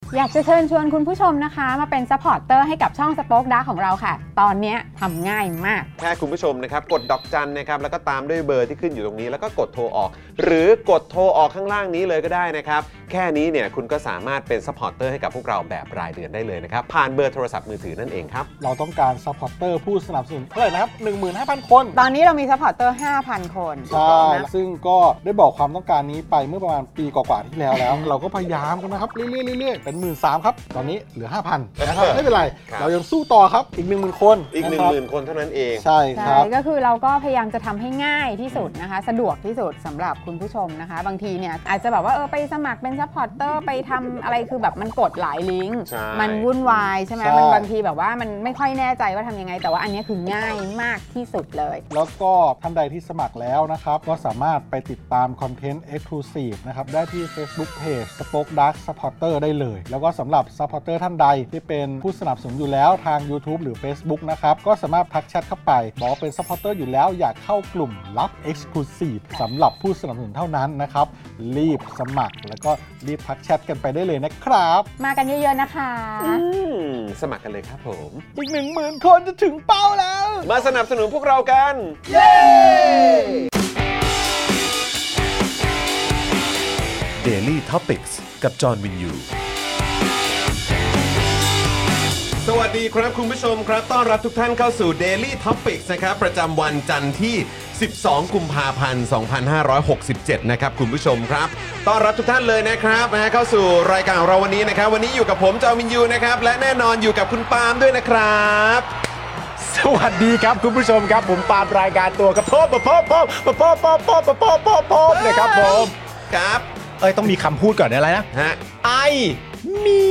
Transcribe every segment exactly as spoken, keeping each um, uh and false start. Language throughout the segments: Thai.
อยากจะเชิญชวนคุณผู้ชมนะคะมาเป็นซัพพอร์ตเตอร์ให้กับช่อง Spoke Dark ของเราค่ะตอนนี้ทำง่ายมากแค่คุณผู้ชมนะครับกดดอกจันนะครับแล้วก็ตามด้วยเบอร์ที่ขึ้นอยู่ตรงนี้แล้วก็กดโทรออกหรือกดโทรออกข้างล่างนี้เลยก็ได้นะครับแค่นี้เนี่ยคุณก็สามารถเป็นซัพพอร์ตเตอร์ให้กับพวกเราแบบรายเดือนได้เลยนะครับผ่านเบอร์โทรศัพท์มือถือนั่นเองครับเราต้องการซัพพอร์ตเตอร์ผู้สนับสนุนเท่าไหร่นะครับ หนึ่งหมื่นห้าพัน คนตอนนี้เรามีซัพพอร์ตเตอร์ ห้าพัน คนใช่ซึ่งก็ได้บอกความต้องการนี้ไปเมื่อประมาณปีกว่าๆที่แล้วแล้ว เราก็พยายามกันนะครับเรื่อยๆๆเป็นหมื่นสามพันครับตอนนี้เหลือ ห้าพัน นะครับไม่เป็นไรเรายังสู้ต่อครับอีก หนึ่งหมื่น คนอีก หนึ่งหมื่น คนเท่านั้นเองใช่ครับก็คือเราก็พยายามจะทำให้ง่ายที่สุดนะคะสะดวกที่สุดสำหรับคุณผู้ชมนะคะบางทีเนี่ยอาจจะแบบว่าเออไปสมัครเป็นซัพพอร์ตเตอร์ไปทำอะไรคือแบบมันกดหลายลิงก์มันวุ่นวายใช่ไหมมันบางทีแบบว่ามันไม่ค่อยแน่ใจว่าทำยังไงแต่ว่าอันนี้คือง่ายมากที่สุดเลยแล้วก็ท่านใดที่สมัครแล้วนะครับก็สามารถไปติดตามคอนเทนต์ Exclusive นะครับได้ที่ Facebook Page Spoke Dark Supporter ได้เลยแล้วก็สำหรับ Supporter ท่านใดที่เป็นผู้สนับสนุนอยู่แล้วทาง YouTube หรือ Facebook นะครับก็สามารถทักแชทเข้าไปบอกว่าเป็น Supporter อยู่แล้วอยากเข้ากลุ่มลับ Exclusive สำหรับผู้สนับสนุนเท่านั้นนะครับรีบสมัครแล้วก็รีบทักแชทกันไปได้เลยนะครับมากันเยอะๆนะคะสมัครกันเลยครับผมอีก หนึ่งหมื่น คนจะถึงเป้าแล้วมาสนับสนุนพวกเรากันเย้ Daily Topics กับจอห์นวินยูสวัสดีครับคุณผู้ชมครับต้อนรับทุกท่านเข้าสู่ Daily Topics นะครับประจำวันจันทร์ที่สิบสองกุมภาพันธ์สองพันห้าร้อยหกสิบเจ็ดนะครับคุณผู้ชมครับต้อนรับทุกท่านเลยนะครับนะฮะเข้าสู่รายการของเราวันนี้นะครับวันนี้อยู่กับผมจอห์นวินยูนะครับและแน่นอนอยู่กับคุณปาล์มด้วยนะครับสวัสดีครับคุณผู้ชมครับผมปาล์มรายการตัวกับพ่อพ่อพ่อพ่อพ่อพ่อพ่อพ่อพ่อพ่อพ่อนะครับผมครับเอ้ยต้องมีคำพูดก่อนอะไรนะฮะไอหมี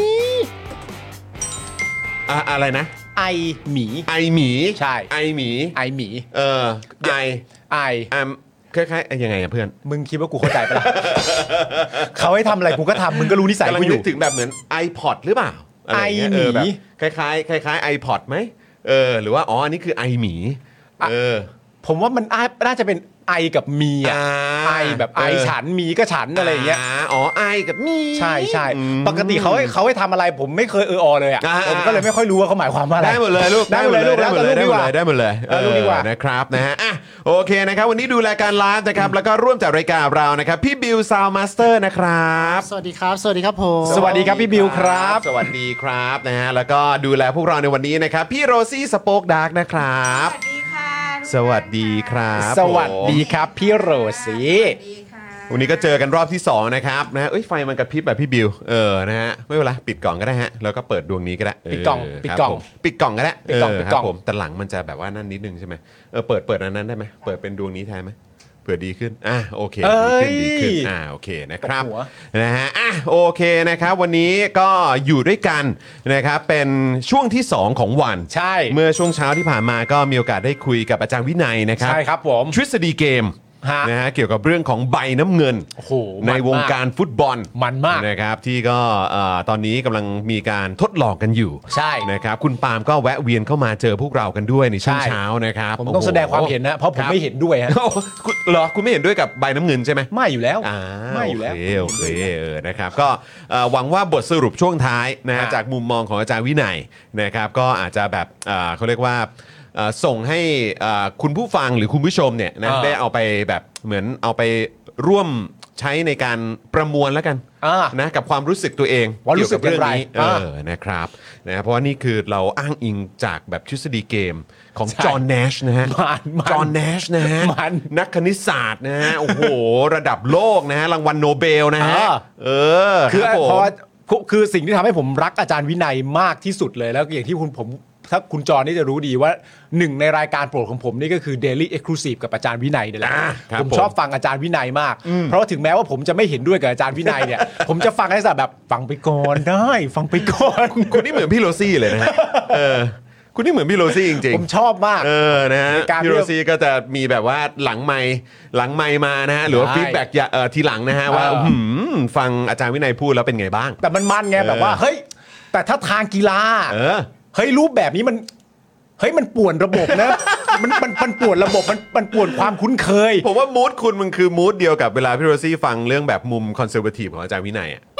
อะอะไรนะไอหมีไอหมีใช่ไอหมีไอหมีเออไอไออ่ะคล้ายๆยังไงอ่ะเพื่อนมึงคิดว่ากูเข้าใจปะล่ะเขาให้ทำอะไรกูก็ทำมึงก็รู้นิสัยกูอยู่นึกถึงแบบเหมือน iPod หรือเปล่าไอหมีคล้ายๆคล้ายๆ iPod ไหมเออหรือว่าอ๋ออันนี้คือไอหมีเออผมว่ามันน่าจะเป็นไอกับมีอ่ะไอแบบไอฉันมีก็ฉันอะไรอย่างเงี้ยอ๋อไอกับมีใช่ใช่ปกติเขาให้เขาให้ทำอะไรผมไม่เคยเอออเลยอ่ะผมก็เลยไม่ค่อยรู้ว่าเขาหมายความว่าอะไรได้หมดเลยลูกได้หมดเลยลูกได้หมดเลยได้หมดเลยได้หมดเลยลูกดีกว่านะครับนะฮะอ่ะโอเคนะครับวันนี้ดูรายการไลฟ์นะครับแล้วก็ร่วมจัดรายการเรานะครับพี่บิวซาวด์มาสเตอร์นะครับสวัสดีครับสวัสดีครับผมสวัสดีครับพี่บิวครับสวัสดีครับนะฮะแล้วก็ดูแลพวกเราในวันนี้นะครับพี่โรซี่สโป๊กดาร์กนะครับสวัสดีครับสวัสดีครับพี่โรซี่วันนี้ก็เจอกันรอบที่สองนะครับนะฮะเอ้ยไฟมันกระพริบแบบพี่บิวเออนะฮะไม่เป็นไรปิดกล่องก็ได้ฮะแล้วก็เปิดดวงนี้ก็ได้ปิดกล่องปิดกล่องปิดกล่องก็ได้ปิดกล่องปิดกล่องผมแต่หลังมันจะแบบว่านั่นนิดนึงใช่ไหมเออเปิดเปิดอันนั้นได้ไหมเปิดเป็นดวงนี้แทนไหมเผื่อดีขึ้นอ่ะโอเคดีขึ้นดีขึ้นอ่าโอเคนะครับนะฮะอ่ะโอเคนะครับวันนี้ก็อยู่ด้วยกันนะครับเป็นช่วงที่สองของวันใช่เมื่อช่วงเช้าที่ผ่านมาก็มีโอกาสได้คุยกับอาจารย์วินัยนะครับใช่ครับผมทฤษฎีเกมนะฮะเกี่ยวกับเรื่องของใบน้ำเงินในวงการฟุตบอลมันมากนะครับที่ก็ตอนนี้กำลังมีการทดลองกันอยู่ใช่นะครับคุณปาล์มก็แวะเวียนเข้ามาเจอพวกเรากันด้วยในช่วงเช้านะครับผมต้องแสดงความเห็นนะเพราะผมไม่เห็นด้วยฮะเหรอคุณไม่เห็นด้วยกับใบน้ำเงินใช่ไหมไม่อยู่แล้วไม่อยู่แล้วโอเคเออนะครับก็หวังว่าบทสรุปช่วงท้ายนะจากมุมมองของอาจารย์วินัยนะครับก็อาจจะแบบเขาเรียกว่าส่งให้คุณผู้ฟังหรือคุณผู้ชมเนี่ยนะได้เอาไปแบบเหมือนเอาไปร่วมใช้ในการประมวลแล้วกันนะกับความรู้สึกตัวเองว่ารู้สึกอย่างไรเออนะครับนะเพราะว่านี่คือเราอ้างอิงจากแบบทฤษฎีเกมของจอห์นเนชนะฮะจอห์นเนชนะฮะนักคณิตศาสตร์นะฮะโอ้โหระดับโลกนะฮะรางวัลโนเบลนะฮะเออคือเพราะคือสิ่งที่ทำให้ผมรักอาจารย์วินัยมากที่สุดเลยแล้วอย่างที่คุณผมถ้าคุณจอนี่จะรู้ดีว่าหนึ่งในรายการโปรดของผมนี่ก็คือ Daily Exclusive กับอาจารย์วินัยนี่แหละผมชอบฟังอาจารย์วินัยมากเพราะถึงแม้ว่าผมจะไม่เห็นด้วยกับอาจารย์วินัยเนี่ยผมจะฟังให้แบบฟังไปก่อนได้ฟังไปก่อนคุณนี่เหมือนพี่โรซี่เลยนะฮะเออคุณนี่เหมือนพี่โรซี่จริงๆผมชอบมากเออนะฮะพี่โรซี่ก็จะมีแบบว่าหลังไมค์หลังไมค์มานะฮะหรือว่าฟีดแบ็กทีหลังนะฮะว่าฟังอาจารย์วินัยพูดแล้วเป็นไงบ้างแต่มันมันไงแบบว่าเฮ้ยแต่ถ้าทางกีฬาเออเฮ้ยรูปแบบนี้มันเฮ้ยมันป่วนระบบนะมันมันมันป่วนระบบมันมันป่วนความคุ้นเคยผมว่ามูดคุณมันคือมูดเดียวกับเวลาพี่โรซี่ฟังเรื่องแบบมุมคอนเซอร์เวทีฟของอาจารย์วินัยอ่ะ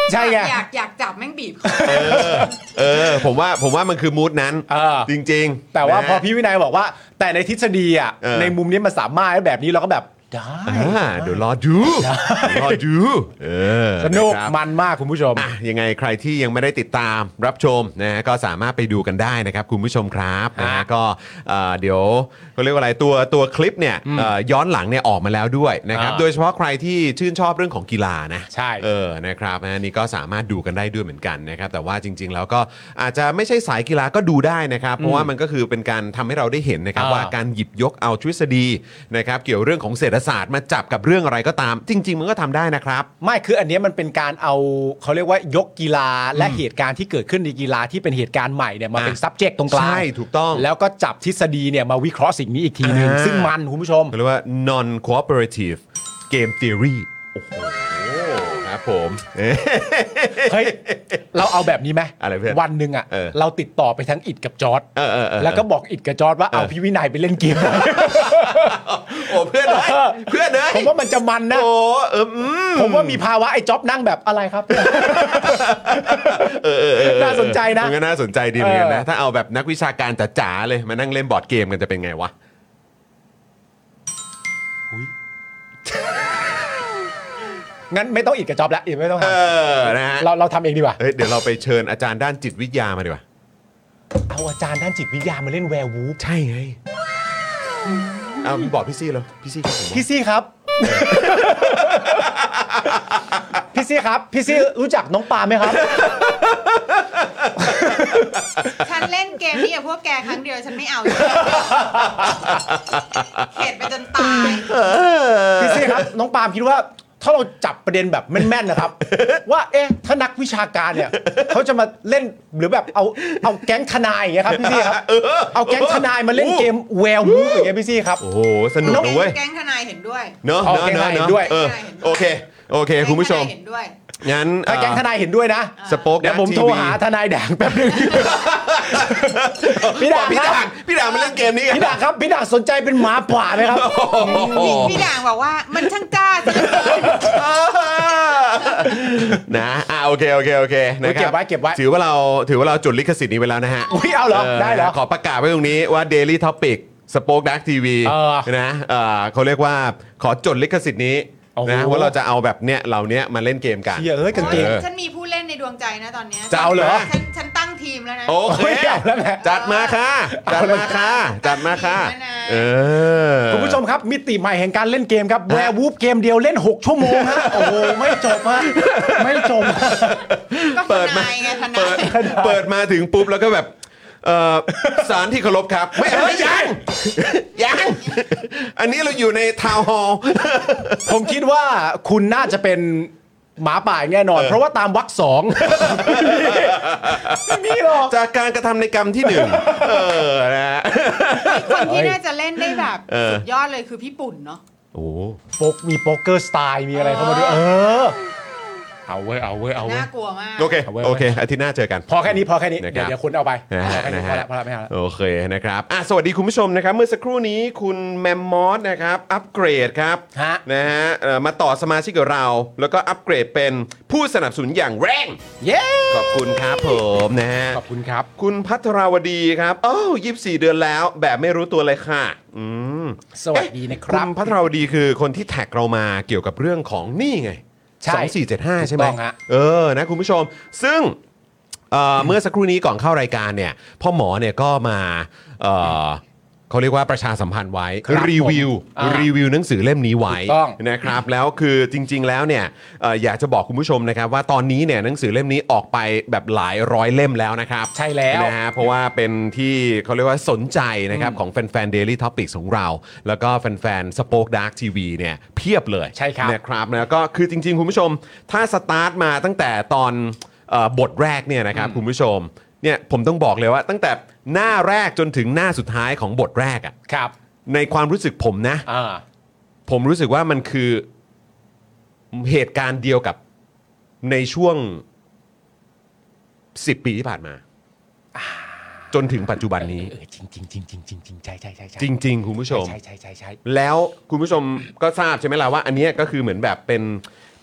ใช่ไงอยากอยากจับแม่งบีบคอเออเออผมว่าผมว่ามันคือมูดนั้นเออจริงๆแต่ว่านะพอพี่วินัยบอกว่าแต่ในทฤษฎีอ่ะเออในมุมนี้มันสามารถแบบนี้เราก็แบบได้อ่าเดี๋ยวรอดูรอดูเออสนุกะครับมันมากคุณผู้ชมอ่ะยังไงใครที่ยังไม่ได้ติดตามรับชมนะฮะก็สามารถไปดูกันได้นะครับคุณผู้ชมครับนะฮะก็เอ่อเดี๋ยวเขาเรียกว่าอะไรตัวตัวคลิปเนี่ยเอ่อย้อนหลังเนี่ยออกมาแล้วด้วยนะครับอ่าโดยเฉพาะใครที่ชื่นชอบเรื่องของกีฬานะใช่เออนะครับนะนี่ก็สามารถดูกันได้ด้วยเหมือนกันนะครับแต่ว่าจริง ๆ แล้วก็อาจจะไม่ใช่สายกีฬาก็ดูได้นะครับเพราะว่ามันก็คือเป็นการทำให้เราได้เห็นนะครับอ่าว่าการหยิบยกเอาทฤษฎีนะครับเกี่ยวเรื่องของเศรษฐศาสตร์มาจับกับเรื่องอะไรก็ตาม จริง ๆ มันก็ทำได้นะครับไม่คืออันเนี้ยมันเป็นการเอาเขาเรียกว่ายกกีฬาและเหตุการณ์ที่เกิดขึ้นในกีฬาที่เป็นเหตุการณ์ใหม่เนี่ยมาเป็นอ่ะ subject ตรงกลางใช่ถูกต้องแล้วก็จับทฤษฎีเนี่ยมาวิเคราะห์สิ่งนี้อีกทีหนึงอ่าซึ่งมันคุณผู้ชมเขาเรียกว่า non cooperative game theory โอ้โหครับผมเอ๊ะเฮ้ย เราเอาแบบนี้ไหมอะไรเพื่อนวันหนึ่งอ่ะเออเราติดต่อไปทั้งอิดกับจอร์ดเออเออเออแล้วก็บอกอิดกับจอร์ดว่าเอาพี่วินัยไปเล่นเกมหน่อยโอ้เพื่อนเลยเพื่อนเลยผมว่ามันจะมันนะโอ้เอออืมผมว่ามีภาวะไอ้จ๊อบนั่งแบบอะไรครับเออเออเออน่าสนใจนะมันก็น่าสนใจดีเหมือนกันนะเออถ้าเอาแบบนักวิชาการจ๋าๆเลยมานั่งเล่นบอร์ดเกมกันจะเป็นไงวะงั้นไม่ต้องอิดกับจ๊อบแล้วอิดไม่ต้องเอทอนะฮะำเราเราทำเองดีกว่าเฮ้ยเดี๋ยวเราไปเชิญอาจารย์ด้านจิตวิทยามาดีกว่าเอาอาจารย์ด้านจิตวิทยามาเล่นแวร์วูฟใช่ไงเอาบอกพี่ซี่แล้วพี่ซี่ครับผมพี่ซี่ครับ พี่ซี่ครับ พี่ซี่รู้จักน้องปาไหมครับฉันเล่นเกมนี้กับพวกแกครั้งเดียวฉันไม่เอาเข็ดไปจนตายพี่ซี่ครับ น้องปาล์มคิดว่าถ้าเราจับประเด็นแบบแม่นๆนะครับ ว่าเอ๊ะถ้านักวิชาการเนี่ยเขาจะมาเล่นหรือแบบเอาเอาแก๊งทนายอย่างเงี้ยครับพี่ซี่ครับเอาแก๊งทนายมาเล่นเกมแวร์วูฟอย่างเงี้ยพี่ซี่ครับโอ้โหสนุกนะเว้ยแก๊งทนายเห็นด้วยเนอะเอาเนอะแก๊งเนทอะนายเห็เนนด้วยอะเออโอเคโอเคคุณผู้ชมแก๊งทนายเห็นด้วยงั้นถ้าแก๊งทนายเห็นด้วยนะสโป๊กเดี๋ยวผมโทรหาทนายด่างแป๊บนึง พี่ด่างพี่ครับด่างพี่ด่างมาเล่นเกมนี้กันพี่ด่างครับพี่ด่างสนใจเป็นหมาป่าไหมครับพี่พี่ด่างบอกว่ามันช่างกล้าซะเหลือเกินนะอ่ะโอเคโอเคโอเคนะครัเก็บไว้เก็บไว้ถือว่าเราถือว่าเราจดลิขสิทธิ์นี้ไปแล้วนะฮะอุ้ยเอาเหรอได้เหรอขอประกาศไว้ตรงนี้ว่า Daily Topic Spoke Dark ที วีเออนะเอ่อเขาเรียกว่าขอจดลิขสิทธิ์นี้โอ้โหนะว่าเราจะเอาแบบเนี้ยเหล่านี้มาเล่นเกมกันเหี้ยเอ้ยกางเกงออฉันมีผู้เล่นในดวงใจนะตอนเนี้ยจะเอาเหรอฉันฉันตั้งทีมแล้วนะโอเคโอ้ยเอาแล้วไงจัดมาค่ะจัดมาค่ะจัดมาค่ะเอาแล้วนะเออคุณผู้ชมครับมิติใหม่แห่งการเล่นเกมครับแวร์วูฟเกมเดียวเล่นหกชั่วโมงฮะโอ้โหไม่จบฮะไม่จบก็ทเปิดมานายไงทเปินาดยเปิดมาถึงปุ๊บแล้วก็แบบเอ่อสารที่เคารพครับ ไม่เอ้ยยังยังอันนี้เราอยู่ในทาวน์ฮอลล์ผมคิดว่าคุณน่าจะเป็นหมาป่าแน่นอน เพราะว่าตามวรรคสองไม่มีหรอกจากการกระทำในกรรมที่หนึ่งเออนะฮะคนที่น่าจะเล่นได้แบบเออสุดยอดเลยคือพี่ปุ่นเนาะโอ้โป๊กมีโป๊กเกอร์สไตล์มีอะไรเข้ามาด้วยเอเอออ เอาเว้ยเอาเว้ยเอาเว้ยน่ากลัวมากโอเคเอาไว้โอเคอาทิตย์หน้าเจอกันพอแค่นี้พอแค่นี้นะครับเดี๋ยวเดี๋ยวคุณเอาไปนะพฮะอแค่นี้นะพอฮะแล้วพอแล้วไม่เอาแล้วโอเคนะครับอ่ะสวัสดีคุณผู้ชมนะครับ เมื่อสักครู่นี้คุณแมมมอสนะครับอัปเกรดครับฮะนะฮะเอ่อมาต่อสมาชิกกับเรา แล้วก็อัปเกรดเป็นผู้สนับสนุนอย่างแรงเย้ขอบคุณครับผมนะฮะขอบคุณครับคุณพัทราวดีครับโอ้ยี่สิบสี่เดือนแล้วแบบไม่รู้ตัวเลยค่ะอืมสวัสดีนะคคุรับณพัทราวดีคือคนที่แท็กเรามาเกี่ยวกับเรื่องของนี่ไงใช่สองสี่เจ็ดห้าใช่ไหมถูกต้องฮะเออนะคุณผู้ชม ซึ่งเอ่อเมื่อสักครู่นี้ก่อนเข้ารายการเนี่ยพ่อหมอเนี่ยก็มาเอ่อเขาเรียกว่าประชาสัมพันธ์ไว้ครับรีวิวผมอ่ารีวิวหนังสือเล่มนี้ไว้ถูกต้องนะครับแล้วคือจริง ๆแล้วเนี่ยเอ่ออยากจะบอกคุณผู้ชมนะครับว่าตอนนี้เนี่ยหนังสือเล่มนี้ออกไปแบบหลายร้อยเล่มแล้วนะครับใช่แล้วนะฮะเพราะว่าเป็นที่เขาเรียกว่าสนใจนะครับของแฟนๆ Daily Topics ของเรา แล้วก็แฟนๆ Spoke Dark ที วี เนี่ยเพียบเลยใช่ครับนะครับนะก็คือจริงๆ คุณผู้ชมถ้าสตาร์ทมาตั้งแต่ตอนเอ่อบทแรกเนี่ยนะครับคุณผู้ชมเนี่ยผมต้องบอกเลยว่าตั้งแต่หน้าแรกจนถึงหน้าสุดท้ายของบทแรกอะครับในความรู้สึกผมนะอ่าผมรู้สึกว่ามันคือเหตุการณ์เดียวกับในช่วงสิบปีที่ผ่านมา จนถึงปัจจุบันนี้เออจริงจริงจริงจริงจริงจริงใช่ใช่ใช่ใช่จริง ๆ คุณผู้ชมใช่ใช่ใช่ใช่แล้วคุณผู้ชมก็ทราบใช่ไหมล่ะว่าอันเนี้ยก็คือเหมือนแบบเป็น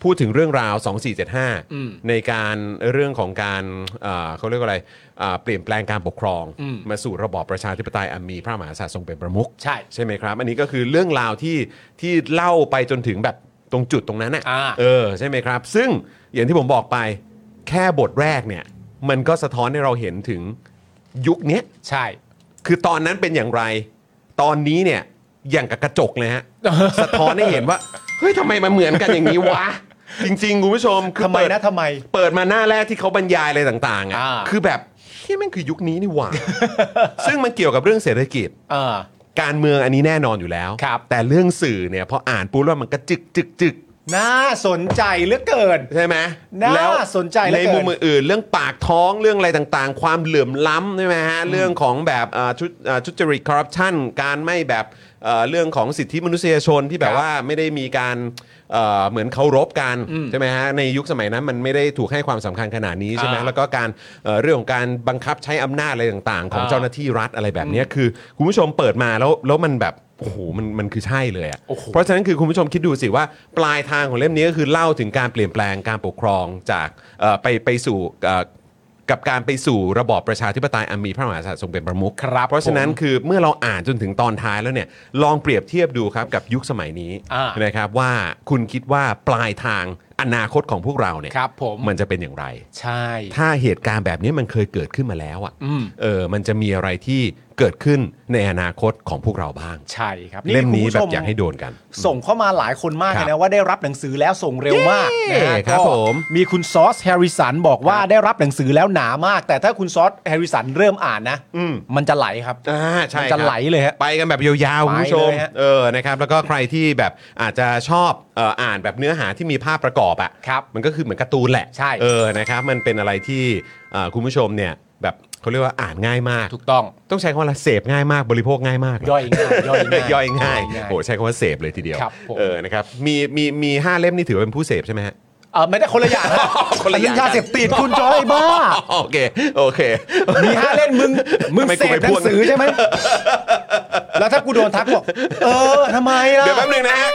พูดถึงเรื่องราวสองสี่เจ็ดห้าอืมในการเรื่องของการเอ่อเขาเรียกว่าอะไรอ่าเปลี่ยนแปลงการปกครองอืมมาสู่ระบอบประชาธิปไตยอันมีพระมหากษัตริย์ทรงเป็นประมุขใช่ใช่ไหมครับอันนี้ก็คือเรื่องราวที่ที่เล่าไปจนถึงแบบตรงจุดตรงนั้นน่ะอ่าเออใช่ไหมครับซึ่งอย่างที่ผมบอกไปแค่บทแรกเนี่ยมันก็สะท้อนให้เราเห็นถึงยุคเนี้ยใช่คือตอนนั้นเป็นอย่างไร ตอนนี้เนี่ยอย่างกับกระจกเลยฮะ สะท้อนให้เห็นว่าเฮ้ยทำไมมันเหมือนกันอย่างนี้วะ จริงๆคุณผู้ชมคือทำไมเปิดนะทำไมเปิดมาหน้าแรกที่เขาบรรยายอะไรต่างๆอ่ะอ่าคือแบบเฮ้ยมันคือยุคนี้นี่หว่า ซึ่งมันเกี่ยวกับเรื่องเศรษฐกิจเออการเมืองอันนี้แน่นอนอยู่แล้วครับแต่เรื่องสื่อเนี่ยพออ่านปุ๊บแล้วมันก็จึกจึกจึกน่าสนใจเหลือเกินใช่ไหมน่าแล้วสนใจเหลืในอเกินมุมอื่นๆเรื่องปากท้องเรื่องอะไรต่างๆ ความเหลื่อมล้ำใช่ไหมฮะเรื่องของแบบอ่าทุอ่าทุจริตคอร์รัปชันการไม่แบบเอ่อเรื่องของสิทธิมนุษยชนที่แบบว่าไม่ได้มีการเอ่อเหมือนเคารพกันใช่ไหมฮะในยุคสมัยนั้นมันไม่ได้ถูกให้ความสำคัญขนาดนี้ใช่ไหมอ่าแล้วก็การเอ่อเรื่องของการบังคับใช้อำนาจอะไรต่างๆ ของอ่าเจ้าหน้าที่รัฐอะไรแบบเนี้ยคือคุณผู้ชมเปิดมาแล้วแล้วมันแบบโอ้โหมันมันคือใช่เลยอ่ะโอ้โหเพราะฉะนั้นคือคุณผู้ชมคิดดูสิว่าปลายทางของเล่มนี้ก็คือเล่าถึงการเปลี่ยนแปลงการปกครองจากเอ่อไปไปสู่เอ่อกับการไปสู่ระบอบประชาธิปไตยอันมีพระมหากษัตริย์ทรงเป็นประมุขครับเพราะฉะนั้นผมคือเมื่อเราอ่านจนถึงตอนท้ายแล้วเนี่ยลองเปรียบเทียบดูครับกับยุคสมัยนี้อ่านะครับว่าคุณคิดว่าปลายทางอนาคตของพวกเราเนี่ยครับผมมันจะเป็นอย่างไรใช่ถ้าเหตุการณ์แบบนี้มันเคยเกิดขึ้นมาแล้วอ่ะอืมเออมันจะมีอะไรที่เกิดขึ้นในอนาคตของพวกเราบ้างใช่ครับเล่มนี้คุณผู้แบชบอยากให้โดนกันส่งเข้ามาหลายคนมากครัเลบยนะว่าได้รับหนังสือแล้วส่งเร็วมากนะฮะครับก็ผมมีคุณซอสแฮร์ริสันบอกว่าได้รับหนังสือแล้วหนามาก แต่ถ้าคุณซอสแฮร์ริสันเริ่มอ่านนะอืมมันจะไหลครับอ่าใช่มันจะครับไหลเลยฮะไปกันแบบยาวๆคุณผู้ชมไปเลยฮะเออนะครับแล้วก็ใครที่แบบอาจจะชอบเอ่ออ่านแบบเนื้อหาที่มีภาพประกอบอ่ะครับมันก็คือเหมือนการ์ตูนแหละใช่เออนะครับมันเป็นอะไรที่เอ่อคุณผู้ชมเนี่ยแบบเขาเรียกว่าอ่านง่ายมากถูกต้องต้องใช้คำว่าอะไรเสพง่ายมากบริโภคง่ายมากย่อยง่ายย่อยง่ายย่อยง่ายย่อยง่ายโอ้ใช้คำว่าเสพเลยทีเดียวครับผมเออนะครับมีมีมีห้าเล่มนี่ถือว่าเป็นผู้เสพใช่ไหมฮะเออไม่ได้คนละอย่างนะคนละอย่างนนี้ยาเสพติดคุณจอยบ้าโอเคโอเคมีห้าเล่นมึงมึงทำไมเสกูพไปหนัพูดงสือใช่ไหมแล้วถ้ากูโดนทักบอกเออทำไมล่ะเดี๋ยวแป๊บนึงนะฮะ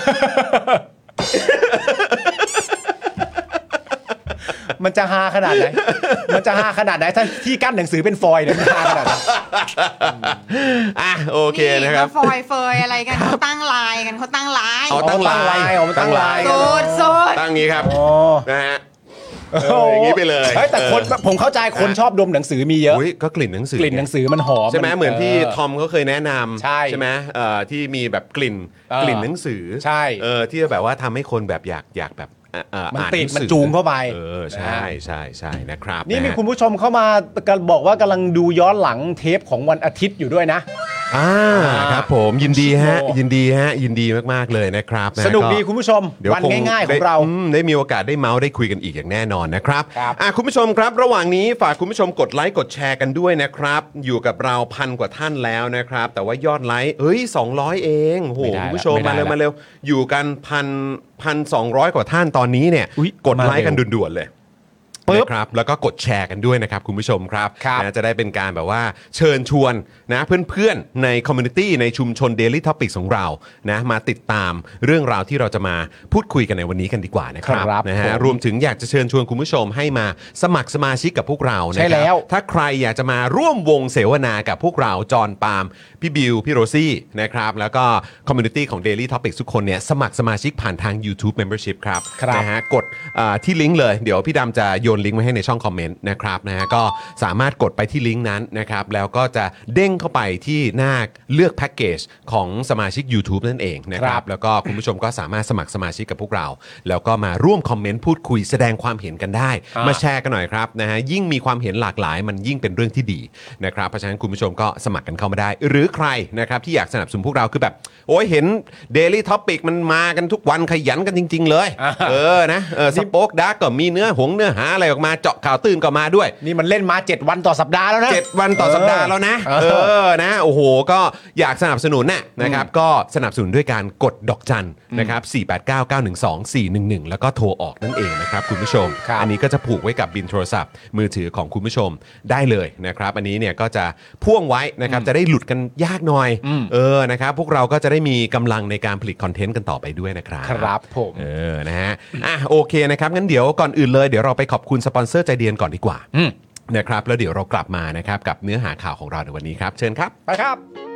มันจะฮาขนาดไหน มันจะฮาขนาดไหนถ้าที่กั้นหนังสือเป็นฟอยล์เนี่ยมันฮาขนาดไหนอ่ะโอเคนะครับฟอยเฟยอะไรกันเขาตั้งไลน์กันเขาตั้งไลน์เอาตั้งไลน์เอาตั้งไลน์สุดสุดตั้งงี้ครับโอ้นะฮะเอออย่างนี้ไปเลยเฮ้ยแต่คนผมเข้าใจคนชอบดมหนังสือมีเยอะอุ๊ยก็กลิ่นหนังสือกลิ่นหนังสือมันหอมใช่ไหมเหมือนที่ทอมเขาเคยแนะนำใช่ไหมเอ่อที่มีแบบกลิ่นเออกลิ่นหนังสือใช่เออที่จะแบบว่าทำให้คนแบบอยากอยากแบบเอ่อเอ่อมันอ่านติดหงสือมันจูงเข้าไปเออใช่ใช่ใช่นะครับนี่มีะฮะคุณผู้ชมเข้ามาบอกว่ากำลังดูย้อนหลังเทปของวันอาทิตย์อยู่ด้วยนะอ่าครับผมยินดีฮะโอ้ยินดีฮะยินดีมากๆเลยนะครับะสนุกดีก็คุณผู้ชมเดี๋ยววันคงง่ายๆขได้องเรามได้มีโอกาสได้เมาส์ได้คุยกันอีกอย่างแน่นอนนะครับครับอ่ะคุณผู้ชมครับ ระหว่างนี้ฝากคุณผู้ชมกดไลค์กดแชร์กันด้วยนะครับ อยู่กับเราพันกว่าท่านแล้วนะครับ แต่ว่ายอดไลค์เอ้ยสองร้อยเองโอ้โหไม่ได้คุณผู้ชมไม่มาได้เร็วละมาเร็วอยู่กันพันพันสองร้อยกว่าท่านตอนนี้เนี่ยอุ๊ยกดไลค์มาเร็วกันด่วนๆเลยปึ๊บนะครับแล้วก็กดแชร์กันด้วยนะครับคุณผู้ชมครับครับนะจะได้เป็นการแบบว่าเชิญชวนนะเพื่อนๆในคอมมูนิตี้ในชุมชน Daily Topics ของเรานะมาติดตามเรื่องราวที่เราจะมาพูดคุยกันในวันนี้กันดีกว่านะครับครับนะฮะผมรวมถึงอยากจะเชิญชวนคุณผู้ชมให้มาสมัครสมาชิกกับพวกเรานะใช่ครัแล้วถ้าใครอยากจะมาร่วมวงเสวนากับพวกเราจอห์นปาล์มพี่บิวพี่โรซี่นะครับแล้วก็คอมมูนิตี้ของ Daily Topics ทุกคนเนี่ยสมัครสมาชิกผ่านทาง YouTube Membership ครับครับนะฮะกดอ่าที่ลิงก์เลยเดี๋ยวพี่ดำจะโยนลิงก์ไว้ให้ในช่องคอมเมนต์นะครับนะฮะก็สามารถกดไปที่ลิงก์นั้นนะครับแล้วก็จะเด้งเข้าไปที่หน้าเลือกแพ็กเกจของสมาชิก YouTube นั่นเองนะคครัรับบ แล้วก็คุณผู้ชมก็สามารถสมัครสมาชิกกับพวกเรา แล้วก็มาร่วมคอมเมนต์พูดคุยแสดงความเห็นกันได้อ่ามมาแชร์กันหน่อยครับนะฮะยิ่งมีความเห็นหลากหลายมันยิ่งเป็นเรื่องที่ดีนะครับเพราะฉะนั้นคุณผู้ชมก็สมัครกันเข้ามาได้ หรือใครนะครับที่อยากสนับสนุนพวกเราคือแบบโอ้ยเห็น Daily Topic มันมากันทุกวันขยันกันจริง ๆ เลยอ่าเออนะเออสป็อกดาร์กก็มีเนื้อหงเนื้อหาอะไรอะไรออกมาเจาะข่าวตื่นก็มาด้วยนี่มันเล่นมาเจ็ดวันต่อสัปดาห์แล้วนะเจ็ดวันต่อสัปดาห์แล้วนะเออนะโอ้โหก็อยากสนับสนุนน่ะนะครับก็สนับสนุนด้วยการกดดอกจันนะครับสี่แปดเก้า เก้าหนึ่งสอง สี่หนึ่งหนึ่งแล้วก็โทรออกนั่นเองนะครับคุณผู้ชมอันนี้ก็จะผูกไว้กับบิลโทรศัพท์มือถือของคุณผู้ชมได้เลยนะครับอันนี้เนี่ยก็จะพ่วงไว้นะครับจะได้หลุดกันยากหน่อยเออนะครับพวกเราก็จะได้มีกำลังในการผลิตคอนเทนต์กันต่อไปด้วยนะครับครับผมเออนะฮะอ่ะโอเคนะครับงั้นเดี๋ยวก่อนอื่นเลยเดี๋ยวเราไปขอบคุณสปอนเซอร์ใจเดียนก่อนดีกว่านะครับแล้วเดี๋ยวเรากลับมานะครับกับเนื้อหาข่าวของเราในวันนี้ครับเชิญครับไปครับ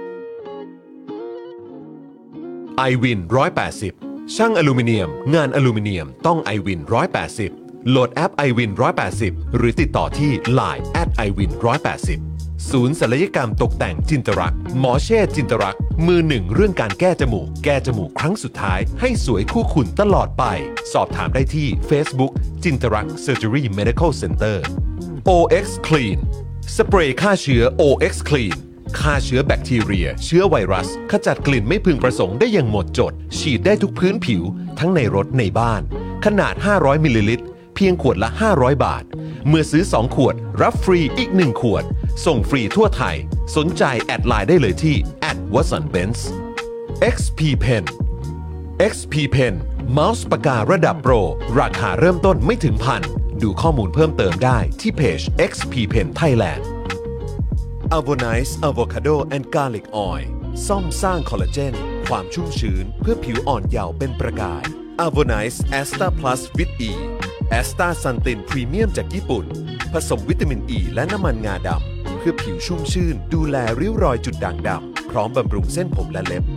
ไอ วิน หนึ่งร้อยแปดสิบช่างอลูมิเนียมงานอลูมิเนียมต้อง ไอ วิน หนึ่งร้อยแปดสิบโหลดแอป ไอ วิน หนึ่งร้อยแปดสิบหรือติดต่อที่ ไลน์ แอท ไอ วิน หนึ่งร้อยแปดสิบศูนย์ศัลยกรรมตกแต่งจินตรักหมอเช่จินตรักมือหนึ่งเรื่องการแก้จมูกแก้จมูกครั้งสุดท้ายให้สวยคู่คุณตลอดไปสอบถามได้ที่ Facebook จินตรัก Surgery Medical Center โอ เอ็กซ์ Clean สเปรย์ฆ่าเชื้อ โอ เอ็กซ์ Clean ฆ่าเชื้อแบคทีเรียเชื้อไวรัสขจัดกลิ่นไม่พึงประสงค์ได้อย่างหมดจดฉีดได้ทุกพื้นผิวทั้งในรถในบ้านขนาดห้าร้อยมิลลิลิตรเพียงขวดละห้าร้อยบาทเมื่อซื้อสองขวดรับฟรีอีกหนึ่งขวดส่งฟรีทั่วไทยสนใจแอดไลน์ได้เลยที่ แอท วอตสันเบนซ์ เอ็กซ์ พี Pen เอ็กซ์ พี Pen เมาส์ปากการะดับโปรราคาเริ่มต้นไม่ถึงพันดูข้อมูลเพิ่มเติมได้ที่เพจ เอ็กซ์ พี Pen Thailand Avonice Avocado and Garlic Oil ซ่อมสร้างคอลลาเจนความชุ่มชื้นเพื่อผิวอ่อนเยาว์เป็นประกาย Avonice Asta Plus with E Asta Santin Premium จากญี่ปุ่นผสมวิตามินอ e ีและน้ำมันงาดำเพื่อผิวชุ่มชื่นดูแลริ้วรอยจุดด่างดำพร้อมบำรุงเส้นผมและเล็บ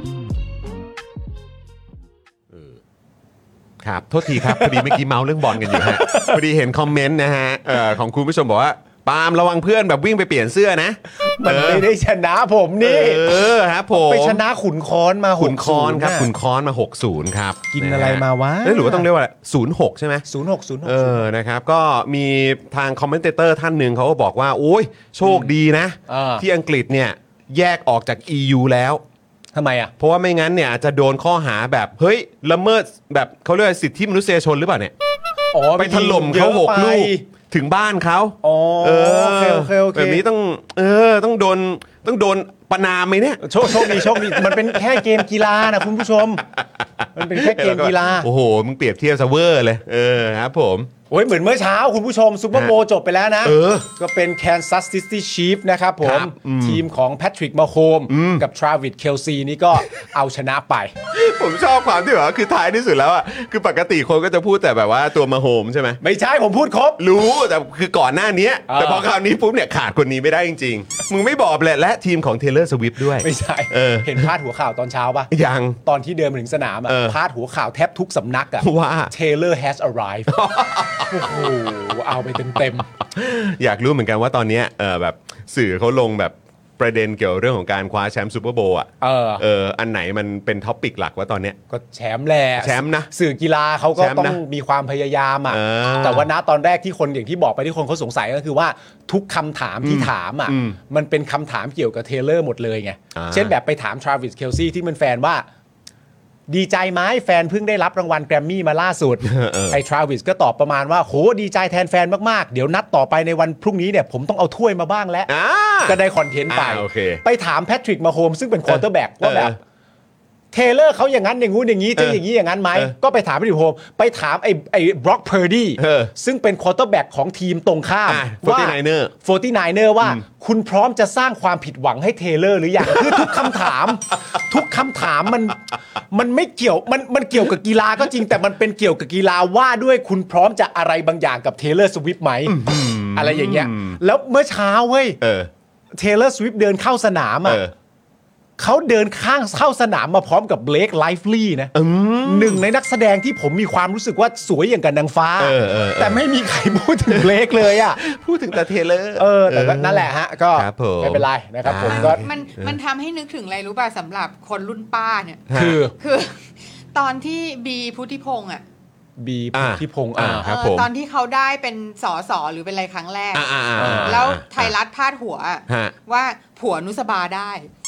ครับโทษทีครับ พอดีเมื่อกี้เมาส์เรื่องบอลกันอยู่ฮะ พอดีเห็นคอมเมนต์นะฮะเอ่อของคุณผู้ชมบอกว่าปาล์มระวังเพื่อนแบบวิ่งไปเปลี่ยนเสื้อนะมันไม่ได้ชนะผมนี่เออครับผมไปชนะขุนค้อนมาขุนค้อนครับขุนค้อนมาหกศูนย์ครับกินอะไรมาวะหรือว่าต้องเรียกว่าศูนย์หกใช่ไหมศูนย์หกศูนย์หกเออนะครับก็มีทางคอมเมนเตอร์ท่านหนึ่งเขาก็บอกว่าโอ้ยโชคดีนะที่อังกฤษเนี่ยแยกออกจาก อี ยู แล้วทำไมอ่ะเพราะว่าไม่งั้นเนี่ยอาจจะโดนข้อหาแบบเฮ้ยละเมิดแบบเขาเรียกสิทธิมนุษยชนหรือเปล่าเนี่ยไปถล่มเขาหกลูกถึงบ้านเขาอ๋อเออโอเคโอเคโอเคแบบนี้ต้องเออต้องโดนต้องโดนประนามไหมเนี่ยโชคโชคดีโชคดีมันเป็นแค่เกมกีฬานะคุณผู้ชมมันเป็นแค่เกมกีฬาโอ้โหมึงเปรียบเทียบซะเวอร์เลยเออครับผมโอ้ยเหมือนเมื่อเช้าคุณผู้ชมซุปเปอร์โบว์จบไปแล้วนะก็เป็น Kansas City Chiefs นะครับผมทีมของ Patrick Mahomes กับ Travis Kelce นี่ก็เอาชนะไปผมชอบความที่แบบว่าคือท้ายที่สุดแล้วอ่ะคือปกติคนก็จะพูดแต่แบบว่าตัวมาโฮมใช่ไหมไม่ใช่ผมพูดครบรู้แต่คือก่อนหน้านี้แต่พอคราวนี้ปุ๊บเนี่ยขาดคนนี้ไม่ได้จริงๆมึงไม่บอกเลยและทีมของ Taylor Swift ด้วยไม่ใช่เห็นพาดหัวข่าวตอนเช้าป่ะยังตอนที่เดินมาถึงสนามอ่ะพาดหัวข่าวแทบทุกสำนักอ่ะว่า Taylor has arrivedโอ้โหเอาไปเต็มๆอยากรู้เหมือนกันว่าตอนนี้เออแบบสื่อเขาลงแบบประเด็นเกี่ยวเรื่องของการคว้าแชมป์ซูเปอร์โบว์อ่ะเออเอออันไหนมันเป็นท็อปปิกหลักว่าตอนเนี้ยก็แชมป์แหละแชมป์นะสื่อกีฬาเขาก็ต้องมีความพยายามอ่ะแต่ว่าณตอนแรกที่คนอย่างที่บอกไปที่คนเขาสงสัยก็คือว่าทุกคำถามที่ถามอ่ะมันเป็นคำถามเกี่ยวกับเทเลอร์หมดเลยไงเช่นแบบไปถาม Travis Kelce ที่มันแฟนว่าดีใจไหมแฟนเพิ่งได้รับรางวัลแกรมมี่มาล่าสุดไอ้ทราวิสก็ตอบประมาณว่าโหดีใจแทนแฟนมากๆเดี๋ยวนัดต่อไปในวันพรุ่งนี้เนี่ยผมต้องเอาถ้วยมาบ้างแล้วก็ได้คอนเทนต์ไปไปถามแพทริกมาโฮมซึ่งเป็นควอเตอร์แบ็กว่าแบบเทเลอร์เขาอย่างนั้นอย่างงู้นอย่างนี้จะอย่างนี้อย่างนั้นไหมก็ไปถามแพทริกมาโฮมไปถามไอ้ไอ้บล็อกเพอร์ดี้ซึ่งเป็นควอเตอร์แบ็กของทีมตรงข้ามว่าโฟร์ตี้ไนเนอร์ ว่าคุณพร้อมจะสร้างความผิดหวังให้เทเลอร์หรือยังคือทุกคำถามทุกคำถามมันมันไม่เกี่ยวมันมันเกี่ยวกับกีฬาก็จริงแต่มันเป็นเกี่ยวกับกีฬาว่าด้วยคุณพร้อมจะอะไรบางอย่างกับเทเลอร์สวิฟต์ไหมอะไรอย่างเงี้ยแล้วเมื่อเช้าเว้ยเทเลอร์สวิฟต์เดินเข้าสนามอ่ะเขาเดินข้างเข้าสนามมาพร้อมกับเบลคไลฟ์ลีย์นะหนึ่งในนักแสดงที่ผมมีความรู้สึกว่าสวยอย่างกับนางฟ้าแต่ไม่มีใครพูดถึงเบลคเลยอ่ะพูดถึงแต่เทเลอร์เออแต่นั่นแหละฮะก็ไม่เป็นไรนะครับผมก็มันมันทำให้นึกถึงอะไรรู้ป่ะสำหรับคนรุ่นป้าเนี่ยคือคือตอนที่บีพุทธิพงษ์อ่ะบีพุทธิพงษ์อ่าครับผมตอนที่เขาได้เป็นสสหรือเป็นอะไรครั้งแรกแล้วไทยรัฐพาดหัวว่าผัวนุสบาได้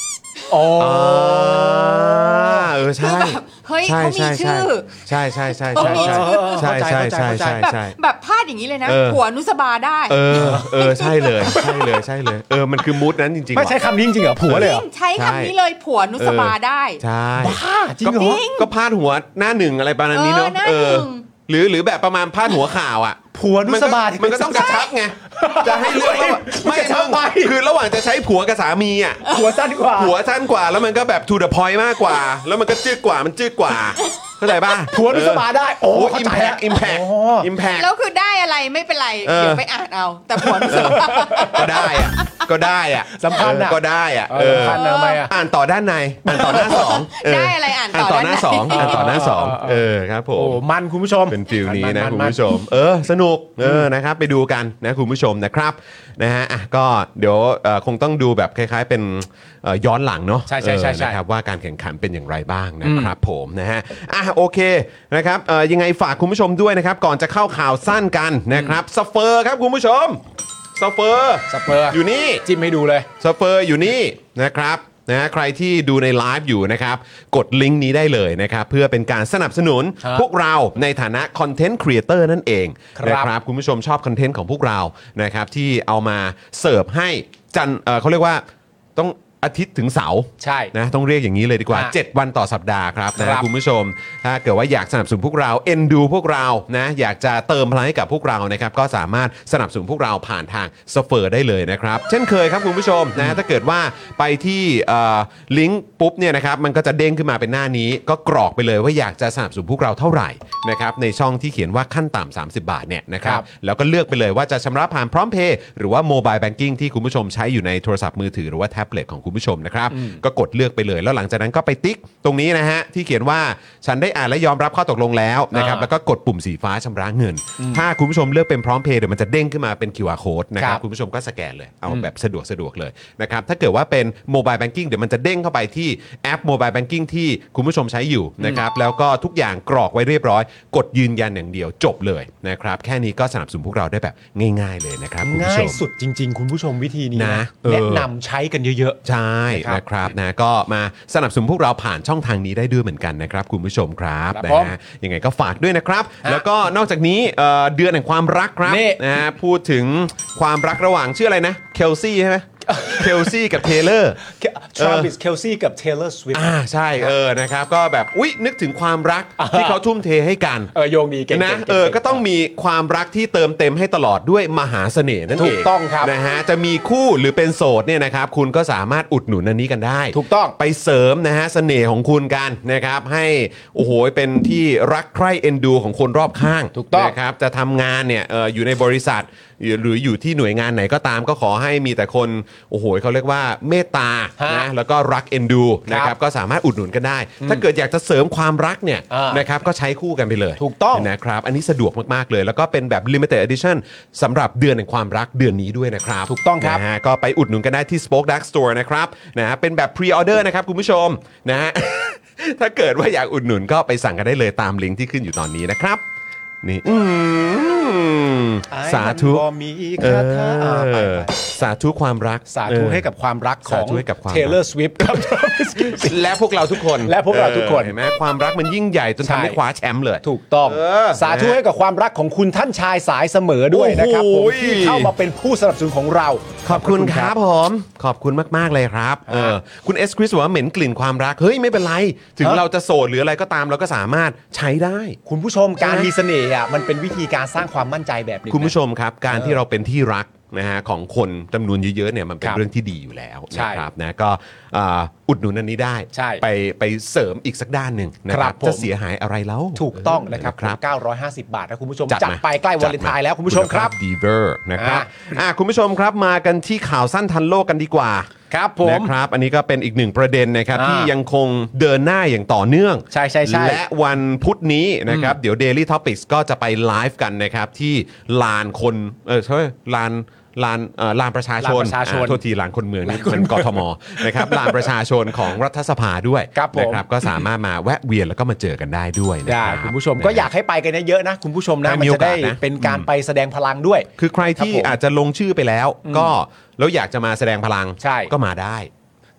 โอ้เออใช่คือแบบเฮ้ยเขามีชื่อใช่ใช่ใช่เขาใช่มีใช่ชื่อใช่ใช่ใช่ใช่แบบใช่แบบพลาดอย่างนี้เลยนะเออผัวนุสบาได้เออเออใช่เลยใช่เลยใช่เลยเออมันคือมูดนั้นจริงๆไม่ใช้คำนี้จริงๆเหรอผัวเลยเหรอจริงใช้คำนี้เลยผัวนุสบาได้ใช่บ้าจริงเหรอก็พาดหัวหน้าหนึ่งอะไรประมาณนี้เนาะเออหน้าหนึ่งหรือหรือแบบประมาณพาดหัวข่าวอ่ะผัวนุสบามันก็ต้องกระชับไงจะให้เลือกระหว่างไม่กระชับไปคือระหว่างจะใช้ผัวกับสามีอ่ะผัวสั้นกว่าผัวสั้นกว่าแล้วมันก็แบบ to the point มากกว่า แล้วมันก็จืดกว่ามันจืดกว่าเข้าใจป่ะผัวนุสบาได้โอ้โอ้เข้าอิมใจแพแล้คว อิมแพคโอ้อิมแพคแล้วคือได้อะไรไม่เป็นไรเออเดี๋ยวไปอ่านเอา แต่ผัวนุสบาก็ได้อ่ะก็ได้อ่ะสำคัญอะเออก็ได้อ่ะเออสำคัญนะทำไมอะอ่านต่อด้านในอ่านต่อหน้าสองเได้อะไรอ่านต่ออ่านต่อหน้าด้านในสองอ่านต่อหน้าสองเออครับผโอ้มมันคุณผู้ชมเป็นฟิลนี้นะมัคุณมัผู้ชม เออสนุกเออนะครับไปดูกันนะคุณผู้ชมนะครับนะฮะอ่ะก็เดี๋ยวเอ่อคงต้องดูแบบคล้ายๆเป็นเอ่อย้อนหลังเนาะใช่ใช่ใช่เออใช่นะครับว่าการแข่งขันเป็นอย่างไรบ้างนะครับผมนะฮะอ่ะโอเคนะครับเอ่อยังไงฝากคุณผู้ชมด้วยนะครับก่อนจะเข้าข่าวสั้นกันนะครับสเปอร์ครับคุณผู้ชมสเปอร์สเปอร์อยู่นี่จิ้มให้ดูเลยสเปอร์อยู่นี่นะครับนะใครที่ดูในไลฟ์อยู่นะครับกดลิงก์นี้ได้เลยนะครับเพื่อเป็นการสนับสนุนครับพวกเราในฐานะคอนเทนต์ครีเอเตอร์นั่นเองครับนะครับคุณผู้ชมชอบคอนเทนต์ของพวกเรานะครับที่เอามาเสิร์ฟให้จันเอ่อเขาเรียกว่าต้องอาทิตย์ถึงเสาร์ใช่นะต้องเรียกอย่างนี้เลยดีกว่าฮะเจ็ด วันต่อสัปดาห์ครับครันะบคุณผู้ชมถ้าเกิดว่าอยากสนับสนุนพวกเราเอ็นดูพวกเรานะอยากจะเติมพลังให้กับพวกเรานะครับก็สามารถสนับสนุนพวกเราผ่านทางสเฟอร์ได้เลยนะครับเช่นเคยครับคุณผู้ชมนะถ้าเกิดว่าไปที่เอ่อลิงก์ปุ๊บเนี่ยนะครับมันก็จะเด้งขึ้นมาเป็นหน้านี้ก็กรอกไปเลยว่าอยากจะสนับสนุนพวกเราเท่าไหร่นะครับในช่องที่เขียนว่าขั้นต่ำสามสิบบาทเนี่ยนะครับครับแล้วก็เลือกไปเลยว่าจะชำระผ่านพร้อมเพย์หรือว่าโมบายแบงกิ้งที่คุณผู้ชมใช้อยู่ในโทรศัพท์มือถือหรือว่าแท็บเล็ตของคุณผู้ชมนะครับก็กดเลือกไปเลยแล้วหลังจากนั้นก็ไปติ๊กตรงนี้นะฮะที่เขียนว่าฉันได้อ่านและยอมรับข้อตกลงแล้วนะครับอ่าแล้วก็กดปุ่มสีฟ้าชำระเงิน ถ้าคุณผู้ชมเลือกเป็นพร้อมเพย์เดี๋ยวมันจะเด้งขึ้นมาเป็น คิว อาร์ Code นะครับครับคุณผู้ชมก็สแกนเลยเอาแบบสะดวกสะดวกเลยนะครับถ้าเกิดว่าเป็นโมบายแบงกิ้งเดี๋ยวมันจะเด้งเข้าไปที่แอปโมบายแบงกิ้งที่คุณผู้ชมใช้อยู่นะครับแล้วก็ทุกอย่างกรอกไว้เรียบร้อย กดยืนยันอย่างเดียวจบเลยนะครับแค่นี้ก็สนับสนุนพวกเราได้แบบง่ายๆเลยนะครับคุณผู้ชง่ายมสุดจริง ๆ คุณผู้ชมวิธีนี้นะนะเออแนะนำใช้กันเยอะใช่นะครับนะครับนะก็มาสนับสนุนพวกเราผ่านช่องทางนี้ได้ด้วยเหมือนกันนะครับคุณผู้ชมครับครับนะผมฮะยังไงก็ฝากด้วยนะครับฮะแล้วก็นอกจากนี้เอ่อเดือนแห่งความรักครับนี่นะฮะพูดถึงความรักระหว่างชื่ออะไรนะเคลซี่ใช่ไหมเคลซี่กับเทเลอร์ๆ Travis Kelce กับ Taylor Swift อ่าใช่เออนะครับก็แบบอุ๊ยนึกถึงความรักที่เขาทุ่มเทให้กันเออโยงดีเก่งๆนะๆๆเออก็ต้องมีความรักที่เติมเต็มให้ตลอดด้วยมหาเสน่ห์นั่นเองถูกต้องครับนะฮะจะมีคู่หรือเป็นโสดเนี่ยนะครับคุณก็สามารถอุดหนุนอันนี้กันได้ถูกต้องไปเสริมนะฮะเสน่ห์ของคุณกันนะครับให้โอ้โหเป็นที่รักใคร่เอ็นดูของคนรอบข้างถูกต้องนะครับจะทำงานเนี่ยเอออยู่ในบริษัทหรืออยู่ที่หน่วยงานไหนก็ตามก็ขอให้มีแต่คนโอ้โหเขาเรียกว่าเมตตาฮะนะแล้วก็รักเอ็นดูนะครับก็สามารถอุดหนุนกันได้ ถ้าเกิดอยากจะเสริมความรักเนี่ยอ่านนะครับก็ใช้คู่กันไปเลยถูกต้องนะครับอันนี้สะดวกมาก ๆ เลย แล้วก็เป็นแบบ limited edition สำหรับเดือนแห่งความรักเดือนนี้ด้วยนะครับถูกต้องครับนะฮะก็ไปอุดหนุนกันได้ที่ Spoke Dark Store นะครับนะฮะเป็นแบบ pre-order นะครับคุณผู้ชมนะฮะ ถ้าเกิดว่าอยากอุดหนุนก็ไปสั่งกันได้เลยตามลิงก์ที่ขึ้นอยู่ตอนนี้นะครับนี่อืมสาธุไอ้มันบ่มีเอคาถาอ่าไปอไปสาธุความรักสาธุให้กับความรักของสาธุให้กับความรัก Taylor Swift ครับและพวกเราทุกคนและพวกเราทุกคนเห็นไหมความรักมันยิ่งใหญ่จนใช่ทำให้คว้าแชมป์เลยถูกต้องเออสาธุให้กับความรักของคุณท่านชายสายเสมอด้วยนะครับผมโอ้โหที่เข้ามาเป็นผู้สนับสนุนของเราขอบคุณครับผมขอบคุณมาก ๆ เลยครับเออคุณเอสคริสบอกว่าเหม็นกลิ่นความรัก เฮ้ย ไม่เป็นไร ถึงฮะเราจะโสดหรืออะไรก็ตามเราก็สามารถใช้ได้คุณผู้ชมการมีเสน่ห์อ่ะมันเป็นวิธีการสร้างความมั่นใจแบบหนึงคุณผู้ชนะมครับ การที่เราเป็นที่รักนะฮะของคนจำนวนเยอะ ๆ เนี่ยมันเป็นครับเรื่องที่ดีอยู่แล้วใช่นะครับนะก็อ่าอุดหนุนอันนี้ได้ใช่ไปไปเสริมอีกสักด้านหนึ่งนะคครัรับบผมจะเสียหายอะไรแล้วถูกต้องนะครับครับเก้าร้อยห้าสิบบาทนะคุณผู้ชมจัดจัดมาไปใกล้วันเลนไทน์แล้วคุณผู้ชมครับดีเวอร์นะครับอ่ะอ่ะคุณผู้ชมครับมากันที่ข่าวสั้นทันโลกกันดีกว่าครับผมนะครับอันนี้ก็เป็นอีกหนึ่งประเด็นนะครับอ่าที่ยังคงเดินหน้าอย่างต่อเนื่องใช่ใช่ใช่และวันพุธนี้นะครับเดี๋ยว Daily Topics ก็จะไปไลฟ์กันนะครับที่ลานคนเออใช่ลานลานเอ่อลานประชาชนลานประชาชนอ่โทษทีลานคนเมืองนี่มันกทมนะครับลานประชาชนของรัฐสภาด้วยครับผมนะครับก็สามารถมาแวะเวียนแล้วก็มาเจอกันได้ด้วยนะได้รับคุณผู้ชมก็อยากให้ไปกันเยอะๆนะคุณผู้ชมนะให้มันมีจะได้โอกาสนะเป็นการไปแสดงพลังด้วยคือใครที่ครับผมอาจจะลงชื่อไปแล้วก็แล้วอยากจะมาแสดงพลังใช่ก็มาได้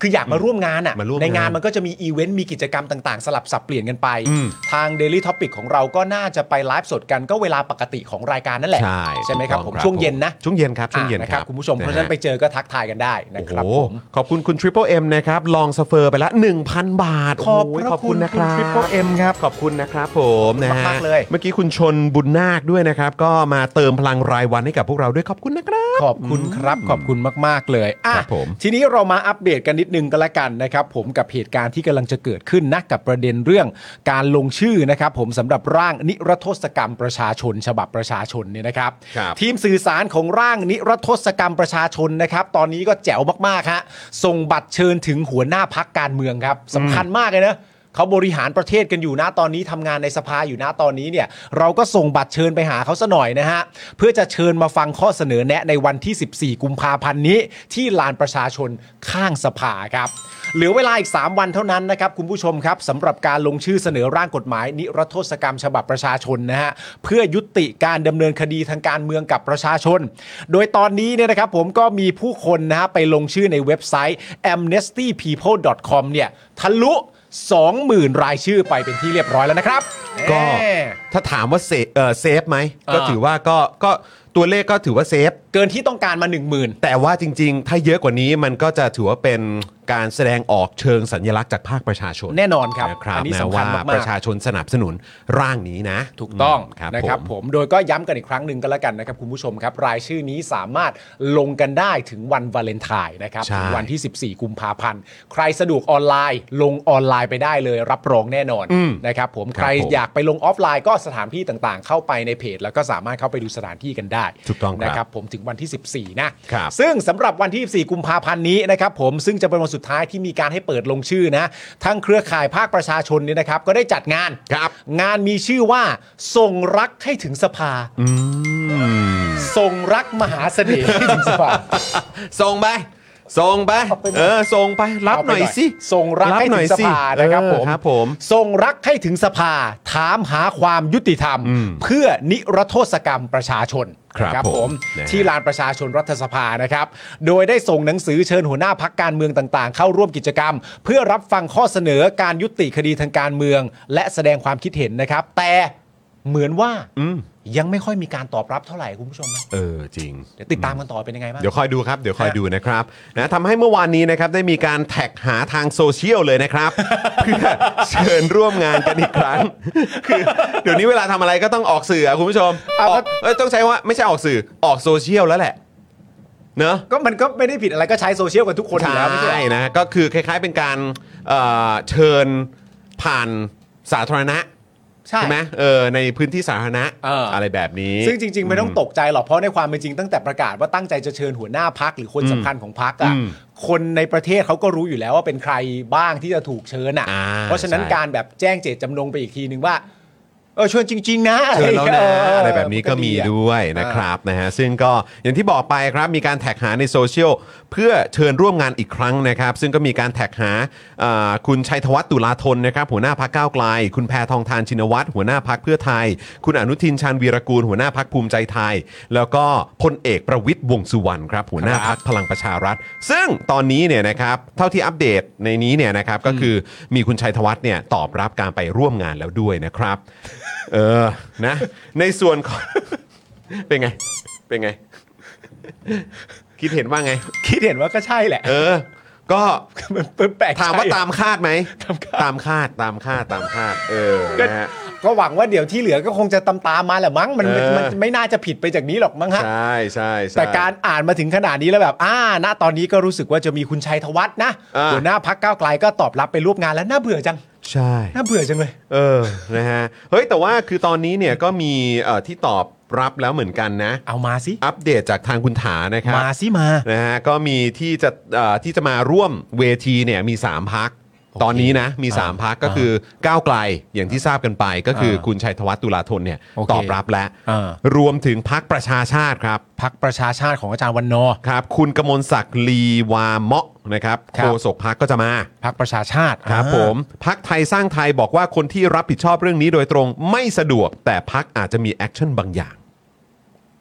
คืออยากมาร่วมงานอ่ะมาร่วมในงานงานมันก็จะมีอีเวนต์มีกิจกรรมต่างๆสลับสับเปลี่ยนกันไปอืมทาง Daily Topic ของเราก็น่าจะไปไลฟ์สดกันก็เวลาปกติของรายการนั่นแหละใช่ไหมครับถูผกมต้องช่วงเย็นนะช่วงเย็นครับช่วงเย็นอ่ะนะคครัรับบคุณผู้ชมเพราะฉะนั้นไปเจอก็ทักทายกันได้นะครับโอ้โหผมขอบคุณคุณ Triple M นะครับลองสเฟอร์ไปละ หนึ่งพัน บาทขอบโโหพระขอบคุณนะครับคุณ Triple M ครับขอบคุณนะครับผมนะฮะมากๆเลยเมื่อกี้คุณชนบุญนาคด้วยนะครับก็มาเติมพลังรายวันให้กับพวกเราด้วยขอบคุณนะครับขอบคุณครับขอบคุณมากๆเลยอ่ะครับผมทีนี้เรามาอัปเดตกันนิดนึงก็แล้วกันนะครับผมกับเหตุการณ์ที่กำลังจะเกิดขึ้นนะกับประเด็นเรื่องการลงชื่อนะครับผมสำหรับร่างนิรโทษกรรมประชาชน ฉบับประชาชนเนี่ยนะครับครับทีมสื่อสารของร่างนิรโทษกรรมประชาชนนะครับตอนนี้ก็แจ๋วมากๆฮะส่งบัตรเชิญถึงหัวหน้าพักการเมืองครับสำคัญมากเลยนะเขาบริหารประเทศกันอยู่นะตอนนี้ทำงานในสภาอยู่นะตอนนี้เนี่ยเราก็ส่งบัตรเชิญไปหาเขาซะหน่อยนะฮะเพื่อจะเชิญมาฟังข้อเสนอแนะในวันที่สิบสี่กุมภาพันธ์นี้ที่ลานประชาชนข้างสภาครับเหลือเวลาอีกสามวันเท่านั้นนะครับคุณผู้ชมครับสำหรับการลงชื่อเสนอร่างกฎหมายนิรโทษกรรมฉบับประชาชนนะฮะเพื่อยุติการดำเนินคดีทางการเมืองกับประชาชนโดยตอนนี้เนี่ยนะครับผมก็มีผู้คนนะฮะไปลงชื่อในเว็บไซต์ แอมเนสตี้พีเพิล ดอท คอม เนี่ยทะลุสองหมื่น รายชื่อไปเป็นที่เรียบร้อยแล้วนะครับก็แหมถ้าถามว่าเซฟเอ่อเซฟไหมอ่าก็ถือว่าก็ก็ตัวเลขก็ถือว่าเซฟเกินที่ต้องการมา หนึ่งหมื่นแต่ว่าจริงๆ ถ้าเยอะกว่านี้มันก็จะถือว่าเป็นการแสดงออกเชิงสัญลักษณ์จากภาคประชาชนแน่นอนครับนะครับอันนี้นะสำคัญว่ามากๆประชาชนสนับสนุนร่างนี้นะถูกต้องครับนะครับผมผมโดยก็ย้ำกันอีกครั้งหนึ่งก็แล้วกันนะครับคุณผู้ชมครับรายชื่อนี้สามารถลงกันได้ถึงวันวาเลนไทน์นะครับใช่ถึงวันที่สิบสี่กุมภาพันธ์ใครสะดวกออนไลน์ลงออนไลน์ไปได้เลยรับรองแน่นอนอืมนะครับผมครับใครผมอยากไปลงออฟไลน์ก็สถานที่ต่างๆ เข้าไปในเพจแล้วก็สามารถเข้าไปดูสถานที่กันได้ถูกต้องครับนะครับผมถึงวันที่สิบสี่นะครับ ซึ่งสำหรับวันที่สิบสี่กุมภาพันธ์นี้นะครับผมซึ่งจะเป็นวันสุดท้ายที่มีการให้เปิดลงชื่อนะทั้งเครือข่ายภาคประชาชนเนี่ยนะครับก็ได้จัดงานครับงานมีชื่อว่าส่งรักให้ถึงสภาอืมส่งรักมหาเสน่ห์ให้ถึงสภาส่งไปส่งไปเออส่งไปรับหน่อยสิส่งรักให้ถึงสภานะครับผมเออครับผมส่งรักให้ถึงสภา ถามหาความยุติธรรมอืมเพื่อนิรโทษกรรมประชาชนครับผมผมนะฮะที่ลานประชาชนรัฐสภานะครับ โดยได้ส่งหนังสือเชิญหัวหน้าพักการเมืองต่างๆ เข้าร่วมกิจกรรม เพื่อรับฟังข้อเสนอการยุติคดีทางการเมือง และแสดงความคิดเห็นนะครับ แต่เหมือนว่าอืมยังไม่ค่อยมีการตอบรับเท่าไหร่คุณผู้ชมนะเออจริงเดี๋ยวติดตามกันต่อเป็นยังไงบ้างเดี๋ยวคอยดูครับ เดี๋ยวคอยดูนะครับนะทำให้เมื่อวานนี้นะครับได้มีการแท็กหาทางโซเชียลเลยนะครับ เพื่อเชิญร่วมงานกันอีกครั้ง คือเดี๋ยวนี้เวลาทำอะไรก็ต้องออกสื่ออะคุณผู้ชมเอาออกเอ้ยต้องใช้ว่าไม่ใช่ออกสื่อออกโซเชียลแล้วแหละเนอะก็มันก็ไม่ได้ผิดอะไรก็ใช้โซเชียลกันทุกคนอยู่แล้วไม่ใช่เหรอนะก็คือคล้ายๆเป็นการเอ่อเชิญผ่านสาธารณะใช่ใช่ไหมเออในพื้นที่สาธารณะเออออะไรแบบนี้ซึ่งจริง ๆ ไม่ต้องตกใจหรอกเพราะในความเป็นจริงตั้งแต่ประกาศว่าตั้งใจจะเชิญหัวหน้าพักหรือคนสำคัญของพักอ่ะอืมคนในประเทศเขาก็รู้อยู่แล้วว่าเป็นใครบ้างที่จะถูกเชิญอ่ะอ่าเพราะฉะนั้นใช่การแบบแจ้งเจตจำนงไปอีกทีนึงว่าเออเชิญจริง ๆ นะเชิญแล้วนะเอะไรแบบนี้ก็มีด้วยนะครับนะฮะซึ่งก็อย่างที่บอกไปครับมีการแท็กหาในโซเชียลเพื่อเชิญร่วมงานอีกครั้งนะครับซึ่งก็มีการแท็กหาอ่าคุณชัยธวัฒน์ตุลาธนนะครับหัวหน้าพักก้าวไกลคุณแพทองทานชินวัตรหัวหน้าพักเพื่อไทย คุณอนุทินชาญวีรกูลหัวหน้าพักภูมิใจไทย แล้วก็พลเอกประวิตรวงษ์สุวรรณครับหัวหน้าพักพลังประชารัฐ ซึ่งตอนนี้เนี่ยนะครับเท่าที่อัปเดตในนี้เนี่ยนะครับก็คือมีคุณชัยธวัฒน์เนี่ยตอบรับการไปร่วมงานแล้วด้วยนะครับ เออ นะ ในส่วนของ เป็นไง เป็นไง คิดเห็นว่าไงคิดเห็นว่าก็ใช่แหละเออ ก็มันแปลกใจถามว่าตามคาดไหมตามคาดตามคาด ตามคาด ตามคาด เออก็นะฮะก็หวังว่าเดี๋ยวที่เหลือก็คงจะตามตามๆมาแหละมั้งมันเออมันไม่น่าจะผิดไปจากนี้หรอกมั้งฮะใช่ใช่ใช่แต่การอ่านมาถึงขนาดนี้แล้วแบบอ่าณตอนนี้ก็รู้สึกว่าจะมีคุณชัยธวัฒน์นะอ่าหัวหน้าพักก้าวไกลก็ตอบรับไปร่วมงานแล้วน่าเบื่อจังใช่น่าเบื่อจังเลยเออ นะฮะ เฮ้ย แต่ว่าคือตอนนี้เนี่ยก็มีเอ่อที่ตอบรับแล้วเหมือนกันนะเอามาสิอัปเดตจากทางคุณถานะครับมาสิมานะฮะก็มีที่จะเอ่อที่จะมาร่วมเวทีเนี่ยมีสามพักโอเคตอนนี้นะมีอ่าสามพักก็คือก้าวไกลอย่างที่ทราบกันไป ก็คืออา คุณชัยธวัฒน์ตุลาธนเนี่ยโอเคตอบรับแล้วอ่ารวมถึงพักประชาชาติครับพักประชาชาติของอาจารย์วันนอร์ครับ คุณกมลศักดิ์ลีวาเมาะนะครับครัโฆบษกพักก็จะมาพักประชาชาติครับอ่าผมพักไทยสร้างไทยบอกว่าคนที่รับผิดชอบเรื่องนี้โดยตรงไม่สะดวก แต่พักอาจจะมีแอคชั่นบางอย่างโค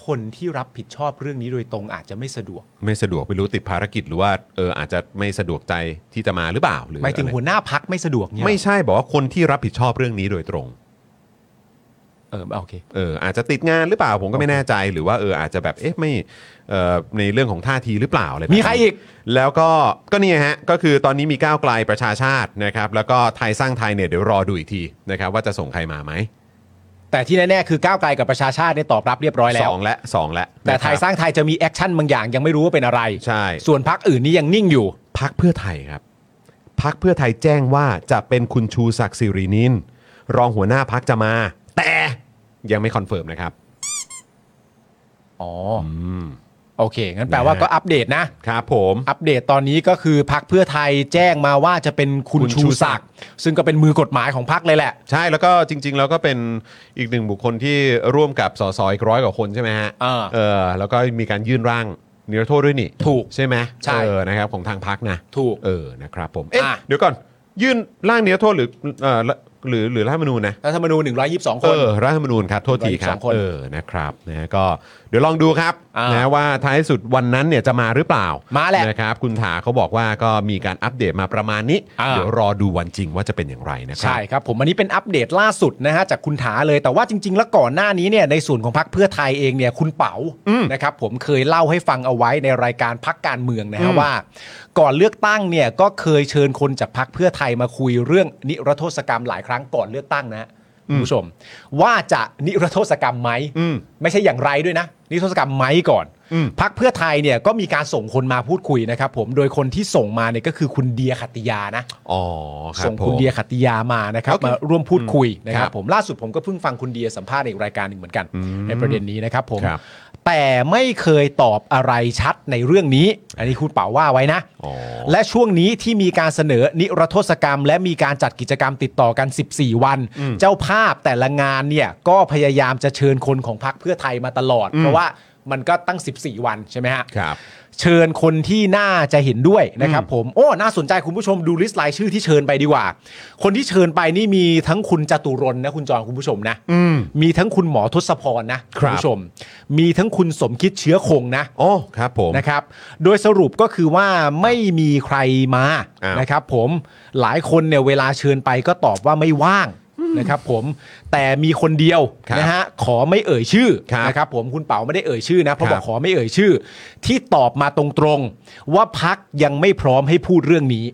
คนที่รับผิดชอบเรื่องนี้โดยตรงอาจจะไม่สะดวกไม่สะดวกไม่รู้ติดภารกิจหรือว่าเอออาจจะไม่สะดวกใจที่จะมาหรือเปล่าหรือหมายถึงหัวหน้าพรรคไม่สะดวกเนี่ยไม่ใช่บอกว่าคนที่รับผิดชอบเรื่องนี้โดยตรงเออโอเคเอออาจจะติดงานหรือเปล่าผมก็ไม่แน่ใจหรือว่าเอออาจจะแบบเอ๊ะไม่เอ่อในเรื่องของท่าทีหรือเปล่าอะไรมีใครอีกแล้วก็ก็นี่ฮะก็คือตอนนี้มีก้าวไกลประชาชาตินะครับแล้วก็ไทยสร้างไทยเนี่ยเดี๋ยวรอดูอีกทีนะครับว่าจะส่งใครมาไหมแต่ที่แน่ๆคือก้าวไกลกับประชาชาติเนี่ยตอบรับเรียบร้อยแล้วสองและสองและแต่ไทยสร้างไทยจะมีแอคชั่นบางอย่างยังไม่รู้ว่าเป็นอะไรใช่ส่วนพรรคอื่นนี่ยังนิ่งอยู่พรรคเพื่อไทยครับพรรคเพื่อไทยแจ้งว่าจะเป็นคุณชูศักดิ์สิรินินรองหัวหน้าพรรคจะมาแต่ยังไม่คอนเฟิร์มนะครับอ๋อโอเคงั้นแปลว่าก็อัปเดตนะครับผมอัปเดตตอนนี้ก็คือพรรคเพื่อไทยแจ้งมาว่าจะเป็นคุณชูศักดิ์ซึ่งก็เป็นมือกฎหมายของพรรคเลยแหละใช่แล้วก็จริงๆแล้วก็เป็นอีกหนึ่งบุคคลที่ร่วมกับสสอีกร้อยกว่าคนใช่ไหมฮะเออแล้วก็มีการยื่นร่างนิรโทษด้วยนี่ถูกใช่ไหมใช่เออนะครับของทางพรรคนะถูกเออนะครับผมเอ๊ะเดี๋ยวก่อนยื่นร่างนิรโทษหรือเอ่อหรือหรือรัฐธรรมนูญนะรัฐธรรมนูญหนึ่งร้อยยี่สิบสองคนเออรัฐธรรมนูญครับโทษทีครับเออนะครับนะก็เดี๋ยวลองดูครับนะว่าท้ายสุดวันนั้นเนี่ยจะมาหรือเปล่ามาแหละนะครับคุณถาเขาบอกว่าก็มีการอัปเดตมาประมาณนี้เดี๋ยวรอดูวันจริงว่าจะเป็นอย่างไรนะครับใช่ครับผมอันนี้เป็นอัปเดตล่าสุดนะฮะจากคุณถาเลยแต่ว่าจริงๆแล้วก่อนหน้านี้เนี่ยในส่วนของพรรคเพื่อไทยเองเนี่ยคุณเป๋านะครับผมเคยเล่าให้ฟังเอาไว้ในรายการพรรคการเมืองนะฮะว่าก่อนเลือกตั้งเนี่ยก็เคยเชิญคนจากพรรคเพื่อไทยมาคุยเรื่องนิรโทษกรรมหลายครั้งก่อนเลือกตั้งนะคุณผู้ชมว่าจะนิรโทษกรรมไหมไม่ใช่อย่างไรด้วยนะนิรโทษกรรมไหมก่อนพรรคเพื่อไทยเนี่ยก็มีการส่งคนมาพูดคุยนะครับผมโดยคนที่ส่งมาเนี่ยก็คือคุณเดียขัตติยานะอ๋อส่งคุณเดียขัตติยามานะครับมาร่วมพูดคุยนะครับผมล่าสุดผมก็เพิ่งฟังคุณเดียสัมภาษณ์ในรายการหนึ่งเหมือนกันในประเด็นนี้นะครับผมแต่ไม่เคยตอบอะไรชัดในเรื่องนี้อันนี้คุณเป๋าว่าไว้นะและช่วงนี้ที่มีการเสนอนิรโทษกรรมและมีการจัดกิจกรรมติดต่อกันสิบสี่วันเจ้าภาพแต่ละงานเนี่ยก็พยายามจะเชิญคนของพรรคเพื่อไทยมาตลอดเพราะว่ามันก็ตั้งสิบสี่วันใช่ไหมฮะครับเชิญคนที่น่าจะเห็นด้วยนะครับผมโอ้น่าสนใจคุณผู้ชมดูลิสต์รายชื่อที่เชิญไปดีกว่าคนที่เชิญไปนี่มีทั้งคุณจตุรนต์นะคุณจรคุณผู้ชมนะมีทั้งคุณหมอทศพรนะคุณผู้ชมมีทั้งคุณสมคิดเชื้อคงนะโอ้ครับผมนะครับโดยสรุปก็คือว่าไม่มีใครมานะครับผมหลายคนเนี่ยเวลาเชิญไปก็ตอบว่าไม่ว่างนะครับผมแต่มีคนเดียวนะฮะขอไม่เอ่ยชื่อนะครับผมคุณเป๋าไม่ได้เอ่ยชื่อนะเพราะบอกขอไม่เอ่ยชื่อที่ตอบมาตรงๆว่าพรรคยังไม่พร้อมให้พูดเรื่องนี้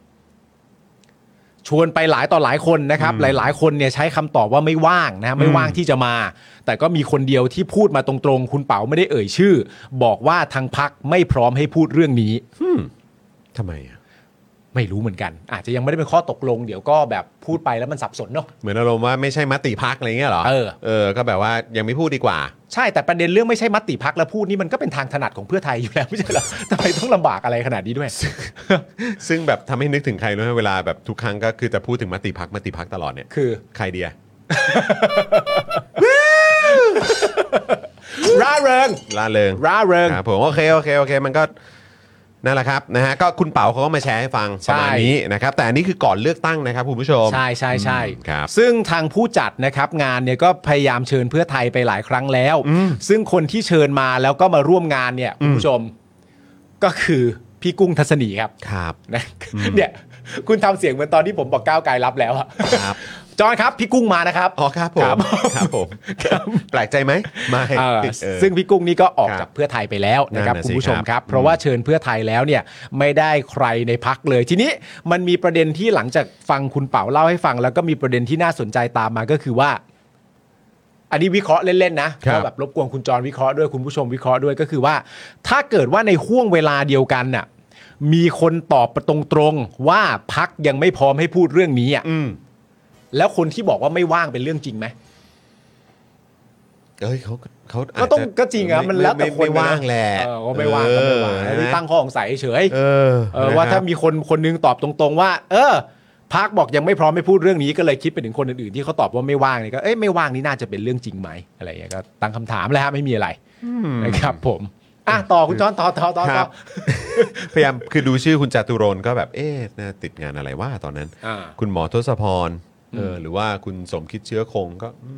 ชวนไปหลายต่อหลายคนนะครับหลายๆคนเนี่ยใช้คำตอบว่าไม่ว่างนะไม่ว่างที่จะมาแต่ก็มีคนเดียวที่พูดมาตรงๆคุณเป๋าไม่ได้เอ่ยชื่อบอกว่าทางพรรคไม่พร้อมให้พูดเรื่องนี้ทำไมอ่ะไม่รู้เหมือนกันอาจจะยังไม่ได้เป็นข้อตกลงเดี๋ยวก็แบบพูดไปแล้วมันสับสนเนาะเหมือนอารมณ์ว่าไม่ใช่มติพรรคอะไรเงี้ยเหรอเออเออก็แบบว่ายังไม่พูดดีกว่าใช่แต่ประเด็นเรื่องไม่ใช่มติพรรคแล้วพูดนี่มันก็เป็นทางถนัดของเพื่อไทยอยู่แล้วไม่ใช่เหรอทำไมต้องลำบากอะไรขนาดนี้ด้วยซึ่งแบบทำให้นึกถึงใครรู้ไหมเวลาแบบทุกครั้งก็คือจะพูดถึงมติพรรคมติพรรคตลอดเนี่ยคือใครเดียร่าเริงร่าเริงร่าเริงครับผมโอเคโอเคโอเคมันก็นั่นแหละครับนะฮะก็คุณเป๋าเขาก็มาแชร์ให้ฟังประมาณนี้นะครับแต่อันนี้คือก่อนเลือกตั้งนะครับคุณผู้ชมใช่ใช่ใช่ครับซึ่งทางผู้จัดนะครับงานเนี่ยก็พยายามเชิญเพื่อไทยไปหลายครั้งแล้วซึ่งคนที่เชิญมาแล้วก็มาร่วมงานเนี่ยคุณผู้ชมก็คือพี่กุ้งทัศนีครับครับนะเนี่ยคุณทำเสียงเหมือนตอนที่ผมบอกก้าวไกลรับแล้วอะครับจอนครับพี่กุ้งมานะครับอ๋อครับผมครับผมแปลกใจไหมไม่ซึ่งพี่กุ้งนี่ก็ออกจากเพื่อไทยไปแล้วนะครับคุณผู้ชมครับเพราะว่าเชิญเพื่อไทยแล้วเนี่ยไม่ได้ใครในพรรคเลยทีนี้มันมีประเด็นที่หลังจากฟังคุณเป๋าเล่าให้ฟังแล้วก็มีประเด็นที่น่าสนใจตามมาก็คือว่าอันนี้วิเคราะห์เล่นๆนะก็แบบรบกวนคุณจรวิเคราะห์ด้วยคุณผู้ชมวิเคราะห์ด้วยก็คือว่าถ้าเกิดว่าในห่วงเวลาเดียวกันน่ะมีคนตอบตรงๆว่าพรรคยังไม่พร้อมให้พูดเรื่องนี้อ่ะแล้วคนที่บอกว่าไม่ว่างเป็นเรื่องจริงไหมเอ้ยเขาเขาก็ต้องก็จริงอะมันแล้วแต่คนว่างแหละก็ไม่ว่างก็ไม่ว่างที่ตั้งข้อสงสัยเฉยว่าถ้ามีคนคนนึงตอบตรงๆว่าเออพรรคบอกยังไม่พร้อมไม่พูดเรื่องนี้ก็เลยคิดไปถึงคนอื่นๆที่เขาตอบว่าไม่ว่างเนี่ยก็เอ้ยไม่ว่างนี่น่าจะเป็นเรื่องจริงไหมอะไรอย่างเงี้ยก็ตั้งคำถามเลยฮะไม่มีอะไรนะครับผมอ่ะต่อคุณจอนต่อต่อต่อพยายามคือดูชื่อคุณจตุรนต์ก็แบบเอ๊ะน่าติดงานอะไรว่าตอนนั้นคุณหมอทศพรเออหรือว่าคุณสมคิดเชื้อคงก็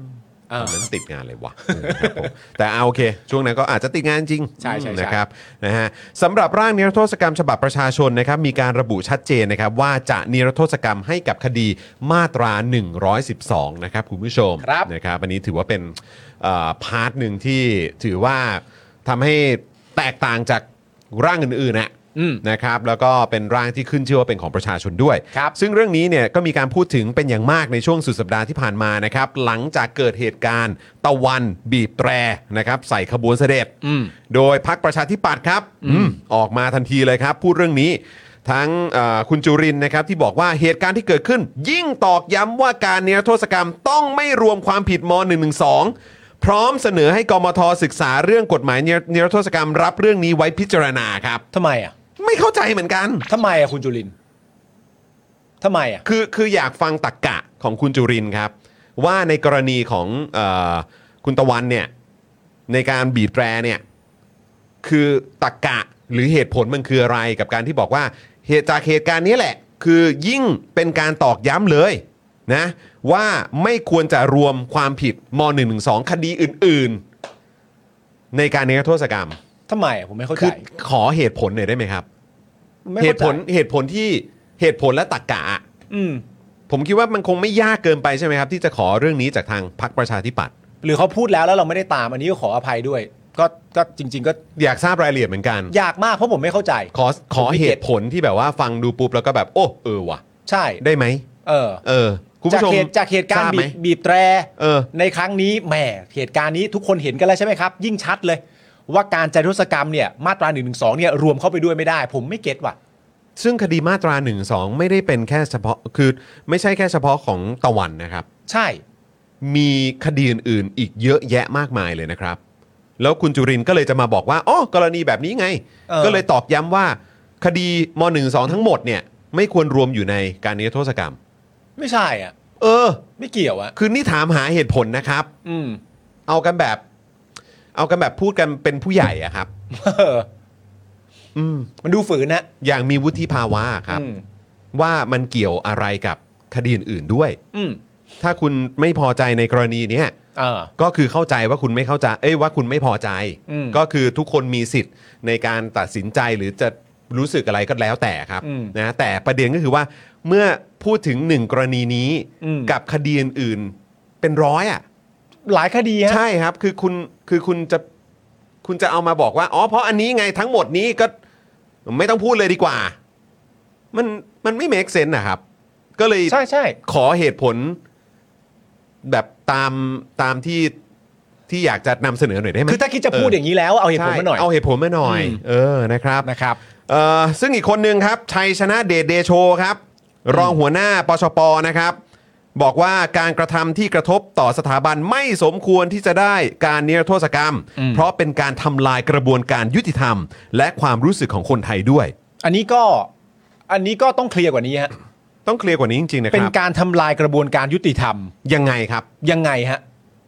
เออตอนนั้นติดงานเลยวะเออครับผมแต่เอาโอเค ช่วงนั้นก็อาจจะติดงานจริงใช่ใช่ใช่นะครับนะฮะสำหรับร่างนิรโทษกรรมฉบับประชาชนนะครับมีการระบุชัดเจนนะครับว่าจะนิรโทษกรรมให้กับคดีมาตราหนึ่งร้อยสิบสองนะครับคุณผู้ชมครับนะครับอันนี้ถือว่าเป็นเอ่อพาร์ทหนึ่งที่ถือว่าทำให้แตกต่างจากร่างอื่นๆนะอืมนะครับแล้วก็เป็นร่างที่ขึ้นชื่อว่าเป็นของประชาชนด้วยครับซึ่งเรื่องนี้เนี่ยก็มีการพูดถึงเป็นอย่างมากในช่วงสุดสัปดาห์ที่ผ่านมานะครับหลังจากเกิดเหตุการณ์ตะวันบีบแตรนะครับใส่ขบวนเสด็จอืมโดยพรรคประชาธิปัตย์ครับอืมออกมาทันทีเลยครับ พูดเรื่องนี้ ทั้งเอ่อคุณจุรินทร์นะครับที่บอกว่าเหตุการณ์ที่เกิดขึ้น ยิ่งตอกย้ำว่าการนิรโทษกรรมต้องไม่รวมความผิดม หนึ่งหนึ่งสอง พร้อมเสนอให้กมทศึกษาเรื่องกฎหมายนิรโทษกรรมรับเรื่องนี้ไว้พิจารณาครับทำไมอ่ะไม่เข้าใจเหมือนกันทำไมอ่ะคุณจุลินทร์ทำไมอ่ะคือคืออยากฟังตรกกะของคุณจุรินทร์ครับ ว่าในกรณีของเออคุณตะวันเนี่ยในการบีบแตรเนี่ยคือตรกกะหรือเหตุผลมันคืออะไรกับการที่บอกว่าเหตุจากเหตุการณ์นี้แหละ คือยิ่งเป็นการตอกย้ำเลยนะว่าไม่ควรจะรวมความผิดม หนึ่งหนึ่งสอง คดีอื่นๆ ในการนิรโทษกรรมทำไมอ่ะผมไม่เข้าคืใจอขอเหตุผลหน่อยได้ไหมครับไม่เหข้าตุใจผลเหตุผลที่เหตุผลและตรกกะอืมผมคิดว่ามันคงไม่ยากเกินไปใช่ไหมครับ ที่จะขอเรื่องนี้จากทางพรรคประชาธิปัตย์หรือเขาพูดแล้วแล้วเราไม่ได้ตามอันนี้ก็ขออภัยด้วย ก็ก็จริง ๆ ก็อยากทราบรายละเอียดเหมือนกันยากมากเพราะผมไม่เข้าใจขอขอเหตุผลที่แบบว่าฟังดูปุ๊บแล้วก็แบบโอ้เออว่ะใช่ได้ไหมเออเออคุณจากผู้ชมเหตุจากเหตุการทณ์บบีไหมบบีบแตรเออในครั้งนี้แหมเหตุการณ์นี้ทุกคนเห็นกันแล้วใช่ไหมครับ ยิ่งชัดเลย ว่าการจารุษกรรมเนี่ยมาตราหนึ่งหนึ่งสองเนี่ยรวมเข้าไปด้วยไม่ได้ ผมไม่เก็ตว่ะซึ่งคดีมาตราหนึ่งสองไม่ได้เป็นแค่เฉพาะคือไม่ใช่แค่เฉพาะของตะวันนะครับใช่มีคดีอื่นๆ อีกเยอะแยะมากมายเลยนะครับ แล้วคุณจุรินทร์ก็เลยจะมาบอกว่าอ๋อกรณีแบบนี้ไงเออก็เลยตอกย้ำว่าคดีม หนึ่งสองทั้งหมดเนี่ยไม่ควรรวมอยู่ในการนิรโทษกรรมไม่ใช่อ่ะเออไม่เกี่ยวอ่ะคือนี่ถามหาเหตุผลนะครับอืมเอากันแบบ เอากันแบบพูดกันเป็นผู้ใหญ่อะครับเอออืมมันดูฝืนนะอย่างมีวุฒิภาวะครับอืมว่ามันเกี่ยวอะไรกับคดีอื่นๆด้วยอืมถ้าคุณไม่พอใจในกรณีเนี้ยเออก็คือเข้าใจว่าคุณไม่เข้าใจเอ้ยว่าคุณไม่พอใจอืมก็คือทุกคนมีสิทธิ์ในการตัดสินใจหรือจะรู้สึกอะไรก็แล้วแต่ครับอืมนะแต่ประเด็นก็คือว่าเมื่อพูดถึงหนึ่งกรณีนี้อืมกับคดีอื่นๆเป็นร้อยอ่ะหลายคดีฮะใช่ครับคือคุณคือคุณจะคุณจะเอามาบอกว่าอ๋อเพราะอันนี้ไงทั้งหมดนี้ก็ไม่ต้องพูดเลยดีกว่า มันมันไม่ make sense นะครับ ก็เลยใช่ใช่ขอเหตุผลแบบตามตามที่ที่อยากจะนำเสนอหน่อยได้ไหมคือถ้าคิดจะพูดอย่างนี้แล้วเอาเหตุผลมาหน่อยใช่เอาเหตุผลมาหน่อยอืมเออนะครับนะครับเอ่อซึ่งอีกคนหนึ่งครับชัยชนะเดชเดโชครับ รองหัวหน้าปชปนะครับ บอกว่าการกระทำที่กระทบต่อสถาบันไม่สมควรที่จะได้การนิรโทษกรรมอืมเพราะเป็นการทำลายกระบวนการยุติธรรม และความรู้สึกของคนไทยด้วยอันนี้ก็อันนี้ก็ต้องเคลียร์กว่านี้ฮะต้องเคลียร์กว่านี้จริงๆนะคเป็นรับการทำลายกระบวนการยุติธรรมยังไงครับยังไงฮะ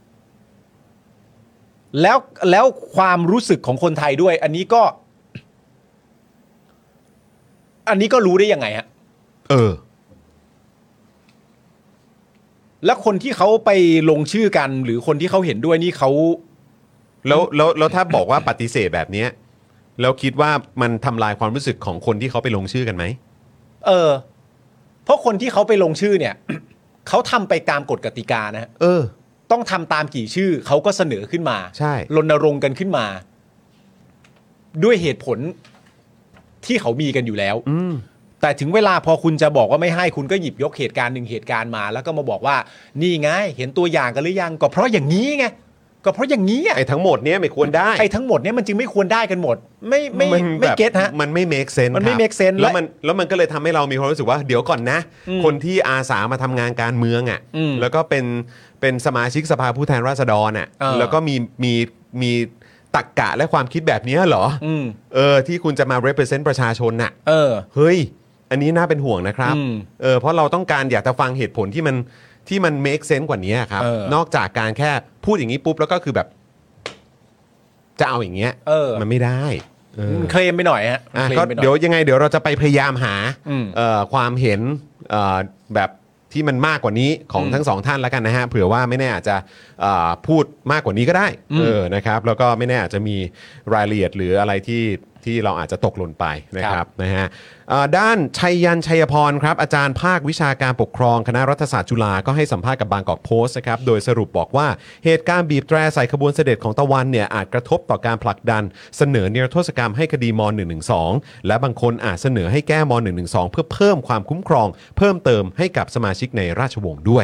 แล้วแล้วความรู้สึกของคนไทยด้วย อันนี้ก็ อันนี้ก็รู้ได้ยังไงฮะเออแล้วคนที่เขาไปลงชื่อกัน หรือคนที่เขาเห็นด้วยนี่เขาแล้วแล้วแล้วถ้าบอกว่าปฏิเสธแบบเนี้ยแล้วคิดว่ามันทำลายความรู้สึกของคนที่เขาไปลงชื่อกันไหมเออ เพราะคนที่เขาไปลงชื่อเนี่ย เขาทำไปตามกฎกติกานะฮะเออต้องทำตามกี่ชื่อเขาก็เสนอขึ้นมาใช่รณรงค์กันขึ้นมา ด้วยเหตุผลที่เขามีกันอยู่แล้วอืมแต่ถึงเวลาพอคุณจะบอกว่าไม่ให้คุณก็หยิบยกเหตุการณ์หนึ่งเหตุการณ์มา แล้วก็มาบอกว่า นี่ไงเห็นตัวอย่างกันหรือยังก็เพราะอย่างนี้ไงก็เพราะอย่างนี้อะไอ้ทั้งหมดเนี้ยไม่ควรได้ไอ้ทั้งหมดเนี้ยมันจึงไม่ควรได้กันหมด ไม่ไม่นไม่แบบเก็ตฮะมันไม่ make sense มันไม่ครับ make sense แล้วและมันแล้วมันก็เลยทำให้เรามีความรู้สึกว่าเดี๋ยวก่อนนะอืมคนที่อาสามาทำงานการเมืองอ่ะอืมแล้วก็เป็นเป็นสมาชิกสภาผู้แทนราษฎรอ่ะเออแล้วก็มีมีมีตรรกะและความคิดแบบเนี้ยเหรออืมเออที่คุณจะมา represent ประชาชนน่ะเออเฮ้ย อันนี้น่าเป็นห่วงนะครับอืมเออเพราะเราต้องการอยากจะฟังเหตุผลที่มันที่มัน make sense กว่านี้ครับเออนอกจากการแค่พูดอย่างนี้ปุ๊บแล้วก็คือแบบ จะเอาอย่างเงี้ยเออมันไม่ได้เออเคลมไปหน่อยฮะอ่ะเคลก็มไปหน่อยเดี๋ยวยังไงเดี๋ยวเราจะไปพยายามหาอืมเอ่อความเห็นเอ่อแบบที่มันมากกว่านี้ของทั้งสองท่านแล้วกันนะฮะเผื่อว่าไม่แน่อาจจะอ่าพูดมากกว่านี้ก็ได้เออนะครับแล้วก็ไม่แน่อาจจะมีรายละเอียดหรืออะไรที่ที่เราอาจจะตกหล่นไปนะครับนะฮะอ่าด้านชัยยันชัยพรครับอาจารย์ภาควิชาการปกครองคณะรัฐศาสตร์จุฬาก็ให้สัมภาษณ์กับบางกอกโพสต์นะครับโดยสรุปบอกว่าเหตุการณ์บีบแตรใส่ขบวนเสด็จของตะวันเนี่ยอาจกระทบต่อการผลักดันเสนอนิรโทษกรรมให้คดีม หนึ่งหนึ่งสอง และบางคนอาจเสนอให้แก้ม หนึ่งหนึ่งสอง เพื่อเพิ่มความคุ้มครองเพิ่มเติมให้กับสมาชิกในราชวงศ์ด้วย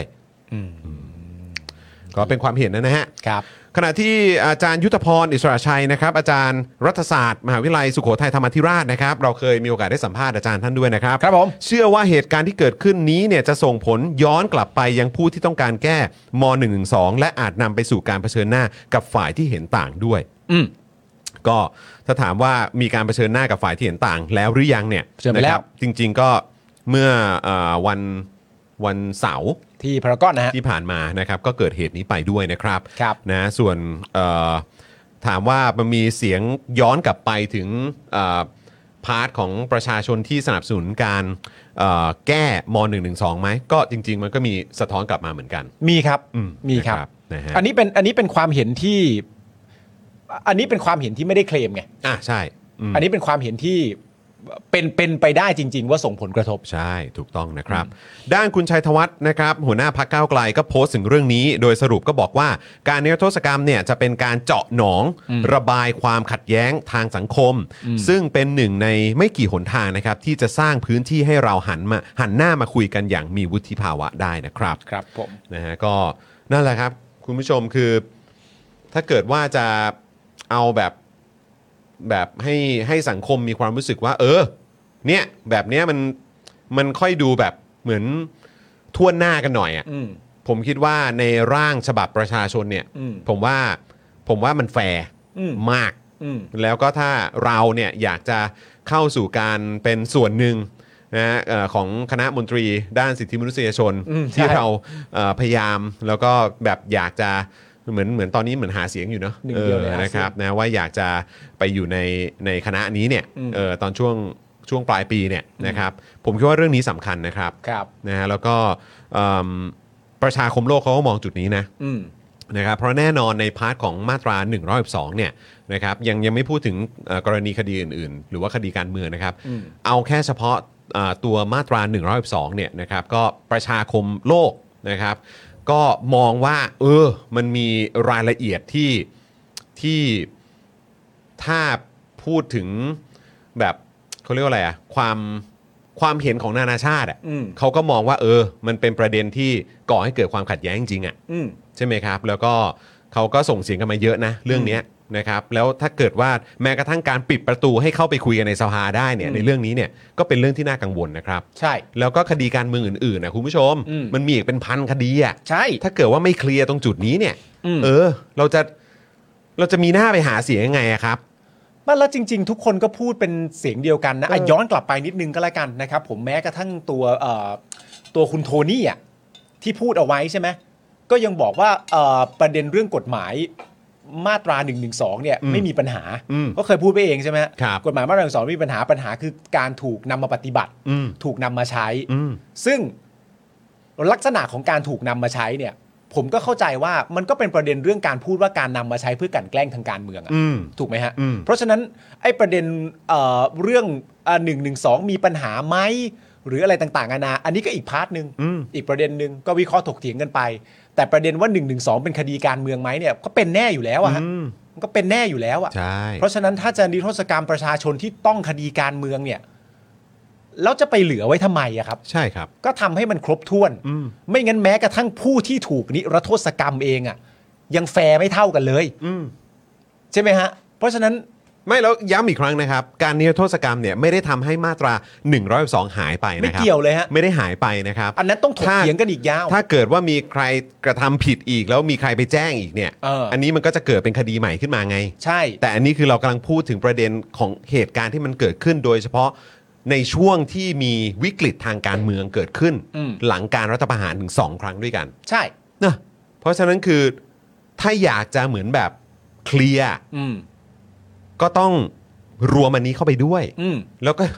ก็เป็นความเห็นนะฮะครับขณะที่อาจารย์ยุทธพรอิสระชัยนะครับอาจารย์รัฐศาสตร์มหาวิทยาลัยสุโขทัยธรรมาธิราชนะครับเราเคยมีโอกาสได้สัมภาษณ์อาจารย์ท่านด้วยนะครับครับผมเชื่อว่าเหตุการณ์ที่เกิดขึ้นนี้เนี่ยจะส่งผลย้อนกลับไปยังผู้ที่ต้องการแก้ม หนึ่งหนึ่งสอง และอาจนำไปสู่การเผชิญหน้ากับฝ่ายที่เห็นต่างด้วยอืมก็ถ้าถามว่ามีการเผชิญหน้ากับฝ่ายที่เห็นต่างแล้วหรือยังเนี่ยนะครับจริงๆก็เมื่อวันวันเสาร์ที่พารากอนนะฮะที่ผ่านมานะครับก็เกิดเหตุนี้ไปด้วยนะครับครับนะส่วนถามว่ามันมีเสียงย้อนกลับไปถึงพาร์ทของประชาชนที่สนับสนุนการแก้ม หนึ่งหนึ่งสอง ไหมก็จริงๆมันก็มีสะท้อนกลับมาเหมือนกันมีครับมีครับนะฮะอันนี้เป็นอันนี้เป็นความเห็นที่อันนี้เป็นความเห็นที่ไม่ได้เคลมไงอ่ะใช่อันนี้เป็นความเห็นที่เป็นเป็นไปได้จริงๆว่าส่งผลกระทบใช่ถูกต้องนะครับด้านคุณชัยธวัฒน์นะครับหัวหน้าพรรคก้าวไกลก็โพสต์ถึงเรื่องนี้โดยสรุปก็บอกว่าการนิรโทษกรรมเนี่ยจะเป็นการเจาะหนองระบายความขัดแย้งทางสังคมซึ่งเป็นหนึ่งในไม่กี่หนทางนะครับที่จะสร้างพื้นที่ให้เราหันมาหันหน้ามาคุยกันอย่างมีวุฒิภาวะได้นะครับครับผมนะฮะก็นั่นแหละครับคุณผู้ชมคือถ้าเกิดว่าจะเอาแบบแบบให้ให้สังคมมีความรู้สึกว่าเออเนี่ยแบบเนี้ยมันมันค่อยดูแบบเหมือนท่วนหน้ากันหน่อยอ่ะผมคิดว่าในร่างฉบับประชาชนเนี่ยผมว่าผมว่ามันแฟร์มากแล้วก็ถ้าเราเนี่ยอยากจะเข้าสู่การเป็นส่วนหนึ่งนะของคณะมนตรีด้านสิทธิมนุษยชนที่เราพยายามแล้วก็แบบอยากจะเหมือนเหมือนตอนนี้เหมือนหาเสียงอยู่เนาะเออนะครับนะว่าอยากจะไปอยู่ในในคณะนี้เนี่ยเออตอนช่วงช่วงปลายปีเนี่ยนะครับผมคิดว่าเรื่องนี้สำคัญนะครับนะฮะแล้วก็ประชาคมโลกเขาก็มองจุดนี้นะนะครับเพราะแน่นอนในพาร์ทของมาตราหนึ่งร้อยสิบสองเนี่ยนะครับยังยังไม่พูดถึงกรณีคดีอื่นๆหรือว่าคดีการเมืองนะครับเอาแค่เฉพาะตัวมาตราหนึ่งร้อยสิบสองเนี่ยนะครับก็ประชาคมโลกนะครับก็มองว่าเออมันมีรายละเอียดที่ที่ถ้าพูดถึงแบบเขาเรียกว่าอะไรอะความความเห็นของนานาชาติอ่ะเขาก็มองว่าเออมันเป็นประเด็นที่ก่อให้เกิดความขัดแย้งจริงอ่ะใช่ไหมครับแล้วก็เขาก็ส่งเสียงกันมาเยอะนะเรื่องนี้นะครับแล้วถ้าเกิดว่าแม้กระทั่งการปิดประตูให้เข้าไปคุยกันในสภาได้เนี่ยในเรื่องนี้เนี่ยก็เป็นเรื่องที่น่ากังวลนะครับใช่แล้วก็คดีการเมืองอื่นๆนะคุณผู้ชมมันมีอีกเป็นพันคดีอ่ะใช่ถ้าเกิดว่าไม่เคลียร์ตรงจุดนี้เนี่ยเออเราจะเราจะมีหน้าไปหาเสียงยังไงครับมาแล้วจริงๆทุกคนก็พูดเป็นเสียงเดียวกันนะย้อนกลับไปนิดนึงก็แล้วกันนะครับผมแม้กระทั่งตัวตัวคุณโทนี่อ่ะที่พูดเอาไว้ใช่ไหมก็ยังบอกว่าประเด็นเรื่องกฎหมายมาตราหนึ่งหนึ่งสองเนี่ยไม่มีปัญหาก็เคยพูดไปเองใช่ไหมกฎหมายมาตราหนึ่งสองไม่มีปัญหาปัญหาคือการถูกนำมาปฏิบัติถูกนำมาใช้ซึ่งลักษณะของการถูกนำมาใช้เนี่ยผมก็เข้าใจว่ามันก็เป็นประเด็นเรื่องการพูดว่าการนำมาใช้เพื่อกันแกล้งทางการเมืองถูกไหมฮะเพราะฉะนั้นไอ้ประเด็น เอ่อ เรื่องหนึ่งหนึ่งสองมีปัญหาไหมหรืออะไรต่างๆนานาอันนี้ก็อีกพาร์ทนึง อ, อีกประเด็นนึงก็วิเคราะห์ถกเถียงกันไปแต่ประเด็นว่าหนึ่งหนึ่งสองเป็นคดีการเมืองไหมเนี่ยก็เป็นแน่อยู่แล้วอะฮะมันก็เป็นแน่อยู่แล้วอะเพราะฉะนั้นถ้าจะนิรโทษกรรมประชาชนที่ต้องคดีการเมืองเนี่ยแล้วจะไปเหลือไว้ทำไมอะครับใช่ครับก็ทำให้มันครบถ้วนไม่งั้นแม้กระทั่งผู้ที่ถูกนิรโทษกรรมเองอะยังแฟร์ไม่เท่ากันเลยใช่ไหมฮะเพราะฉะนั้นไม่แล้วย้ำอีกครั้งนะครับการนิรโทษกรรมเนี่ยไม่ได้ทำให้มาตราหนึ่งร้อยสองหายไปนะครับไม่เกี่ยวเลยฮะไม่ได้หายไปนะครับอันนั้นต้องถกเถียงกันอีกยาวถ้าเกิดว่ามีใครกระทำผิดอีกแล้วมีใครไปแจ้งอีกเนี่ยอ, อ, อันนี้มันก็จะเกิดเป็นคดีใหม่ขึ้นมาไงใช่แต่อันนี้คือเรากำลังพูดถึงประเด็นของเหตุการณ์ที่มันเกิดขึ้นโดยเฉพาะในช่วงที่มีวิกฤตทางการเมืองเกิดขึ้นหลังการรัฐประหารถึงสองครั้งด้วยกันใช่นะเพราะฉะนั้นคือถ้าอยากจะเหมือนแบบเคลียร์ก็ต้องรวมอันนี้เข้าไปด้วยแล้วก็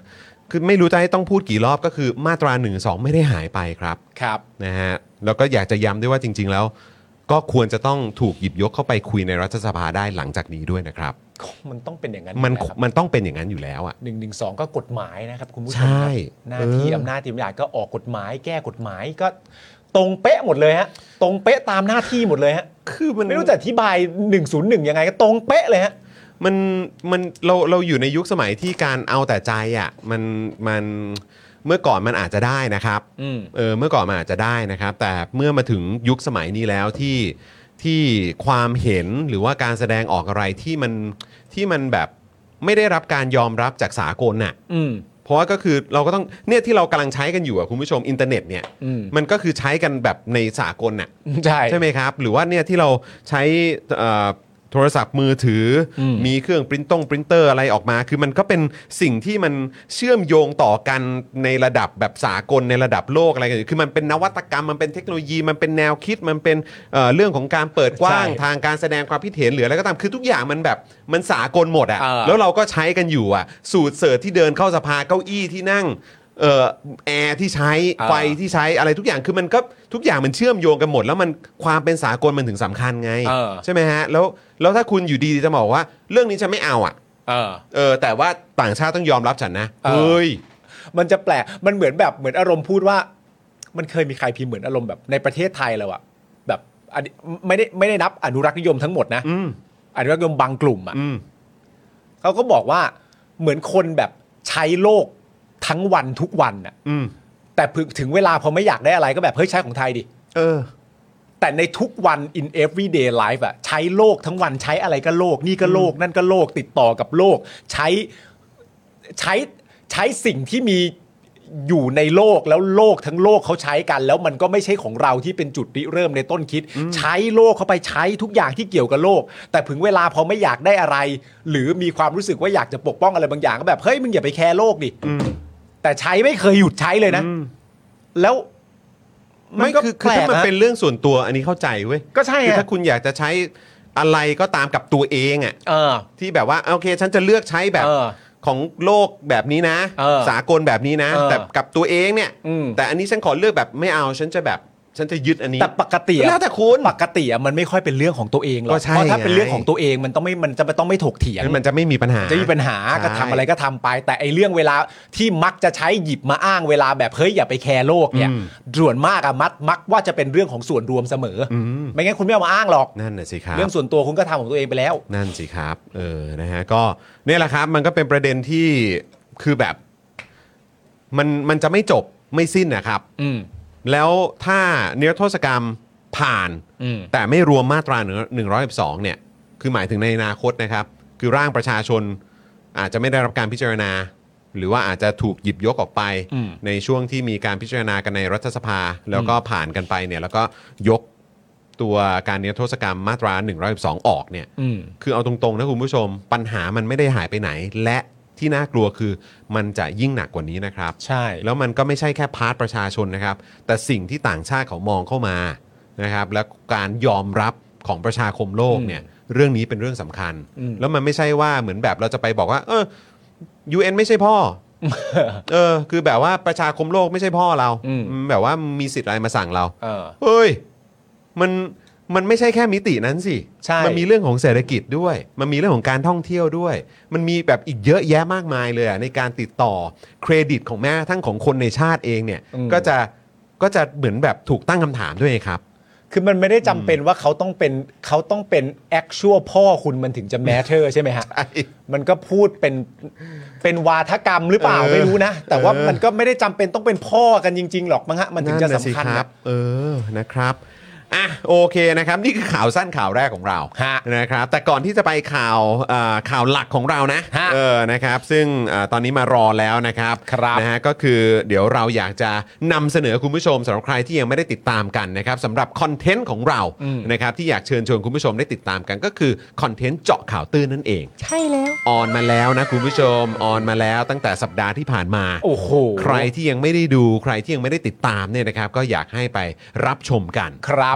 คือไม่รู้จะให้ต้องพูดกี่รอบก็คือมาตราหนึ่งสองไม่ได้หายไปครับครับนะฮะแล้วก็อยากจะย้ำด้วยว่าจริง ๆ แล้ว ก็ควรจะต้องถูกหยิบยกเข้าไปคุยในรัฐสภาได้หลังจากนี้ด้วยนะครับมันต้องเป็นอย่างนั้นมันอยู่แล้วครับมันต้องเป็นอย่างนั้นอยู่แล้วอ่ะหนึ่งหนึ่งสองก็กฎหมายนะครับคุณผู้ชมใช่ครับหน้าที่เอออำนาจที่บรรยายก็ออกกฎหมายแก้กฎหมายก็ตรงเป๊ะหมดเลยฮะตรงเป๊ะตามหน้าที่หมดเลยฮะคือมันไม่รู้จะอธิบายหนึ่งศูนย์หนึ่งยังไงก็ตรงเป๊ะเลยฮะมันมันเราเราอยู่ในยุคสมัยที่การเอาแต่ใจอ่ะมันมันเมื่อก่อนมันอาจจะได้นะครับอืมเออเมื่อก่อนมันอาจจะได้นะครับ แต่เมื่อมาถึงยุคสมัยนี้แล้วที่ที่ความเห็นหรือว่าการแสดงออกอะไรที่มันที่มันแบบไม่ได้รับการยอมรับจากสากลน่ะอืมเพราะว่าก็คือเราก็ต้องเนี่ยที่เรากำลังใช้กันอยู่อะคุณผู้ชมอินเทอร์เน็ตเนี่ยอืมมันก็คือใช้กันแบบในสากลน่ะใช่ใช่ไหมครับ หรือว่าเนี่ยที่เราใช้เอ่อโทรศัพท์มือถืออมมีเครื่องปริ้นตงปรินเตอร์อะไรออกมา คือมันก็เป็นสิ่งที่มันเชื่อมโยงต่อกันในระดับแบบสากลในระดับโลกอะไรกันอยู่คือมันเป็นนวัตกรรมมันเป็นเทคโนโลยีมันเป็นแนวคิดมันเป็นเอ่อเรื่องของการเปิดกว้างทางการแสดงความคิดเห็นหรืออะไรก็ตามคือทุกอย่างมันแบบมันสากลหมดอะเออแล้วเราก็ใช้กันอยู่อะสูตรเสิร์ชที่เดินเข้าสภาเก้าอี้ที่นั่งเอ่อแอร์ที่ใช้ไฟที่ใช้อะไรทุกอย่างคือมันก็ทุกอย่างมันเชื่อมโยงกันหมด แล้วมันความเป็นสากลมันถึงสำคัญไงเออใช่ไหมฮะแล้วแล้วถ้าคุณอยู่ดีๆจะบอกว่าเรื่องนี้ฉันไม่เอาอ่ะเออเออแต่ว่าต่างชาติต้องยอมรับฉันนะเออเฮ้ยมันจะแปลกมันเหมือนแบบเหมือนอารมณ์พูดว่า มันเคยมีใครพิมพ์เหมือนอารมณ์แบบในประเทศไทยเราอะแบบอันนี้ไม่ได้ไม่ได้นับอนุรักษ์นิยมทั้งหมดนะอืมอนุรักษ์นิยมบางกลุ่มอะอืมเขาก็บอกว่าเหมือนคนแบบใช้โลกทั้งวันทุกวันอะอืมแต่ถึงเวลาพอไม่อยากได้อะไรก็แบบเฮ้ยใช้ของไทยดิเออแต่ในทุกวัน in everyday life อะใช้โลกทั้งวันใช้อะไรก็โลก นี่ก็โลกนั่นก็โลกติดต่อกับโลก ใช้ใช้ใช้สิ่งที่มีอยู่ในโลกแล้วโลกทั้งโลกเขาใช้กัน แล้วมันก็ไม่ใช่ของเราที่เป็นจุดริเริ่มในต้นคิด ใช้โลกเข้าไปใช้ทุกอย่างที่เกี่ยวกับโลก แต่ถึงเวลาพอไม่อยากได้อะไร หรือมีความรู้สึกว่าอยากจะปกป้องอะไรบางอย่างก็แบบเฮ้ยมึงอย่าไปแคร์โลกดิแต่ใช้ไม่เคยหยุดใช้เลยนะ แล้วไม่คือคือถ้ามันเป็นเรื่องส่วนตัวอันนี้เข้าใจเว้ยก็ใช่คือไงถ้าคุณอยากจะใช้อะไรก็ตามกับตัวเองอ่ะเออที่แบบว่าโอเคฉันจะเลือกใช้แบบเออของโลกแบบนี้นะเออสากลแบบนี้นะเออแต่กับตัวเองเนี่ยอืมแต่อันนี้ฉันขอเลือกแบบไม่เอาฉันจะแบบฉันจะยึดอันนี้แต่ปกติอะแล้วแต่คุณปกติอะมันไม่ค่อยเป็นเรื่องของตัวเองหรอกก็ใช่เพราะถ้าเป็นไงเรื่องของตัวเองมันต้องไม่มันจะไม่ต้องไม่ถกเถียงงั้นมันจะไม่มีปัญหาจะมีปัญหาใช่ก็ทำอะไรก็ทำไป แต่ไอ้เรื่องเวลาที่มักจะใช้หยิบมาอ้างเวลาแบบเฮ้ยอย่าไปแคร์โลกเนี่ยอืมส่วนมากอะมักมักว่าจะเป็นเรื่องของส่วนรวมเสมออมไม่งั้นคุณไม่เอามาอ้างหรอกนั่นน่ะสิครับเรื่องส่วนตัวคุณก็ทำของตัวเองไปแล้วนั่นสิครับ เออ นะฮะ ก็เนี่ยแหละครับ มันก็เป็นประเด็นที่คือแบบ มันมันจะไม่จบไม่สิ้นนะครับอืมแล้วถ้านิรโทษกรรมผ่านอืมแต่ไม่รวมมาตราหนึ่งร้อยสิบสองเนี่ย คือหมายถึงในอนาคตนะครับ คือร่างประชาชนอาจจะไม่ได้รับการพิจารณา หรือว่าอาจจะถูกหยิบยกออกไปอืมในช่วงที่มีการพิจารณากันในรัฐสภา แล้วก็ผ่านกันไปเนี่ย แล้วก็ยกตัวการนิรโทษกรรมมาตราหนึ่งร้อยสิบสองออกเนี่ยอืมคือเอาตรงๆนะคุณผู้ชม ปัญหามันไม่ได้หายไปไหน และที่น่ากลัวคือมันจะยิ่งหนักกว่านี้นะครับใช่แล้วมันก็ไม่ใช่แค่พาร์ทประชาชนนะครับ แต่สิ่งที่ต่างชาติเขามองเข้ามานะครับ และการยอมรับของประชาคมโลกเนี่ย เรื่องนี้เป็นเรื่องสำคัญอืมแล้วมันไม่ใช่ว่าเหมือนแบบเราจะไปบอกว่า เออ ยู เอ็น ไม่ใช่พ่อ เออ คือแบบว่าประชาคมโลกไม่ใช่พ่อเราอืมแบบว่ามีสิทธิ์อะไรมาสั่งเราเออเฮ้ย มัน มันไม่ใช่แค่มิตินั้นสิใช่มันมีเรื่องของเศรษฐกิจด้วย มันมีเรื่องของการท่องเที่ยวด้วย มันมีแบบอีกเยอะแยะมากมายเลยอะในการติดต่อเครดิตของแม้กระทั้งของคนในชาติเองเนี่ย ก็จะ ก็จะเหมือนแบบถูกตั้งคำถามด้วยครับคือมันไม่ได้จำเป็นว่าเขาต้องเป็นเขาต้องเป็น actual พ่อคุณมันถึงจะ matter ใช่ไหมฮะใช่มันก็พูดเป็นเป็นวาทกรรมหรือเปล่าเออไม่รู้นะ แต่ว่าเออมันก็ไม่ได้จำเป็นต้องเป็นพ่อกันจริง ๆ หรอกมั้งฮะมันถึงจะสำคัญนั่นน่ะสิครันะบเออนะครับอ่ะโอเคนะครับนี่คือข่าวสั้นข่าวแรกของเราฮะนะครับแต่ก่อนที่จะไปข่าวเอ่อข่าวหลักของเรานะฮะเออนะครับซึ่งเอ่อตอนนี้มารอแล้วนะครับครับนะฮะก็คือเดี๋ยวเราอยากจะนำเสนอคุณผู้ชมสำหรับใครที่ยังไม่ได้ติดตามกันนะครับสำหรับคอนเทนต์ของเรานะครับที่อยากเชิญชวนคุณผู้ชมได้ติดตามกันก็คือคอนเทนต์เจาะข่าวตื้นนั่นเองใช่แล้วออนมาแล้วนะคุณผู้ชมออนมาแล้วตั้งแต่สัปดาห์ที่ผ่านมาโอ้โหใครที่ยังไม่ได้ดูใครที่ยังไม่ได้ติดตามเนี่ยนะครับก็อยากให้ไปรับชมกันครับน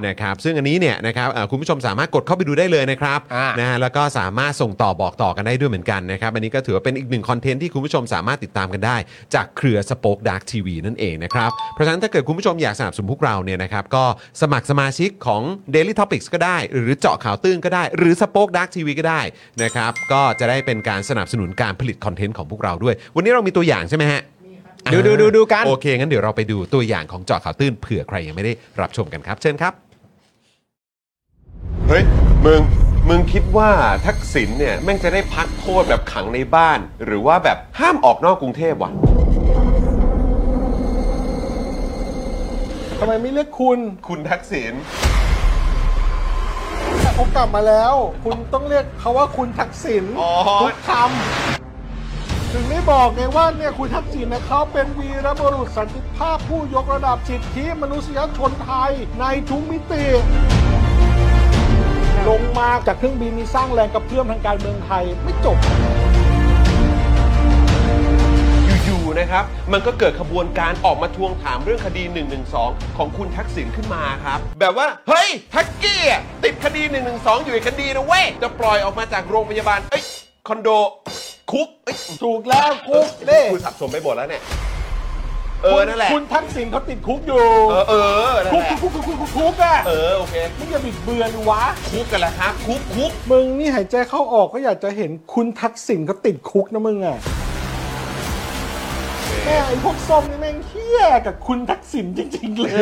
นะครับซึ่งอันนี้เนี่ยนะครับเอ่อคุณผู้ชมสามารถกดเข้าไปดูได้เลยนะครับอ่านนะฮะแล้วก็สามารถส่งต่อบอกต่อกันได้ด้วยเหมือนกันนะครับอันนี้ก็ถือว่าเป็นอีกหนึ่งคอนเทนต์ที่คุณผู้ชมสามารถติดตามกันได้จากเครือ Spoke Dark ที วี นั่นเองนะครับเพราะฉะนั้นถ้าเกิดคุณผู้ชมอยากสนับสนุนพวกเราเนี่ยนะครับก็สมัครสมาชิกของ Daily Topics ก็ได้หรือเจาะข่าวตื้นก็ได้หรือ Spoke Dark ที วี ก็ได้นะครับก็จะได้เป็นการสนับสนุนการผลิตคอนเทนต์ของพวกเราด้วยวันนี้เรามีตัวอย่างใช่ไหมฮะดูดูดูดูกันโอเคงั้นเดี๋ยวเราไปดูตัวอย่างของเจาะข่าวตื้นเผื่อใครยังไม่ได้รับชมกันครับเชิญครับเฮ้ยมึงมึงคิดว่าทักษิณเนี่ยแม่งจะได้พักโทษแบบขังในบ้านหรือว่าแบบห้ามออกนอกกรุงเทพวะทำไมไม่เรียกคุณคุณทักษิณแต่เขากลับมาแล้ว คุณต้องเรียกเขาว่าคุณทักษิณอ๋อทุกคำถึงได้บอกไงว่าเนี่ยคุณทักษิณนะเขาเป็นวีรบุรุษสันติภาพผู้ยกระดับสิทธิมนุษยชนไทยในทุกมิติลงมาจากเครื่องบินนี้สร้างแรงกระเพื่อมทางการเมืองไทยไม่จบอยู่ๆนะครับมันก็เกิดขบวนการออกมาทวงถามเรื่องคดีหนึ่งหนึ่งสองของคุณทักษิณขึ้นมาครับแบบว่าเฮ้ยทักกี้อ่ะติดคดีหนึ่งหนึ่งสองอยู่ในคดีนะเว้ยจะปล่อยออกมาจากโรงพยาบาลเอ้ยคอนโดคุกเอ้ยถูกแล้วคุกเด้คุณสับสนไปหมดแล้วเนี่ยเออนั่นแหละคุณทักษิณเขาติดคุกอยู่เออเออนั่นคุกแหละคุกคุกคุกคุกคุกอ่ะเออโอเคมึงอย่าบิดเบือนวะคุกกันแหละครับคุกคุกมึงนี่หายใจเข้าออกก็อยากจะเห็นคุณทักษิณเขาติดคุกนะมึงอ่ะแม่ไอ้พวกส้มนี่แม่งเฮี้ยกับคุณทักษิณจริงๆเลย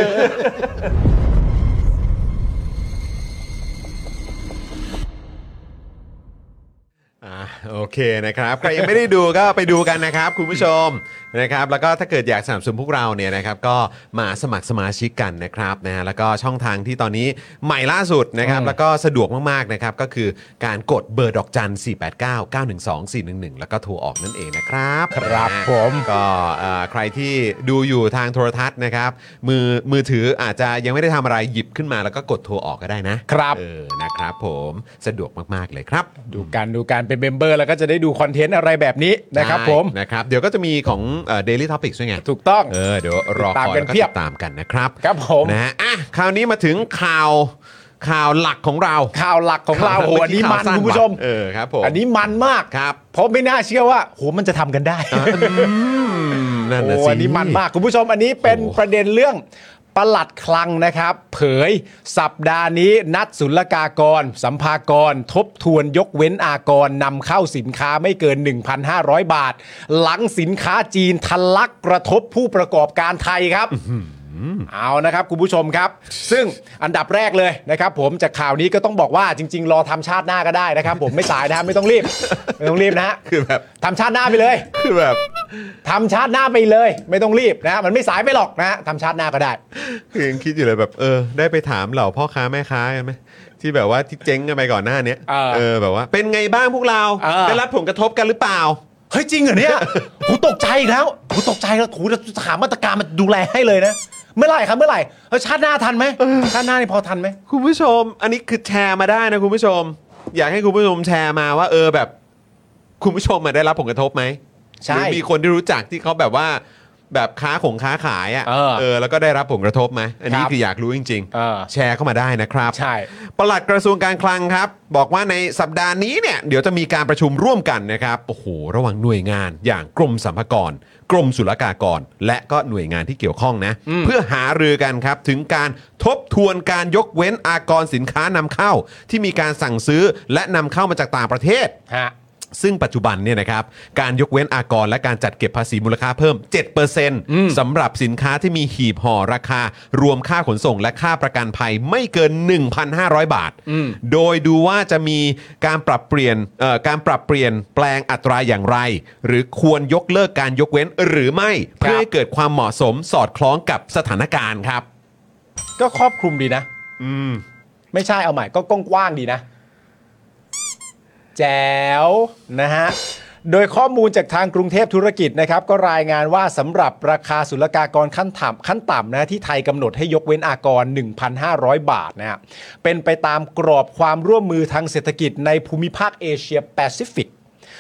อ่าโอเคนะครับใครยังไม่ได้ดูก็ไปดูกันนะครับคุณผู้ชมนะครับแล้วก็ถ้าเกิดอยากสนับสนุนพวกเราเนี่ยนะครับก็มาสมัครสมาชิกกันนะครับนะฮะแล้วก็ช่องทางที่ตอนนี้ใหม่ล่าสุดนะครับแล้วก็สะดวกมากๆนะครับก็คือการกดเบอร์ดอกจันสี่ แปด เก้า เก้า หนึ่ง สอง สี่ หนึ่ง หนึ่งแล้วก็โทรออกนั่นเองนะครับครับนะฮะผมก็เอ่อใครที่ดูอยู่ทางโทรทัศน์นะครับมือมือถืออาจจะยังไม่ได้ทำอะไรหยิบขึ้นมาแล้วก็กดโทรออกก็ได้นะครับ เออนะครับผมสะดวกมากๆเลยครับดูกันดูการเป็นเมมเบอร์แล้วก็จะได้ดูคอนเทนต์อะไรแบบนี้นะครับผมได้นะครับเดี๋ยวก็จะมีของเอ่อ Daily Topics ด้วยไงถูกต้องเออเดี๋ยวรอติดตามคอยกันแล้วก็เพียบติดตามกันนะครับครับผมนะฮะอ่ะคราวนี้มาถึงข่าวข่าวหลักของเราข่าวหลักของเราโหอันนี้มันข่าวสั้คุณผู้ชมว่ะเออครับผมอันนี้มันมากครับเพราะไม่น่าเชื่อว่าโหมันจะทำกันได้อืมนั่นนะโอ้สิอันนี้มันมากคุณผู้ชมอันนี้เป็นโอ้ประเด็นเรื่องปลัดคลังนะครับ เผยสัปดาห์นี้นัดศุลกากร สัมภากร ทบทวนยกเว้นอากรนำเข้าสินค้าไม่เกิน หนึ่งพันห้าร้อย บาท หลังสินค้าจีนทะลักกระทบผู้ประกอบการไทยครับ เอานะครับคุณผู้ชมครับ ซึ่งอันดับแรกเลยนะครับผมจากข่าวนี้ก็ต้องบอกว่าจริง ๆ รอทำชาติหน้าก็ได้นะครับ ผมไม่สายนะไม่ต้องรีบไม่ต้องรีบนะฮะคือแบบทำชาติหน้าไปเลยคือแบบทำชาติหน้าไปเลย ไม่ต้องรีบนะฮะมันไม่สายไปหรอกนะฮะทำชาติหน้าก็ได้คือยังคิดอยู่เลยแบบเออได้ไปถามเหล่าพ่อค้าแม่ค้ากันไหมที่แบบว่าที่เจ๊งกันไปก่อนหน้านี้เออเออแบบว่าเป็นไงบ้างพวกเราเออได้รับผลกระทบกันหรือเปล่าเฮ้ยจริงเหรอเนี่ยกูตกใจอีกแล้วกูตกใจแล้วกูจะหามาตรการมาดูแลให้เลยนะเมื่อไหร่ครับเมื่อไหร่เออชาติหน้าทันไหมชาติหน้านี่พอทันไหมคุณผู้ชม อันนี้คือแชร์มาได้นะคุณผู้ชม อยากให้คุณผู้ชมแชร์มาว่าเออแบบคุณผู้ชมมาได้รับผลกระทบไหมใช่หรือมีคนที่รู้จักที่เขาแบบว่าแบบค้าของค้าขายอ่ะเออเออแล้วก็ได้รับผลกระทบไหมอันนี้ครับคืออยากรู้จริงเออแชร์เข้ามาได้นะครับใช่ปลัดกระทรวงการคลังครับ บอกว่าในสัปดาห์นี้เนี่ยเดี๋ยวจะมีการประชุมร่วมกันนะครับโอ้โหระหว่างหน่วยงานอย่างกรมสรรพากร กรมศุลกากร และก็หน่วยงานที่เกี่ยวข้องนะเพื่อหารือกันครับถึงการทบทวนการยกเว้นอากรสินค้านำเข้า ที่มีการสั่งซื้อและนำเข้ามาจากต่างประเทศฮะซึ่งปัจจุบันเนี่ยนะครับการยกเว้นอากรและการจัดเก็บภาษีมูลค่าเพิ่ม เจ็ดเปอร์เซ็นต์ สำหรับสินค้าที่มีหีบห่อราคารวมค่าขนส่งและค่าประกันภัยไม่เกิน หนึ่งพันห้าร้อย บาท โดยดูว่าจะมีการปรับเปลี่ยนเอ่อการปรับเปลี่ยนแปลงอัตราอย่างไร หรือควรยกเลิกการยกเว้นหรือไม่เพื่อให้เกิดความเหมาะสมสอดคล้องกับสถานการณ์ครับก็ครอบคลุมดีนะอืมไม่ใช่เอาใหม่ก็กว้างๆดีนะ แจ๋วนะฮะ โดยข้อมูลจากทางกรุงเทพธุรกิจนะครับก็รายงานว่าสำหรับราคาศุลกากรขั้นต่ำขั้นต่ำนะที่ไทยกำหนดให้ยกเว้นอากร หนึ่งพันห้าร้อย บาทนะฮะเป็นไปตามกรอบความร่วมมือทางเศรษฐกิจในภูมิภาคเอเชียแปซิฟิก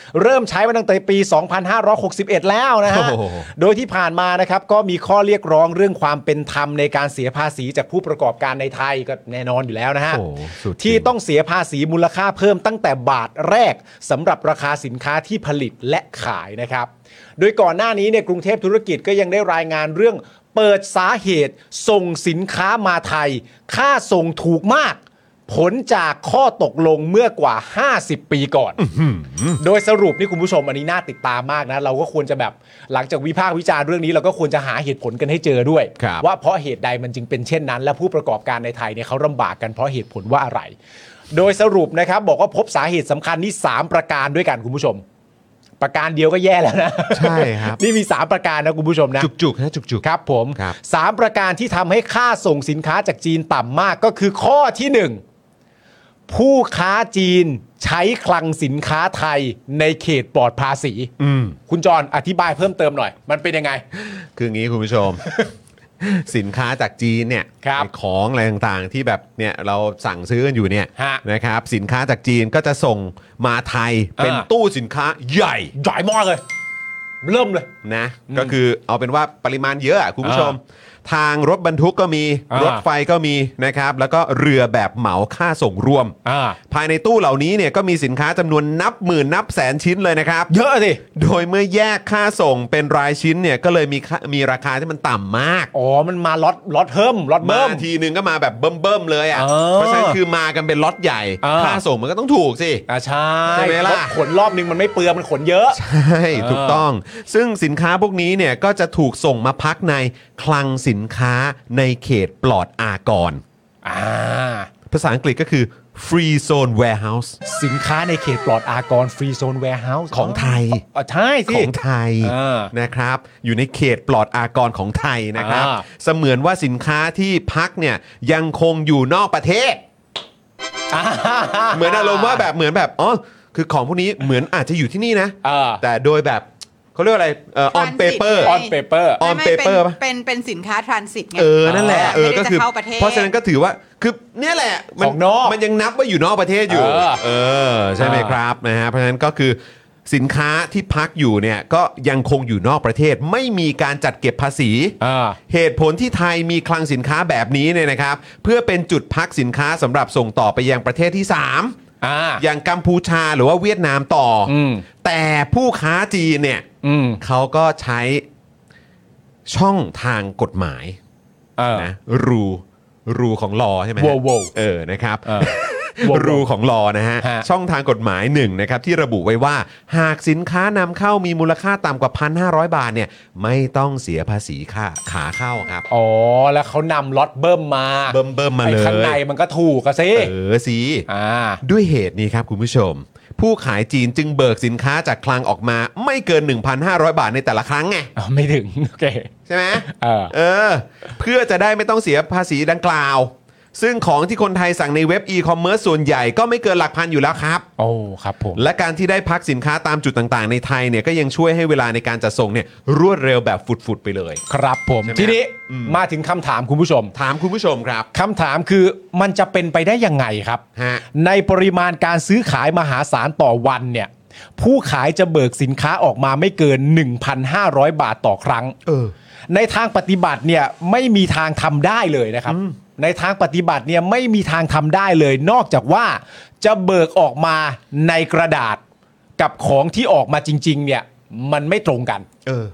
เริ่มใช้มาตั้งแต่ปี สองพันห้าร้อยหกสิบเอ็ด แล้วนะฮะโอ้โหโดยที่ผ่านมานะครับก็มีข้อเรียกร้องเรื่องความเป็นธรรมในการเสียภาษีจากผู้ประกอบการในไทยก็แน่นอนอยู่แล้วนะฮะโอ้สุดจริงที่ต้องเสียภาษีมูลค่าเพิ่มตั้งแต่บาทแรกสำหรับราคาสินค้าที่ผลิตและขายนะครับโดยก่อนหน้านี้เนี่ยกรุงเทพธุรกิจก็ยังได้รายงานเรื่องเปิดสาเหตุส่งสินค้ามาไทยค่าส่งถูกมากผลจากข้อตกลงเมื่อกว่าห้าสิบปีก่อนโดยสรุปนี่คุณผู้ชมอันนี้น่าติดตามมากนะเราก็ควรจะแบบหลังจากวิพากษ์วิจารณ์เรื่องนี้เราก็ควรจะหาเหตุผลกันให้เจอด้วยว่าเพราะเหตุใดมันจึงเป็นเช่นนั้นและผู้ประกอบการในไทยเนี่ยเขาลำบากกันเพราะเหตุผลว่าอะไรโดยสรุปนะครับบอกว่าพบสาเหตุสำคัญนี่สามประการด้วยกันคุณผู้ชมประการเดียวก็แย่แล้วนะใช่ครับนี่มีสามประการนะคุณผู้ชมนะจุกๆนะจุกๆครับผมครับสามประการที่ทำให้ค่าส่งสินค้าจากจีนต่ำมากก็คือข้อที่หนึ่งผู้ค้าจีนใช้คลังสินค้าไทยในเขตปลอดภาษีคุณจรอธิบายเพิ่มเติมหน่อยมันเป็นยังไงคืออย่างนี้คุณผู้ชม สินค้าจากจีนเนี่ยของอะไรต่างๆที่แบบเนี่ยเราสั่งซื้อกันอยู่เนี่ยนะครับสินค้าจากจีนก็จะส่งมาไทยเป็นตู้สินค้าใหญ่ใหญ่มากเลยเริ่มเลยนะก็คือเอาเป็นว่าปริมาณเยอะคุณผู้ชมทางรถบรรทุกก็มีรถไฟก็มีนะครับแล้วก็เรือแบบเหมาค่าส่งรวมภายในตู้เหล่านี้เนี่ยก็มีสินค้าจำนวนนับหมื่นนับแสนชิ้นเลยนะครับเยอะสิโดยเมื่อแยกค่าส่งเป็นรายชิ้นเนี่ยก็เลยมีมีราคาที่มันต่ำมากอ๋อมันมาล็อตล็อตเพิ่มล็อตเบิ้มทีนึงก็มาแบบเบิ่มเบิ่มเลยอ่ะเพราะฉะนั้นคือมากันเป็นล็อตใหญ่ค่าส่งมันก็ต้องถูกสิอ่าใช่ใช่ไหมล่ะขนรอบนึงมันไม่เปลืองมันขนเยอะใช่ถูกต้องซึ่งสินค้าพวกนี้เนี่ยก็จะถูกส่งมาพักในคลังสินค้าในเขตปลอดอากรอ่าภาษาอังกฤษก็คือ free zone warehouse สินค้าในเขตปลอดอากร free zone warehouse ของไทยอ๋อใช่สิของไทยนะครับอยู่ในเขตปลอดอากรของไทยนะครับเสมือนว่าสินค้าที่พักเนี่ยยังคงอยู่นอกประเทศเหมือนอารมณ์ว่าแบบเหมือนแบบอ๋อคือของพวกนี้เหมือนอาจจะอยู่ที่นี่นะแต่โดยแบบเขาเรียกอะไรเอ่อ on paper on paper on paper ป่ะเป็นเป็นสินค้า transit ไงเออนั่นแหละเออก็คือเพราะฉะนั้นก็ถือว่าคือเนี่ยแหละมันมันยังนับว่าอยู่นอกประเทศอยู่เออใช่ไหมครับนะฮะเพราะฉะนั้นก็คือสินค้าที่พักอยู่เนี่ยก็ยังคงอยู่นอกประเทศไม่มีการจัดเก็บภาษีเหตุผลที่ไทยมีคลังสินค้าแบบนี้เนี่ยนะครับเพื่อเป็นจุดพักสินค้าสำหรับส่งต่อไปยังประเทศที่สามอ่าอย่างกัมพูชาหรือว่าเวียดนามต่อแต่ผู้ค้าจีนเนี่ยเขาก็ใช้ช่องทางกฎหมายนะรูรูของลอใช่ไหมเออนะครับรูของลอนะฮะช่องทางกฎหมายหนึ่งนะครับที่ระบุไว้ว่าหากสินค้านำเข้ามีมูลค่าต่ำกว่า หนึ่งพันห้าร้อย บาทเนี่ยไม่ต้องเสียภาษีค่าขาเข้าครับอ๋อแล้วเขานำล็อตเบิ้มมาเบิ้มเบิ้มมาเลยข้างในมันก็ถูกอะสิเออสิด้วยเหตุนี้ครับคุณผู้ชมผู้ขายจีนจึงเบิกสินค้าจากคลังออกมาไม่เกิน หนึ่งพันห้าร้อย บาทในแต่ละครั้งไงอ๋อไม่ถึงโอเคใช่ไหมเออเออเพื่อจะได้ไม่ต้องเสียภาษีดังกล่าวซึ่งของที่คนไทยสั่งในเว็บอีคอมเมิร์ซส่วนใหญ่ก็ไม่เกินหลักพันอยู่แล้วครับโอ้ครับผมและการที่ได้พักสินค้าตามจุดต่างๆในไทยเนี่ยก็ยังช่วยให้เวลาในการจัดส่งเนี่ยรวดเร็วแบบฟุดๆไปเลยครับผมทีนี้มาถึงคำถามคุณผู้ชมถามคุณผู้ชมครับคำถามคือมันจะเป็นไปได้ยังไงครับในปริมาณการซื้อขายมหาศาลต่อวันเนี่ยผู้ขายจะเบิกสินค้าออกมาไม่เกิน หนึ่งพันห้าร้อย บาทต่อครั้งเออในทางปฏิบัติเนี่ยไม่มีทางทำได้เลยนะครับในทางปฏิบัติเนี่ยไม่มีทางทำได้เลยนอกจากว่าจะเบิกออกมาในกระดาษกับของที่ออกมาจริงๆเนี่ยมันไม่ตรงกันเออ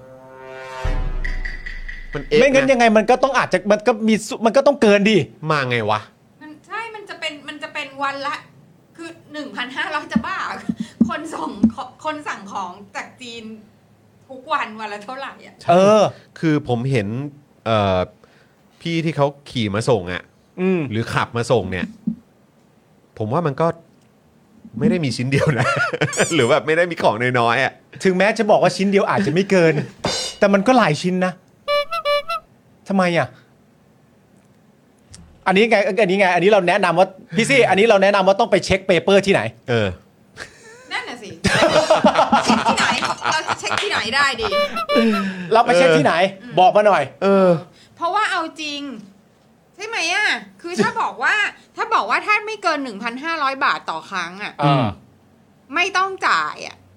มันไม่งั้นยังไงมันก็ต้องอาจจะมันก็มีมันก็ต้องเกินดิมาไงวะมันใช่มันจะเป็นมันจะเป็นวันละคือ หนึ่งพันห้าร้อย จะบ้าคนส่งคนสั่งของจากจีนทุกวันวันละเท่าไหร่อ่ะเออคือผมเห็นเอ่อพี่ที่เขาขี่มาส่งอ่ะหรือขับมาส่งเนี่ยผมว่ามันก็ไม่ได้มีชิ้นเดียวนะ หรือแบบไม่ได้มีของน้อยๆอ่ะถึงแม้จะบอกว่าชิ้นเดียวอาจจะไม่เกิน แต่มันก็หลายชิ้นนะทำไมอ่ะอันนี้ไงอันนี้ไงอันนี้เราแนะนำว่าพี่ซี่อันนี้เราแนะนำว่าต้องไปเช็คเปเปอร์ที่ไหนเออนั่นน่ะสิที่ไหนเราจะเช็คที่ไหนได้ดีเราไปเช็คที่ไหนบอกมาหน่อยเออเพราะว่าเอาจริงใช่ไหมอ่ะคือถ้าบอกว่าถ้าบอกว่าถ้าไม่เกิน หนึ่งพันห้าร้อย บาทต่อครั้งอ่ะไม่ต้องจ่ายอ่ะ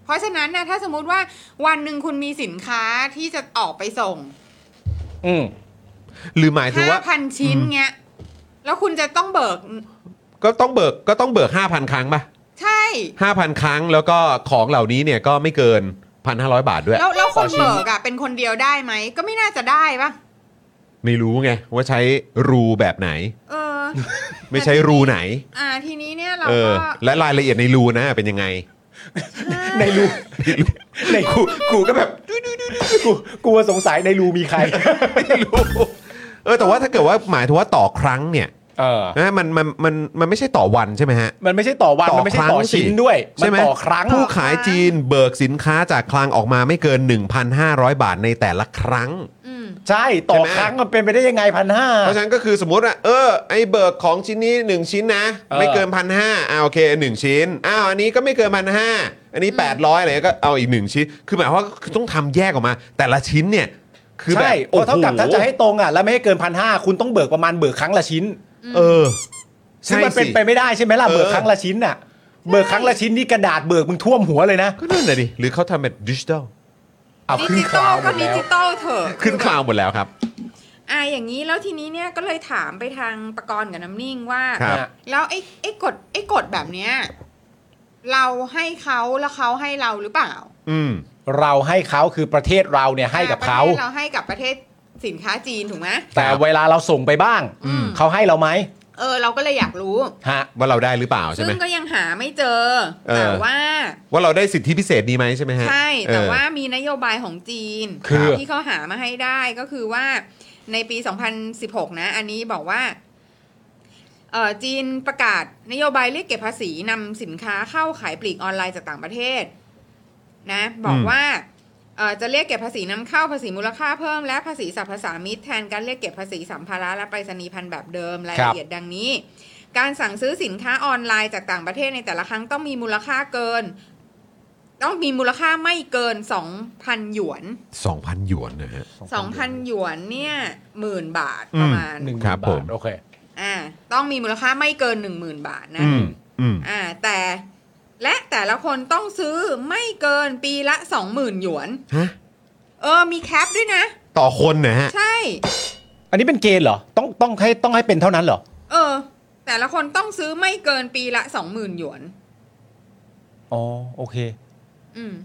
เพราะฉะนั้นนะถ้าสมมุติว่าวันหนึ่งคุณมีสินค้าที่จะออกไปส่งอืมหรือหมายถึงห้าว่าพันชิ้นเงี้ยแล้วคุณจะต้องเบิกก็ต้องเบิกก็ต้องเบิก ห้าพัน ครั้งป่ะใช่ห้าพัน ครั้งแล้วก็ของเหล่านี้เนี่ยก็ไม่เกิน หนึ่งพันห้าร้อย บาทด้วยแล้วแล้วคนต่อชิ้นเบิกอ่ะเป็นคนเดียวได้ไหมก็ไม่น่าจะได้ป่ะไม่รู้ไงว่าใช้รูแบบไหนเออไม่ใช้รูไหนอ่าทีนี้เนี่ยเราเออก็และรายละเอียดในรูนะเป็นยังไงในรูในกูกูก็แบบกูกูสงสัยในรูมีใครไม่รู้เออแต่ว่าถ้าเกิดว่าหมายถึงว่าต่อครั้งเนี่ยเออนะมันมันมันมันไม่ใช่ต่อวันใช่ไหมฮะมันไม่ใช่ต่อวันต่อมันไม่ใช่ต่อครั้งสิชิ้นด้วยมัใช่ไหมต่อครั้งผู้ขายจีนเบิกสินค้าจากคลังออกมาไม่เกิน หนึ่งพันห้าร้อย บาทในแต่ละครั้งอืมใช่ต่อใช่ไหมครั้งมันเป็นไปได้ยังไงพันห้าเพราะฉะนั้นก็คือสมมติว่าเออไอ้เบิกของชิ้นนี้หนึ่งชิ้นนะเออไม่เกินพันห้าอ่าโอเคหนึ่งชิ้นอ้าวอันนี้ก็ไม่เกินพันห้าอันนี้แปดร้อยอะไรก็เอาอีกหนึ่งชิ้นคือหมายความว่าคือต้องทำแยกออกมา แต่ละชิ้นเนี่ยคือแบบใช่เพราะเท่ากับถ้าจะให้ตรงอ่ะแล้วไม่ให้เกินพันห้าคุณต้องเบิกประมาณเบิกครั้งละชิ้นเออซึ่งมันเป็นใช่สิไปไม่ได้ใช่ไหมล่ะเออเบิกครั้งละชิ้นน่ะเบิกครั้งละชิ้นนี่กระดาษเบิกมึงท่วมหัวเลยนะก็นั่นแหละดิหรือเขาทำเป็นดิจิตอลเอาดิขึ้นจิคตอลาลวหมก็ดดิแล้วจิตอลเถอะขึ้นคลาวหมดแล้วครับอ่าอย่างนี้แล้วทีนี้เนี่ยก็เลยถามไปทางประกรณ์กับน้ำนิ่งว่าครับแล้วไอ้ไอ้กฎไอ้กฎแบบเนี้ยเราให้เขาแล้วเขาให้เราหรือเปล่าอืมเราให้เขาคือประเทศเราเนี่ยให้กับเขาประทศเราให้กับประเทศสินค้าจีนถูกไหมแต่เวลาเราส่งไปบ้างอืมเขาให้เราไหมเออเราก็เลยอยากรู้ฮะว่าเราได้หรือเปล่าใช่ซึ่ไหมงก็ยังหาไม่เจอเออแต่ว่าว่าเราได้สิทธิพิเศษนี้ไหมใช่ไหมฮะใช่แต่เออว่ามีนโยบายของจีนคือที่เขาหามาให้ได้ก็คือว่าในปี สองพันสิบหก นะ อันนี้บอกว่าเออจีนประกาศนโยบายเรียกเก็บภาษีนำสินค้าเข้าขายปลีกออนไลน์จากต่างประเทศนะบอกว่าเอ่อจะเรียกเก็บภาษีนำเข้าภาษีมูลค่าเพิ่มและภาษีสรรพสามิตแทนการเรียกเก็บภาษีสัมภาระและไปรษณีย์พันธุ์แบบเดิมรายละเอียดดังนี้ การสั่งซื้อสินค้าออนไลน์จากต่างประเทศในแต่ละครั้งต้องมีมูลค่าเกิน ต้องมีมูลค่าไม่เกิน สองพัน หยวนสองพัน หยวนนะฮะสองพัน หยวนเนี่ยหมื่นบาทประมาณหนึ่งครับบาทผมโอเคอ่าต้องมีมูลค่าไม่เกิน หนึ่งหมื่น บาทนะอืมอืมอ่าแต่และแต่ละคนต้องซื้อไม่เกินปีละ สองหมื่น หยวนฮะเออมีแคปด้วยนะต่อคนนะฮะใช่อันนี้เป็นเกณฑ์เหรอต้องต้องให้ต้องให้เป็นเท่านั้นเหรอเออแต่ละคนต้องซื้อไม่เกินปีละ สองหมื่น หยวนอ๋อโอเคอืม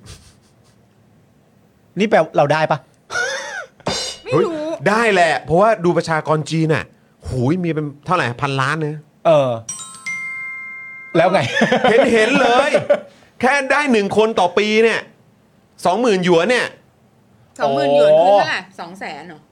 นี่แปลเราได้ปะไม่เฮ้ยรู้ได้แหละ เพราะว่าดูประชากรจีนน่ะหูยมีเป็นเท่าไหร่พันล้านนะเออ แล้วไงเห็นเห็นเลย แค่ได้หนึ่งคนต่อปีเนี่ยสองหมื่นหยวนเนี่ยสองหมื่น หยวนคือเท่าไหร่สองแสนเหรอ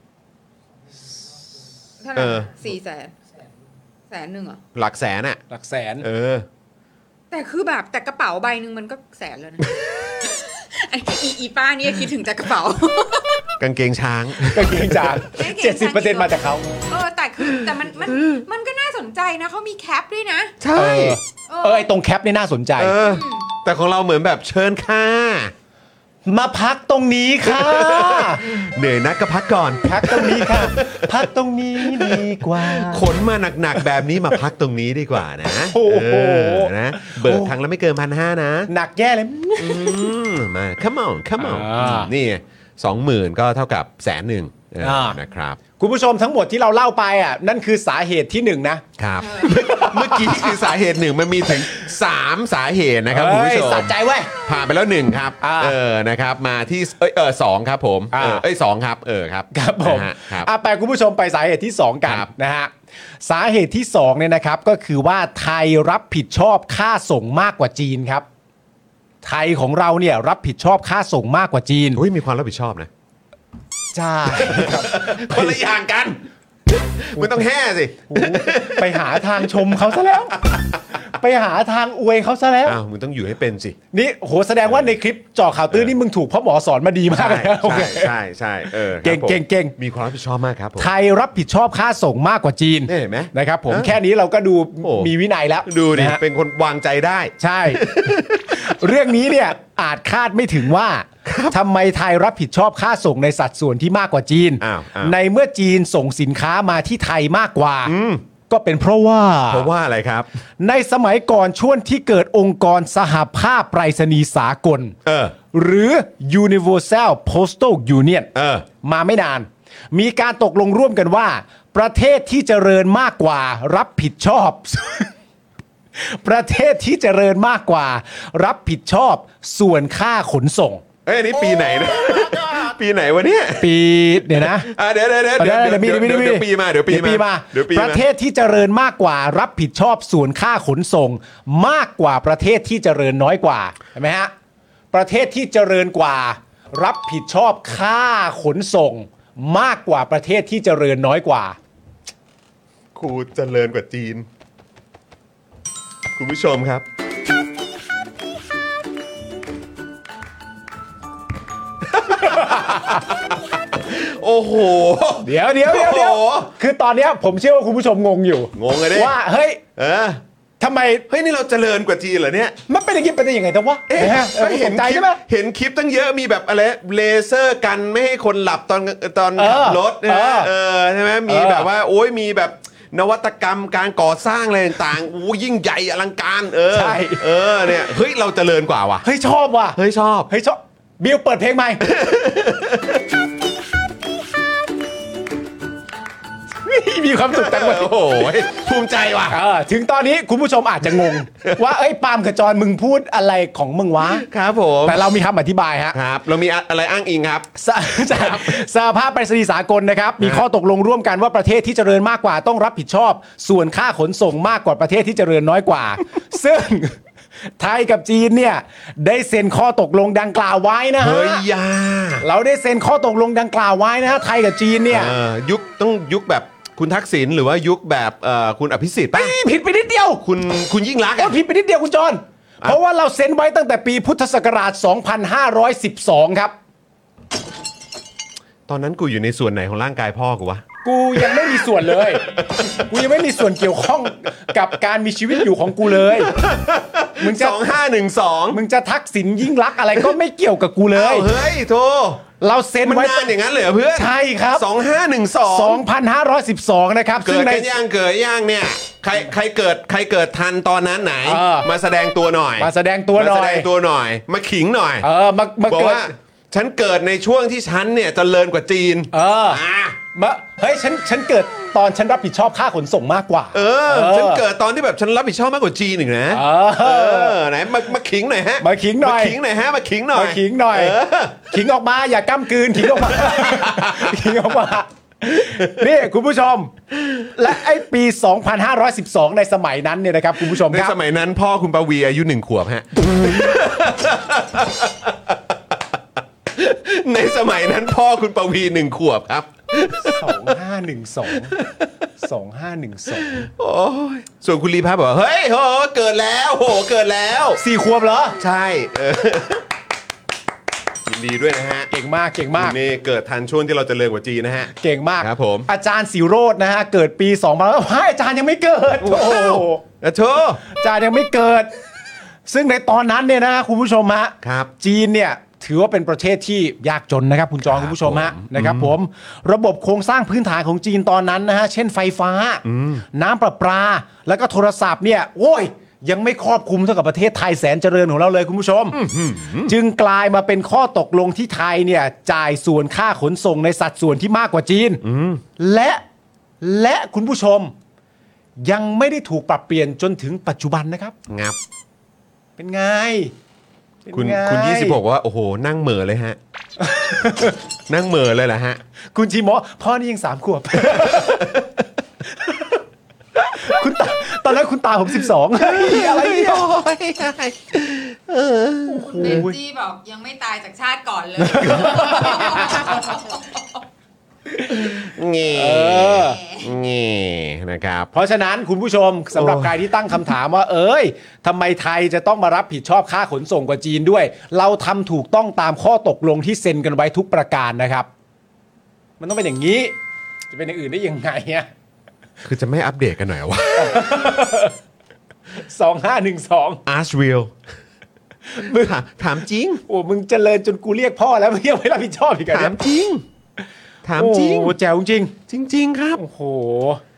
เท่าไหร่เออสี่แสนแสนหนึ่งเหรอหลักแสนอ่ะหลักแสนเออแต่คือแบบแต่กระเป๋าใบหนึ่งมันก็แสนแล้วนะ ไอ้อีอีป้านี่คิดถึงแต่กระเป๋ากางเกงช้างกางเกงจากเจ็ดสิบเปอร์เซ็นต์มาจากเขาเออแต่คือแต่มันมันมันก็น่าสนใจนะเขามีแคปด้วยนะใช่เออเออไอตรงแคปนี่น่าสนใจเออ แต่ของเราเหมือนแบบเชิญค่ะมาพักตรงนี้ค่ะเหนื่อยนักก็พักก่อนพักตรงนี้ค่ะ พักตรงนี้ดีกว่าขนมาหนักๆแบบนี้มาพักตรงนี้ดีกว่านะโอ้โหเออนะเบิกครั้งละไม่เกินพันห้านะหนักแย่เลยอืมมา come on come on อ่านี่สองหมื่นก็เท่ากับแสนหนึ่งเอออ่านะครับคุณผู้ชมทั้งหมดที่เราเล่าไปอ่ะนั่นคือสาเหตุที่หนึ่งนะครับเมื่อกี้คือสาเหตุหนึ่งมันมีถึงสามสาเหตุนะครับคุณผู้ชเฮ้ยมสะใจเว้ยผ่านไปแล้วหนึ่งครับอ่าเออนะครับมาที่เอ้ยเออสองครับผมอ่าเออเอ้ยสองครับเออครับครับผมนะฮะครับอ่ะไปคุณผู้ชมไปสาเหตุที่สองกันครับนะฮะสาเหตุที่สองเนี่ยนะครับก็คือว่าไทยรับผิดชอบค่าส่งมากกว่าจีนครับ ไทยของเราเนี่ยรับผิดชอบค่าส่งมากกว่าจีนอุ้ยมีความรับผิดชอบนะใช่คนละอย่างกันไม่ต้องแห่สิโอ้โหไปหาทางชมเขาซะแล้ว ไปหาทางอวยเขาซะแล้วอ้าวมึงต้องอยู่ให้เป็นสินี่โหแสดงว่าในคลิปเจาะข่าวตื้นนี่มึงถูกพ่อหมอสอนมาดีมากใช่เลยนะโอเคใช่ใช่ใช่เออเก่งครับผมเก่งเก่งมีความรับผิดชอบมากครับผมไทยรับผิดชอบค่าส่งมากกว่าจีนเนี่ยเห็นไหมนะครับผมเออแค่นี้เราก็ดูโอ้มีวินัยแล้วดูดินะฮะเป็นคนวางใจได้ใช่ เรื่องนี้เนี่ยอาจคาดไม่ถึงว่าทำไมไทยรับผิดชอบค่าส่งในสัดส่วนที่มากกว่าจีนอ้าวอ้าวในเมื่อจีนส่งสินค้ามาที่ไทยมากกว่าก็เป็นเพราะว่าเพราะว่าอะไรครับในสมัยก่อนช่วงที่เกิดองค์กรสหภาพไปรษณีย์สากลเออหรือ Universal Postal Union เออมาไม่นาน มีการตกลงร่วมกันว่า ประเทศที่เจริญมากกว่ารับผิดชอบ ประเทศที่เจริญมากกว่ารับผิดชอบส่วนค่าขนส่งเอ้ยอันนี้ปีไหนนะ ปีไหนวะเนี่ยปีเดี๋ยวนะอ่ะเดี๋ยวเดี๋ยวเดี๋ยวเดี๋ยวเดี๋ยวมีเดี๋ยวมีเดี๋ยวมีเดี๋ยวปีมาเดี๋ยวปีมาเดี๋ยวปีมาประเทศที่เจริญมากกว่ารับผิดชอบส่วนค่าขนส่ง มากกว่าประเทศที่เจริญน้อยกว่าเห็นไหมฮะประเทศที่เจริญกว่ารับผิดชอบค่าขนส่ง มากกว่าประเทศที่เจริญน้อยกว่าครูเจริญกว่าจีน คุณผู้ชมครับ โอ้โหเดี๋ยวเดี๋ยวเดี๋ยวเดี๋ยวโอ้โหคือตอนเนี้ยผมเชื่อว่าคุณผู้ชมงงอยู่งงเลยดิว่าเฮ้ยเออทำไมเฮ้ยนี่เราเจริญกว่าจีนเหรอเนี่ยมันเป็นอย่างนี้เป็นได้ยังไงแต่ว่าเอ๊ะนะฮะเออเห็นตกใจคลิปใช่ไหมเห็นคลิปตั้งเยอะมีแบบอะไรเลเซอร์กันไม่ให้คนหลับตอนตอนเออขับรถนะเออเออใช่ไหมมีเออแบบว่า โอ้ยมีแบบนวัตกรรมการก่อสร้างอะไรต่างๆโอ้ยิ่งใหญ่อลังการเออใช่เออเนี่ยเฮ้ยเราเจริญกว่าว่ะเฮ้ยชอบว่ะเฮ้ยชอบเฮ้ยชอบบิวเปิดเพลงใหม่ มีความสุขจังเลยโอ้โหภูมิใจว่ะเออถึงตอนนี้คุณผู้ชมอาจจะงง ว่าเอ้ยปาล์มกับจอนมึงพูดอะไรของมึงวะครับผมแต่เรามีคำอธิบายฮะครับเรามีอะไรอ้างอิงครับสจากสหภาพไปรษณีย์สากลนะครับ มีข้อตกลงร่วมกันว่าประเทศที่เจริญมากกว่าต้องรับผิดชอบ ส่วนค่าขนส่งมากกว่าประเทศที่เจริญน้อยกว่า ซึ่งไทยกับจีนเนี่ยได้เซ็นข้อตกลงดังกล่าวไว้นะฮะเฮ้ยยาเราได้เซ็นข้อตกลงดังกล่าวไว้นะฮะไทยกับจีนเนี่ยเออยุคต้องยุคแบบคุณทักษิณหรือว่ายุคแบบเอ่อคุณอภิสิทธิ์ป่ะผิดไปนิดเดียวคุณคุณยิ่งรักษณ์โอ้อะผิดไปนิดเดียวคุณจอนเพราะว่าเราเซ็นไว้ตั้งแต่ปีพุทธศักราช สองพันห้าร้อยสิบสอง ครับตอนนั้นกูอยู่ในส่วนไหนของร่างกายพ่อกูวะกูยังไม่มีส่วนเลย กูยังไม่มีส่วนเกี่ยวข้องกับการมีชีวิตอยู่ของกูเลย มึงจะสองห้าหนึ่งสองมึงจะทักษิณยิ่งรักษณ์อะไรก็ไม่เกี่ยวกับกูเลยเฮ้ยโธ่เราเซ็นมันไว้นานอย่างนั้นเลยเหรอเพื่อนใช่ครับสองห้าหนึ่งสองสองพันห้าร้อยสิบสอง นะครับเกิซึ่งดในกันย่างเกิดย่างเนี่ยใครใครเกิดใครเกิดทันตอนนั้นไหนเออมาแสดงตัวหน่อยมาแสดงตัวหน่มาอยแสดงตัวหน่อย มาขิงหน่อยเออมามาบอกเกิดว่าฉันเกิดในช่วงที่ฉันเนี่ยเจริญกว่าจีนเอออ่ะมาเฮ้ยฉันฉันเกิดตอนฉันรับผิดชอบค่าขนส่งมากกว่าเออฉันเกิดตอนที่แบบฉันรับผิดชอบมากกว่าจีนอีกนะเอเอออไหนมามาขิงหน่อยฮะมาขิงหน่อยมาขิงหน่อยฮะมาขิงหน่อยมาขิงหน่อยเออขิงออกมาอย่าก้ำกืนขิงออกมา ขิงออกมา นี่คุณผู้ชม และไอ้ปี สองพันห้าร้อยสิบสอง ในสมัยนั้นเนี่ยนะครับคุณผู้ชมในครับสมัยนั้นพ่อคุณปวีอายุหนึ่งขวบฮะ ในสมัยนั้นพ่อคุณปวีหนึ่งขวบครับสองห้าหนึ่งสอง สองห้าหนึ่งสองโอ้ยส่วนคุณลีพับบอกว่าเฮ้ยโหเกิดแล้วโหเกิดแล้วสี่ขวบเหรอใช่เออยินดีด้วยนะฮะเก่งมากเก่งมากคุณนี่เกิดทันช่วงที่เราเจริญกว่าจีนนะฮะเก่งมากครับผมอาจารย์สิโรจน์นะฮะ เกิดปีสองพันว้ายอาจารย์ยังไม่เกิด โอ้โหอะโชอาจารย์ยังไม่เกิด ซึ่งในตอนนั้นเนี่ยนะคุณผู้ชมฮะครับจีนเนี่ยถือว่าเป็นประเทศที่ยากจนนะครับคุณจองคุณผู้ชมฮะนะครับผมระบบโครงสร้างพื้นฐานของจีนตอนนั้นนะฮะเช่นไฟฟ้า น้ำประปาแล้วก็โทรศัพท์เนี่ยโอ้ยยังไม่ครอบคลุมเท่ากับประเทศไทยแสนเจริญของเราเลยคุณผู้ชม จึงกลายมาเป็นข้อตกลงที่ไทยเนี่ยจ่ายส่วนค่าขนส่งในสัดส่วนที่มากกว่าจีนและและคุณผู้ชมยังไม่ได้ถูกปรับเปลี่ยนจนถึงปัจจุบันนะครับงับเป็นไงเป็นคุณไงคุณยี่สิบหกว่าโอ้โหนั่งเหม่อเลยฮะ นั่งเหม่อเลยเหรอฮะคุณชีโมะพ่อนี่ยังสามขวบ คุณตาตอนนั้นคุณตาผมสิบสองอะไรเนี่ยเบนจี้บอกยังไม่ตายจากชาติก่อนเลยเงี้เออเงี้นะครับเพราะฉะนั้นคุณผู้ชมสำหรับใครที่ตั้งคำถามว่า เอ้ยทำไมไทยจะต้องมารับผิดชอบค่าขนส่งกว่าจีนด้วย เราทำถูกต้องตามข้อตกลงที่เซ็นกันไว้ทุกประการนะครับ มันต้องเป็นอย่างนี้ จะเป็นอย่างอื่นได้ยังไงเนี่ยคือจะไม่อัปเดตกันหน่อยวะสองห้าหนึ่งสองอาร์ชวิลถามถามจริงโอ้มึงเจริญจนกูเรียกพ่อแล้วมึงยังไม่รับผิดชอบอีกเหรอถาเนี่มยจริง ถามจริงโอ้แจ๋วจริงจริง ๆ ครับโอ้โห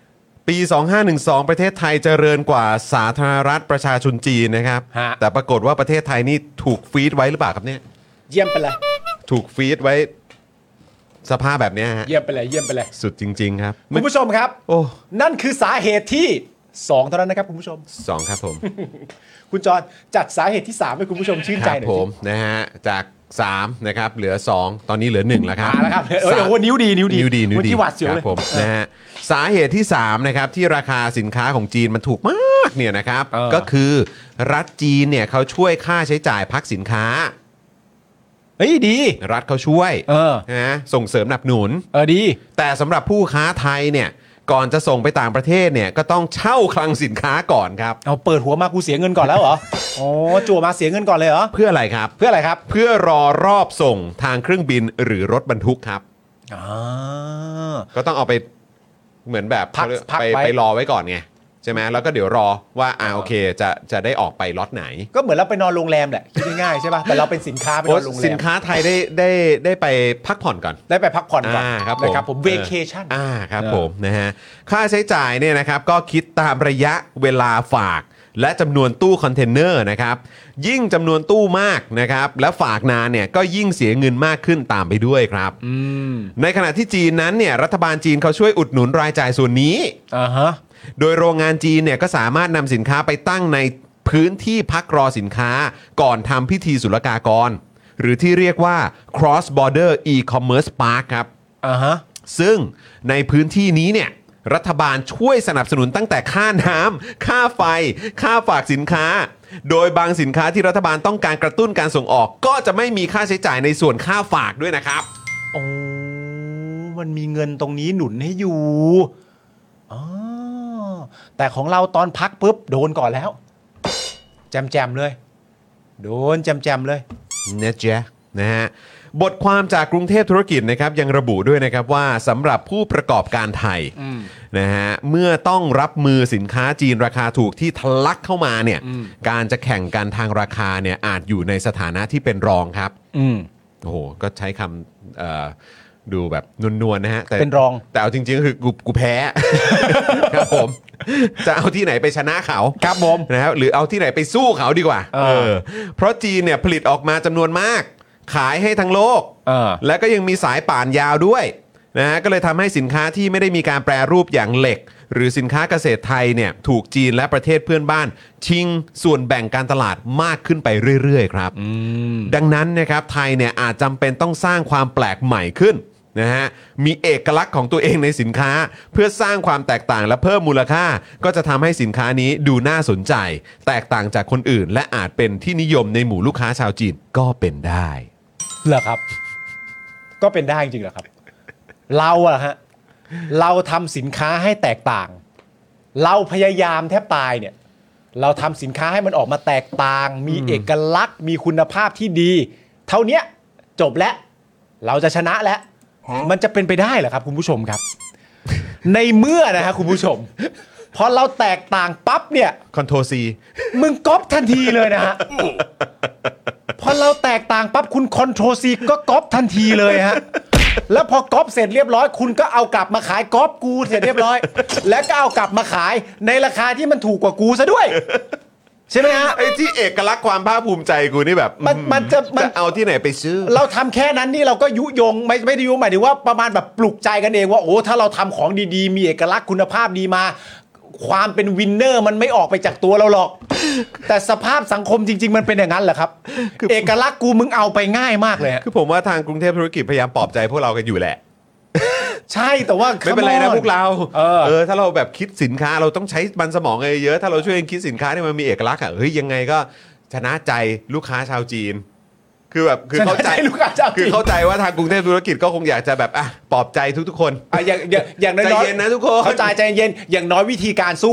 ปีสองพันห้าร้อยสิบสองประเทศไทยเจริญกว่าสาธารณรัฐประชาชนจีนนะครับฮะแต่ปรากฏว่าประเทศไทยนี่ถูกฟีดไว้หรือเปล่าครับเนี่ยเยี่ยมไปเลยถูกฟีดไว้สภาพแบบเนี้ยฮะเยี่ยมไปเลยเยี่ยมไปเลยสุดจริง ๆ ครับคุณผู้ชมครับโอ้นั่นคือสาเหตุที่สองเท่านั้นนะครับคุณผู้ชมสองครับผมคุณจรจัดสาเหตุที่สามให้คุณผู้ชมชื่นคใจรับหน่อยผสิมนะฮะจากสามนะครับเหลือสองตอนนี้เหลือหนึ่งแล้วครับมาแล้วครับเอ้ยโอ้โหนิ้วดีนิ้วดีนิ้วดีนิ้วเมื่อดีกี้หวาดเสียวคเลรัยบผมนะฮะสาเหตุที่สามนะครับที่ราคาสินค้าของจีนมันถูกมากเนี่ยนะครับเออก็คือรัฐจีนเนี่ยเขาช่วยค่าใช้จ่ายพักสินค้าเฮ้ยดีรัฐเขาช่วยเออนะส่งเสริมสนับสนุนเออดีแต่สำหรับผู้ค้าไทยเนี่ยก่อนจะส่งไปต่างประเทศเนี่ยก็ต้องเช่าคลังสินค้าก่อนครับเอาเปิดหัวมากูเสียเงินก่อนแล้วเหรออ๋อจั่วมาเสียเงินก่อนเลยเหรอเพื่ออะไรครับเพื่ออะไรครับเพื่อรอรอบส่งทางเครื่องบินหรือรถบรรทุกครับอ่าก็ต้องเอาไปเหมือนแบบพักพักไปไว้ไปรอไว้ก่อนไงใช่ไหมแล้วก็เดี๋ยวรอว่าอ่าโอเคจะจะได้ออกไปล็อตไหนก็เหมือนเราไปนอนโรงแรมแหละคิดง่ายๆใช่ป่ะแต่เราเป็นสินค้าไปนอนโรงแรมสินค้าไทยได้ได้ได้ไปพักผ่อนก่อนได้ไปพักผ่อนก่อนอ่าครับผมนะครับผมเวเคชั่นอ่าครับเออผมนะฮะค่าใช้จ่ายเนี่ยนะครับก็คิดตามระยะเวลาฝากและจำนวนตู้คอนเทนเนอร์นะครับยิ่งจำนวนตู้มากนะครับและฝากนานเนี่ยก็ยิ่งเสียเงินมากขึ้นตามไปด้วยครับอืมในขณะที่จีนนั้นเนี่ยรัฐบาลจีนเขาช่วยอุดหนุนรายจ่ายส่วนนี้อ่าฮะโดยโรงงานจีนเนี่ยก็สามารถนำสินค้าไปตั้งในพื้นที่พักรอสินค้าก่อนทำพิธีศุลกากร หรือที่เรียกว่า cross border e-commerce park ครับอ่าฮะซึ่งในพื้นที่นี้เนี่ยรัฐบาลช่วยสนับสนุนตั้งแต่ค่าน้ำค่าไฟ ค่าฝากสินค้า โดยบางสินค้าที่รัฐบาลต้องการกระตุ้นการส่งออก ก็จะไม่มีค่าใช้จ่ายในส่วนค่าฝากด้วยนะครับโอ้มันมีเงินตรงนี้หนุนให้อยู่อ๋อแต่ของเราตอนพักปุ๊บโดนก่อนแล้ว แจมแจมๆเลย โดนแจมแจมๆเลยนะจ๊ะนะฮะบทความจากกรุงเทพธุรกิจนะครับยังระบุด้วยนะครับว่าสำหรับผู้ประกอบการไทยนะฮะเมื่อต้องรับมือสินค้าจีนราคาถูกที่ทะลักเข้ามาเนี่ยการจะแข่งกันทางราคาเนี่ยอาจอยู่ในสถานะที่เป็นรองครับอืมโอ้โหก็ใช้คำเอ่อดูแบบนวลๆนะฮะแต่เป็นรองแต่เอาจริงๆก็คือกูกูแพ้ ครับผมจะเอาที่ไหนไปชนะเขาครับผมนะครับหรือเอาที่ไหนไปสู้เขาดีกว่าเออเพราะจีนเนี่ยผลิตออกมาจำนวนมาก ขายให้ทั้งโลกเออและก็ยังมีสายป่านยาวด้วยนะฮะก็เลยทำให้สินค้าที่ไม่ได้มีการแปรรูปอย่างเหล็ก หรือสินค้าเกษตรไทยเนี่ยถูกจีนและประเทศเพื่อนบ้าน ชิงส่วนแบ่งการตลาดมากขึ้นไปเรื่อยๆครับดังนั้นนะครับไทยเนี่ยอาจจำเป็นต้องสร้างความแปลกใหม่ขึ้นนะฮะมีเอกลักษณ์ของตัวเองในสินค้า เพื่อสร้างความแตกต่างและเพิ่มมูลค่า ก็จะทำให้สินค้านี้ดูน่าสนใจ แตกต่างจากคนอื่น และอาจเป็นที่นิยมในหมู่ลูกค้าชาวจีนก็เป็นได้เหรอครับ ก็เป็นได้จริงๆเหรอครับ เราอะฮะเราทำสินค้าให้แตกต่าง เราพยายามแทบตายเนี่ย เราทำสินค้าให้มันออกมาแตกต่าง มีเอกลักษณ์ มีคุณภาพที่ดี เท่าเนี้ยจบแล้วเราจะชนะแล้ว มันจะเป็นไปได้เหรอครับคุณผู้ชมครับ ในเมื่อนะฮะคุณผู้ชม พอเราแตกต่างปั๊บเนี่ยคอนโทรซีมึงก๊อปทันทีเลยนะฮะ พอเราแตกต่างปั๊บคุณคอนโทรซีก็ก๊อปทันทีเลยฮะ แล้วพอก๊อปเสร็จเรียบร้อย คุณก็เอากลับมาขายก๊อปกูเสร็จเรียบร้อย แล้วก็เอากลับมาขายในราคาที่มันถูกกว่ากูซะด้วย ใช่ไหมฮะไอ้ที่เอกลักษณ์ความภาคภูมิใจกูนี่แบบมันมันจะมันจะเอาที่ไหนไปซื้อเราทำแค่นั้นนี่เราก็ยุยงไม่ไม่ได้ยุหมายถึงว่าประมาณแบบปลุกใจกันเองว่าโอ้ถ้าเราทำของดีๆ มีเอกลักษณ์คุณภาพดีมา ความเป็นวินเนอร์มันไม่ออกไปจากตัวเราหรอก แต่สภาพสังคมจริง ๆ มันเป็นอย่างนั้นเหรอครับ เอกลักษณ์กูมึงเอาไปง่ายมากเลยฮะคือผมว่าทางกรุงเทพธุรกิจพยายามปลอบใจพวกเรากันอยู่แหละใช่แต่ว่าไม่เป็นไรนะ come on พวกเราเออเออถ้าเราแบบคิดสินค้าเราต้องใช้มันสมองเยอะๆถ้าเราช่วยกันคิดสินค้าที่มันมีเอกลักษณ์อ่ะเฮ้ยยังไงก็ชนะใจลูกค้าชาวจีน คือแบบคือเข้าใจชนะใจลูกค้าชาวจีนคือเข้าใจว่าทางกรุงเทพธุรกิจก็คงอยากจะแบบอ่ะปลอบใจทุกๆคนอ่ะอย่างอย่างอย่างน้อยใจเย็นนะทุกคนเข้าใจใจเย็นอย่างน้อยวิธีการสู้เนี่ย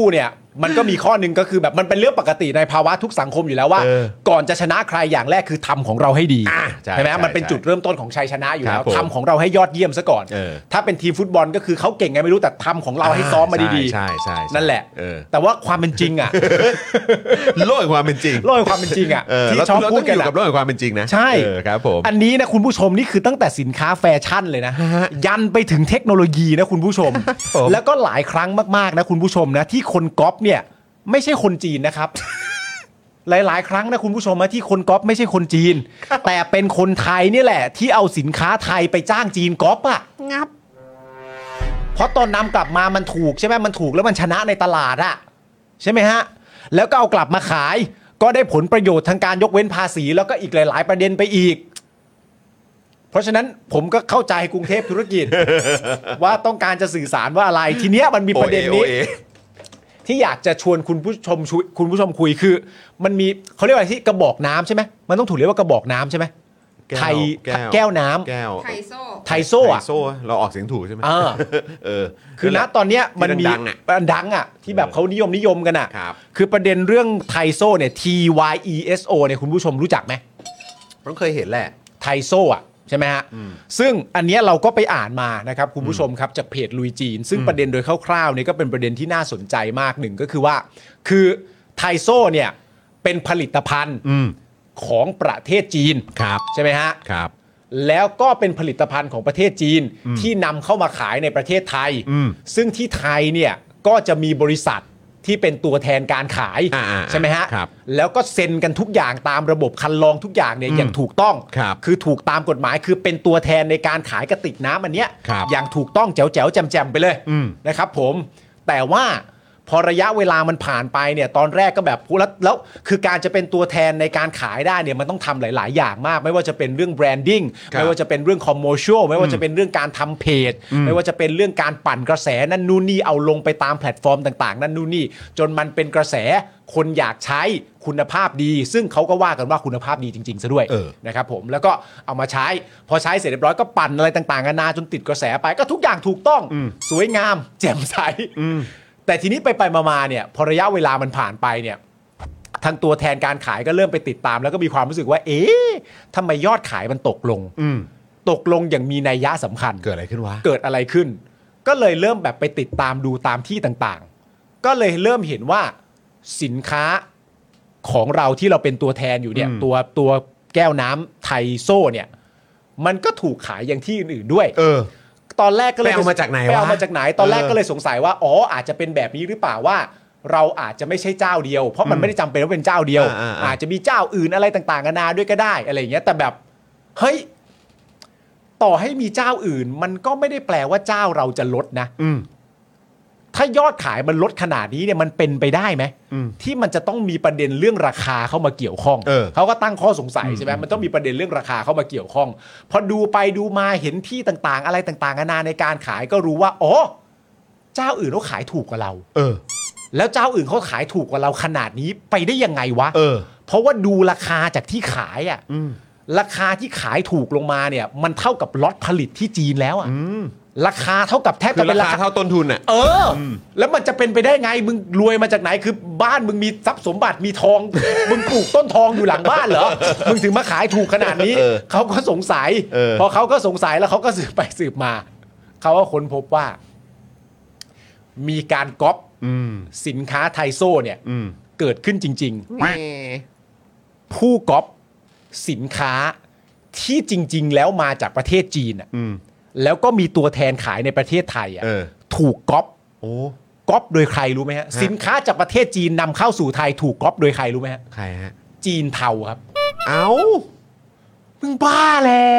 มันก็มีข้อหนึ่งก็คือแบบมันเป็นเรื่องปกติในภาวะทุกสังคมอยู่แล้วว่าเออก่อนจะชนะใครอย่างแรกคือทำของเราให้ดีอ่ะใช่ใช่ไหมใช่มันเป็นใช่จุดเริ่มต้นของชัยชนะอยู่คแล้รัวบผมทำของเราให้ยอดเยี่ยมซะก่อนเออถ้าเป็นทีมฟุตบอลก็คือเขาเก่งไงไม่รู้แต่ทำของเราให้ซ้อมมาดีใช่ใช่ใช่นั่นแหละเออแต่ว่าความเป็นจริงอ่ะโลกแห่งความเป็นจริงโลกแห่งความเป็นจริงอ่ะเออที่เราชอบเราพูต้ดองกันอยู่อะกับโลกแห่งความเป็นจริงนะใช่เออครับผมอันนี้นะคุณผู้ชมนี่คือตั้งแต่สินค้าแฟชั่นเลยนะยันไปถึงเทคโนโลยีนะคุณผู้ชมผมแล้วก็หลายครั้งมากๆนะคุณผู้ชมนะที่คนก๊อปเนี่ยไม่ใช่คนจีนนะครับ หลายๆ ครั้งนะคุณผู้ชมนะที่คนก๊อปไม่ใช่คนจีน แต่เป็นคนไทยนี่แหละที่เอาสินค้าไทยไปจ้างจีนก๊อปอะงับเพราะตอนนำกลับมามันถูกใช่ไหมมันถูกแล้วมันชนะในตลาดอะใช่ไหมฮะแล้วก็เอากลับมาขายก็ได้ผลประโยชน์ทางการยกเว้นภาษีแล้วก็อีกหลาย ๆ ประเด็นไปอีก เพราะฉะนั้นผมก็เข้าใจกรุงเทพธุรกิจ ว่าต้องการจะสื่อสารว่าอะไรทีเนี้ยมันมีประเด็นนี้โอเอโอเอที่อยากจะชวนคุณผู้ชมชุคุณผู้ชมคุยคือ มันมีเขาเรียกว่าอะไรที่กระบอกน้ำใช่ไหมมันต้องถูกเรียกว่ากระบอกน้ำใช่ไหมแก้วไทยแก้วแก้วน้ำแก้วไทโซ่ไทโซ่อะไทโซ่เราออกเสียงถูกใช่ไหมเออเออคือณตอนเนี้ยมันมีที่ดังๆอะมันดังอ่ะที่แบบเขานิยมนิยมกันอ่ะครับคือประเด็นเรื่องไทโซ่เนี่ย T Y E S O เนี่ยคุณผู้ชมรู้จักไหมต้องเคยเห็นแหละไทโซ่อะใช่ไหมฮะซึ่งอันเนี้ยเราก็ไปอ่านมานะครับคุณผู้ชมครับจากเพจลุยจีน ซึ่งประเด็นโดยคร่าวๆเนี่ยก็เป็นประเด็นที่น่าสนใจมากหนึ่งก็คือว่า คือไทโซ่เนี่ยเป็นผลิตภัณฑ์อืมของประเทศจีนครับใช่ไหมฮะครับแล้วก็เป็นผลิตภัณฑ์ของประเทศจีนที่นำเข้ามาขายในประเทศไทยอืมซึ่งที่ไทยเนี่ยก็จะมีบริษัทที่เป็นตัวแทนการขายอ่าๆใช่ไหมฮะครับแล้วก็เซ็นกันทุกอย่างตามระบบคันลองทุกอย่างเนี่ยอย่างถูกต้องครับคือถูกตามกฎหมายคือเป็นตัวแทนในการขายกระติกน้ำอันเนี้ยครับอย่างถูกต้องแจ๋วแจ๋วๆแจมแจมๆไปเลยอืมนะครับผมแต่ว่าพอระยะเวลามันผ่านไปเนี่ยตอนแรกก็แบบแล้วแล้วคือการจะเป็นตัวแทนในการขายได้เนี่ยมันต้องทำหลาย ๆ อย่างมาก ไม่ว่าจะเป็นเรื่องแบรนดิ้งครับไม่ว่าจะเป็นเรื่องคอมเมอร์เชียลไม่ว่าจะเป็นเรื่องการทำเพจ ไม่ว่าจะเป็นเรื่องการปั่นกระแสนั่นนู่นนี่เอาลงไปตามแพลตฟอร์มต่าง ๆ นั่นนู่นนี่จนมันเป็นกระแสคนอยากใช้คุณภาพดี ซึ่งเขาก็ว่ากันว่าคุณภาพดีจริง ๆ ซะด้วยเออนะครับผมแล้วก็เอามาใช้พอใช้เสร็จเรียบร้อยก็ปั่นอะไรต่างๆนานาจนติดกระแสไปก็ทุกอย่างถูกต้องสวยงามแจ่มใสแต่ทีนี้ไปไปๆมาๆเนี่ยพอระยะเวลามันผ่านไปเนี่ยทางตัวแทนการขายก็เริ่มไปติดตาม แล้วก็มีความรู้สึกว่า เอ๊ะทำไมยอดขายมันตกลงอืมตกลงอย่างมีนัยยะสำคัญเกิดอะไรขึ้นวะเกิดอะไรขึ้น ก็เลยเริ่มแบบไปติดตามดูตามที่ต่างๆ ก็เลยเริ่มเห็นว่าสินค้าของเราที่เราเป็นตัวแทนอยู่เนี่ยอืมตัวตัวแก้วน้ำไทโซ่เนี่ยมันก็ถูกขายอย่างที่อื่นๆด้วยเออตอนแรกก็เลยไปเอามาจากไหนวะไปเอามาจากไหนตอนแรกเออก็เลยสงสัยว่าอ๋ออาจจะเป็นแบบนี้หรือเปล่าว่า เราอาจจะไม่ใช่เจ้าเดียว เพราะมันไม่ได้จำเป็นว่าเป็นเจ้าเดียวอ่าๆๆอาจจะมีเจ้าอื่นอะไรต่างๆกันานาด้วยก็ได้อะไรอย่างเงี้ยแต่แบบเฮ้ยต่อให้มีเจ้าอื่น มันก็ไม่ได้แปลว่าเจ้าเราจะลดนะอืมถ้ายอดขายมันลดขนาดนี้เนี่ยมันเป็นไปได้ไหมอืมที่มันจะต้องมีประเด็นเรื่องราคาเข้ามาเกี่ยวข้องเออเขาก็ตั้งข้อสงสัยใช่ไหมมันต้องมีประเด็นเรื่องราคาเข้ามาเกี่ยวข้องพอดูไปดูมาเห็นที่ต่างๆ อะไรต่างๆนานาในการขายก็รู้ว่าอ๋อเจ้าอื่นเขาขายถูกกว่าเราเออแล้วเจ้าอื่นเขาขายถูกกว่าเราขนาดนี้ไปได้ยังไงวะเออเพราะว่าดูราคาจากที่ขายอ่ะอืมราคาที่ขายถูกลงมาเนี่ย มันเท่ากับล็อตผลิตที่จีนแล้วอ่ะอืมราคาเท่ากับแทบคืจะอเป็นราราคาคาเท่าต้นทุนอ่ะเอออ แล้วมันจะเป็นไปได้ไงมึงรวยมาจากไหนคือบ้านมึงมีทรัพย์สมบัติมีทอง มึงปลูกต้นทองอยู่หลังบ้านเหรอมึงถึงมาขายถูกขนาดนี้เออเขาก็สงสัยเออพอเขาก็สงสัยแล้วเขาก็สืบไปสืบมาเขาก็ค้นพบว่า มีการก๊อปอืมสินค้าไทโซ่เนี่ยอืมเกิดขึ้นจริง ๆ ผู้ก๊อปสินค้าที่จริง ๆ แล้วมาจากประเทศจีนอ่ะอืมแล้วก็มีตัวแทนขายในประเทศไทยอ่ะเออถูกก๊อปโอ้ก๊อปโดยใครรู้ไหมฮะ สินค้าจากประเทศจีนนำเข้าสู่ไทยถูกก๊อปโดยใครรู้ไหมฮะใครฮะจีนเทาครับเอ้ามึงบ้าแล้ว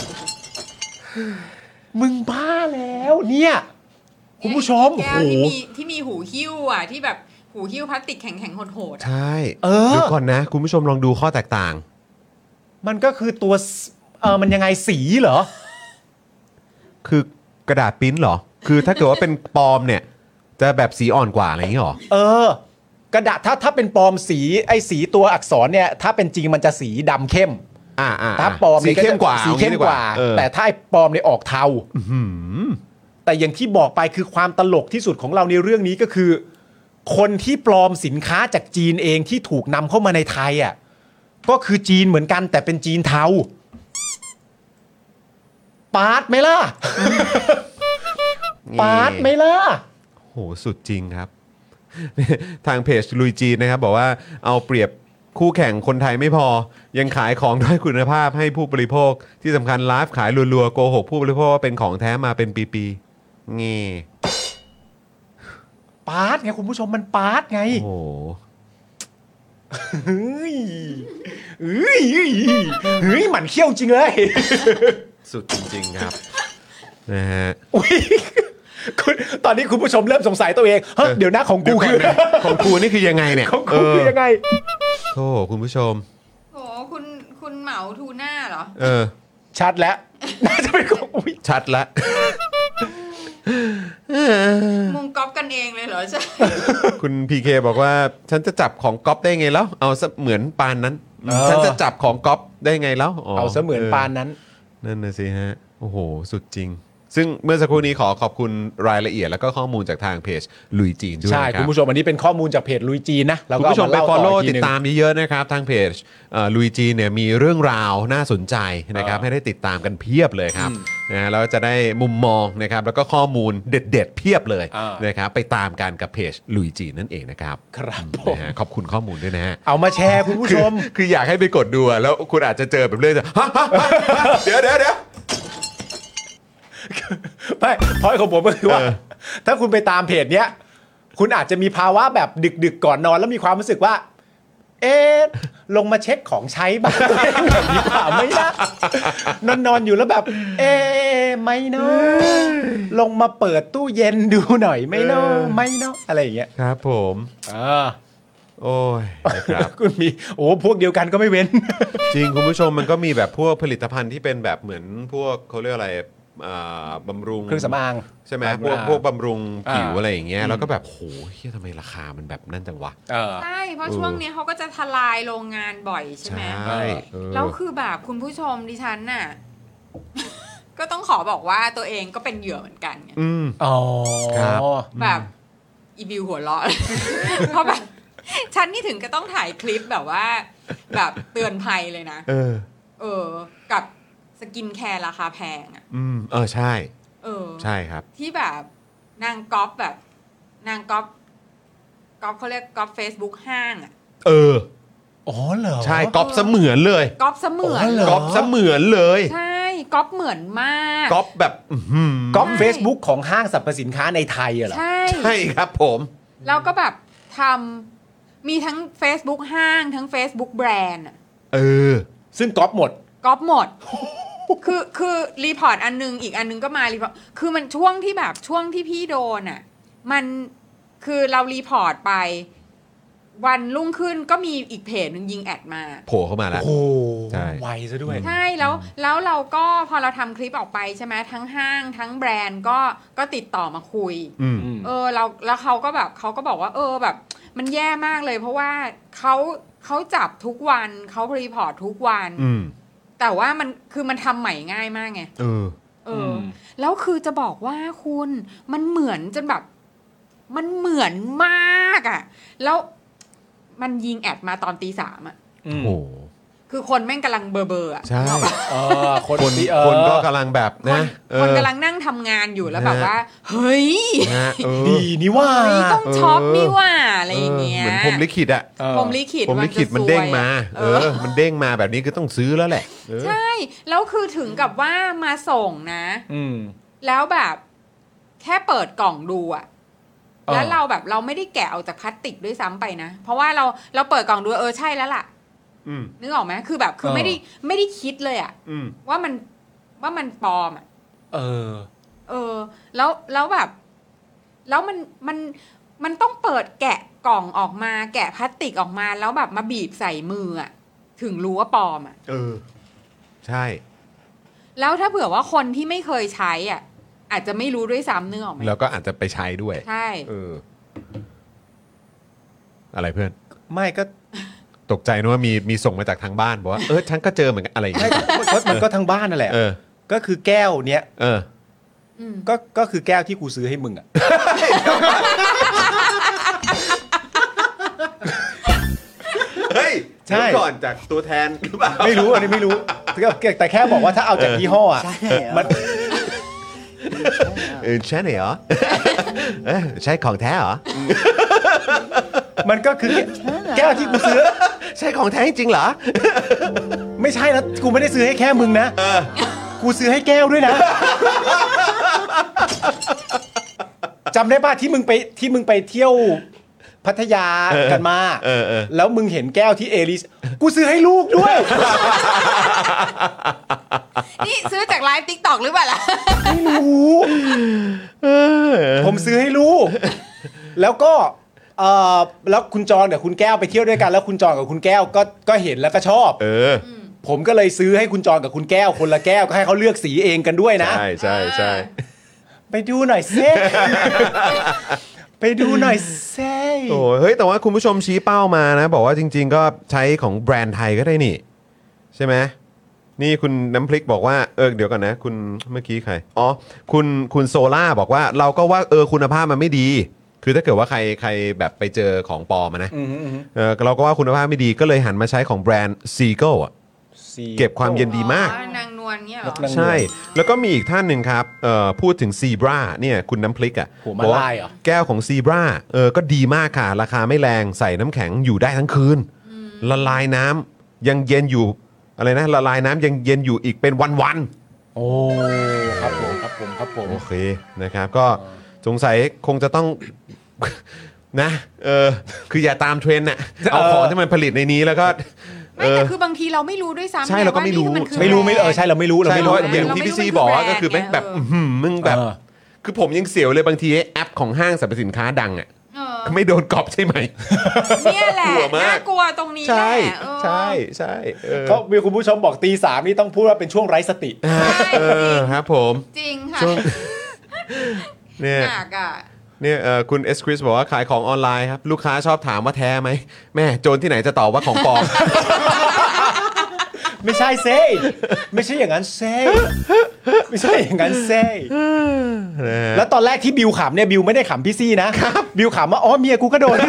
มึงบ้าแล้วเนี่ยคุณผู้ชมแก้วที่มีที่มีหูหิ้วอ่ะที่แบบหูหิ้วพลาสติกแข็งๆโหดๆใชอ่ะ่เออเดี๋ยวก่อนนะ คุณผู้ชมลองดูข้อแตกต่างมันก็คือตัวเออมันยังไงสีเหรอคือกระดาษปริ้นเหรอ คือถ้าเกิดว่าเป็นปลอมเนี่ย จะแบบสีอ่อนกว่าอะไรอย่างนี้หรอเออกระดาษถ้าถ้าเป็นปลอมสีไอ้สีตัวอักษรเนี่ย ถ้าเป็นจริงมันจะสีดำเข้มอ่าอ่าถ้าปลอมสีนี่เข้มกว่าสีเข้มกว่าเออแต่ถ้าไอ้ปลอมเนี่ยออกเทาอื้อหือแต่อย่างที่บอกไปคือความตลกที่สุดของเราในเรื่องนี้ก็คือคนที่ปลอมสินค้าจากจีนเองที่ถูกนำเข้ามาในไทยอ่ะก็คือจีนเหมือนกันแต่เป็นจีนเทาปาดไหมล่ะ ปาดไหมล่ะโหสุดจริงครับ ทางเพจลุยจีนนะครับบอกว่าเอาเปรียบคู่แข่งคนไทยไม่พอยังขายของด้วยคุณภาพให้ผู้บริโภคที่สำคัญไลฟ์ขายรัวๆโกหกผู้บริโภคว่าเป็นของแท้มาเป็นปีๆงี้ปาดไงคุณผู้ชมมันปาดไงโอ้เฮ้ยเฮ้ยเฮ้ยหมันเขี้ยวจริงเลยสุดจริงๆครับนะฮะคุณตอนนี้คุณผู้ชมเริ่มสงสัยตัวเองเฮ้ยเดี๋ยวนะของกูคือของกูนี่คือยังไงเนี่ยของกูคือยังไงโธ่คุณผู้ชมโอ้คุณคุณเหมาทูน่าเหรอเออชัดแล้วน่าจะเป็นของอุ้ยชัดแล้วมุงก๊อปกันเองเลยเหรอใช่คุณพีเคบอกว่าฉันจะจับของก๊อปได้ไงแล้วเอาซะเหมือนปานนั้นฉันจะจับของก๊อปได้ไงแล้วเอาซะเหมือนปานนั้นนั่นน่ะสิฮะโอ้โหสุดจริงซึ่งเมื่อสักครู่นี้ขอขอบคุณรายละเอียดแล้วก็ข้อมูลจากทางเพจลุยจีนด้วยใช่คุณผู้ชมอันนี้เป็นข้อมูลจากเพจลุยจีนนะคุณผู้ชมไป follow ติดตามเยอะๆนะครับทางเพจลุยจีนเนี่ยมีเรื่องราวน่าสนใจนะครับให้ได้ติดตามกันเพียบเลยครับนะแล้วจะได้มุมมองนะครับแล้วก็ข้อมูลเด็ดๆเพียบเลยนะครับไปตามกันกับเพจลุยจีนนั่นเองนะครับครับผมขอบคุณข้อมูลด้วยนะฮะเอามาแชร์คุณผู้ชมคืออยากให้ไปกดดูแล้วคุณอาจจะเจอแบบเรื่องเดี๋ยวเดี๋ยวเดี๋ยวไม่พอยของผมก็คือว่าถ้าคุณไปตามเพจเนี้ยคุณอาจจะมีภาวะแบบดึกๆก่อนนอนแล้วมีความรู้สึกว่าเอ๊ะลงมาเช็คของใช้บ้างดีกว่าไหมนะนอนนอนอยู่แล้วแบบเอ๊ะไม่เนาะลงมาเปิดตู้เย็นดูหน่อยไม่เนาะไม่เนาะอะไรอย่างเงี้ยครับผมอ่าโอ้ยครับคุณมีโอ้พวกเดียวกันก็ไม่เว้นจริงคุณผู้ชมมันก็มีแบบพวกผลิตภัณฑ์ที่เป็นแบบเหมือนพวกเขาเรียกอะไรบำรุงเครื่องสำอางใช่ไหมพวกพวกบำรุงผิวอะไรอย่างเงี้ยแล้วก็แบบโหเฮ้ยทำไมราคามันแบบนั่นจังวะใช่เพราะช่วงนี้เขาก็จะทลายโรงงานบ่อยใช่ไหมใช่แล้วคือแบบคุณผู้ชมดิฉันน่ะก็ต้องขอบอกว่าตัวเองก็เป็นเหยื่อเหมือนกันอืมอ๋อครับแบบอีบิวหัวเราะเพราะแบบฉันนี่ถึงก็ต้องถ่ายคลิปแบบว่าแบบเตือนภัยเลยนะเออเออกับสกินแคร์ราคาแพงอ่ะอืมเออใช่เออใช่ครับที่แบบนางก๊อปแบบนางก๊อปก๊อปเขาเรียกก๊อป Facebook ห้างอ่ะเอออ๋อเหรอใช่ก๊อปเสมือนเลยก๊อปเสมือนก๊อปเสมือนเลยใช่ก๊อปเหมือนมากก๊อปแบบก๊อป Facebook ของห้างสรรพสินค้าในไทยเหรอใช่ใช่ครับผมแล้วก็แบบทำมีทั้ง Facebook ห้างทั้ง Facebook แบรนด์เออซึ่งก๊อปหมดก๊อปหมดคือคือรีพอร์ตอันนึงอีกอันนึงก็มารีพอร์ตคือมันช่วงที่แบบช่วงที่พี่โดนอ่ะมันคือเรารีพอร์ตไปวันรุ่งขึ้นก็มีอีกเพจนึงยิงแอดมาโผล่เข้ามาแล้วโอ้ใช่ไวซะด้วยใช่แล้วแล้วเราก็พอเราทำคลิปออกไปใช่ไหมทั้งห้างทั้งแบรนด์ก็ก็ติดต่อมาคุยเออเราแล้วเขาก็แบบเขาก็บอกว่าเออแบบมันแย่มากเลยเพราะว่าเขาเขาจับทุกวันเขารีพอร์ตทุกวันแต่ว่ามันคือมันทำใหม่ง่ายมากไงเออเออแล้วคือจะบอกว่าคุณมันเหมือนจนแบบมันเหมือนมากอ่ะแล้วมันยิงแอดมาตอนตีสามอ่ะโอ้โหคือคนแม่งกำลังเบอร์เบอร์อ่ะใช่คนคนก็กำลังแบบนะคนกำลังนั่งทำงานอยู่แล้วแบบว่าเฮ้ยดีนี่ว่าต้องช็อปนี่ว่าอะไรอย่างเงี้ยเหมือนพรหมลิขิตอะพรหมลิขิตพรหมลิขิตมันเด้งมาเออมันเด้งมาแบบนี้ก็ต้องซื้อแล้วแหละใช่แล้วคือถึงกับว่ามาส่งนะแล้วแบบแค่เปิดกล่องดูอะแล้วเราแบบเราไม่ได้แกะออกจากพลาสติกด้วยซ้ำไปนะเพราะว่าเราเราเปิดกล่องดูเออใช่แล้วล่ะนึกออกไหมคือแบบคือไม่ได้ไม่ได้คิดเลยอะว่ามันว่ามันปลอมอะเออเออแล้วแล้วแบบแล้วมันมันมันต้องเปิดแกะกล่องออกมาแกะพลาสติกออกมาแล้วแบบมาบีบใส่มืออะถึงรู้ว่าปลอมอะเออใช่แล้วถ้าเผื่อว่าคนที่ไม่เคยใช้อ่ะอาจจะไม่รู้ด้วยซ้ำเนื้อออกไหมแล้วก็อาจจะไปใช้ด้วยใช่เอออะไรเพื่อนไม่ก็ตกใจนึกว่ามีมีส่งมาจากทางบ้านบอกว่าเออฉันก็เจอเหมือนกันอะไรอย่างเงี้ยมันก็ทางบ้านนั่นแหละก็คือแก้วเนี้ยเออก็ก็คือแก้วที่กูซื้อให้มึงอ่ะใช่ก่อนจากตัวแทนหรือเปล่าไม่รู้อันนี้ไม่รู้แต่แค่บอกว่าถ้าเอาจากยี่ห้ออ่ะมันเออใช่เหรอเออใช่ของแท้เหรอมันก็คือแก้วที่กูซื้อใช่ของแท้จริงเหรอไม่ใช่นะกูไม่ได้ซื้อให้แค่มึงนะกูซื้อให้แก้วด้วยนะจำได้ป่ะที่มึงไปที่มึงไปเที่ยวพัทยากันมาแล้วมึงเห็นแก้วที่เอลิสกูซื้อให้ลูกด้วยนี่ซื้อจากไลฟ์ TikTok หรือเปล่าล่ะไม่รู้ผมซื้อให้ลูกแล้วก็เออแล้วคุณจอนกับคุณแก้วไปเที่ยวด้วยกันแล้วคุณจอนกับคุณแก้วก็ก็เห็นแล้วก็ชอบเออผมก็เลยซื้อให้คุณจอนกับคุณแก้วคนละแก้วก็ให้เขาเลือกสีเองกันด้วยนะใช่ใช่ใช่ไปดูหน่อยเซ่ไปดูหน่อยเซ่โอ้เฮ้ยแต่ว่าคุณผู้ชมชี้เป้ามานะบอกว่าจริงๆก็ใช้ของแบรนด์ไทยก็ได้นี่ใช่ไหมนี่คุณน้ำพริกบอกว่าเออเดี๋ยวก่อนนะคุณเมื่อกี้ใครอ๋อคุณคุณโซล่าบอกว่าเราก็ว่าเออคุณภาพมันไม่ดีคือถ้าเกิดว่าใครใครแบบไปเจอของปลอมมานะเออเราก็ว่าคุณภาพไม่ดีก็เลยหันมาใช้ของแบรนด์ซีเกิลอ่ะเก็บความเย็นดีมากนางนวลเนี่ยหรอใช่แล้วก็มีอีกท่านหนึ่งครับเอ่อพูดถึงซีบราเนี่ยคุณน้ำพริกอ่ะหัวมาลายเหรอแก้วของซีบราเออก็ดีมากค่ะราคาไม่แรงใส่น้ำแข็งอยู่ได้ทั้งคืนละลายน้ำยังเย็นอยู่อะไรนะละลายน้ำยังเย็นอยู่อีกเป็นวันๆโอ้ครับผมครับผมครับผมโอเคนะครับก็สงสัยคงจะต้อง นะเออคืออย่าตามเทรนด์น่ะเอาของที่มันผลิตในนี้แล้วก็ไม่แต่คือบางทีเราไม่รู้ด้วยซ้ำใช่เราก็ไม่รู้ไม่รู้ไม่เออใช่เราไม่รู้เราไม่รู้อย่างที่พี่ซีบอกว่าก็คือแม่งแบบมึงแบบคือผมยังเสียวเลยบางทีแอปของห้างสรรพสินค้าดังอ่ะไม่โดนก๊อปใช่ไหมเนี่ยแหละน่ากลัวตรงนี้แหละใช่ใช่ใช่เขามีคุณผู้ชมบอกตีสามนี่ต้องพูดว่าเป็นช่วงไร้สติเออครับผมจริงค่ะเนี่ยเนี่ยคุณเอสคริสบอกว่าขายของออนไลน์ครับลูกค้าชอบถามว่าแท้ไหมแม่โจรที่ไหนจะตอบว่าของปลอมไม่ใช่เซ่ไม่ใช่อย่างนั้นเซ่ไม่ใช่อย่างนั้นเซ่แล้วตอนแรกที่บิวขำเนี่ยบิวไม่ได้ขำพี่ซี่นะบิวขำว่าอ๋อเมียกูก็โดน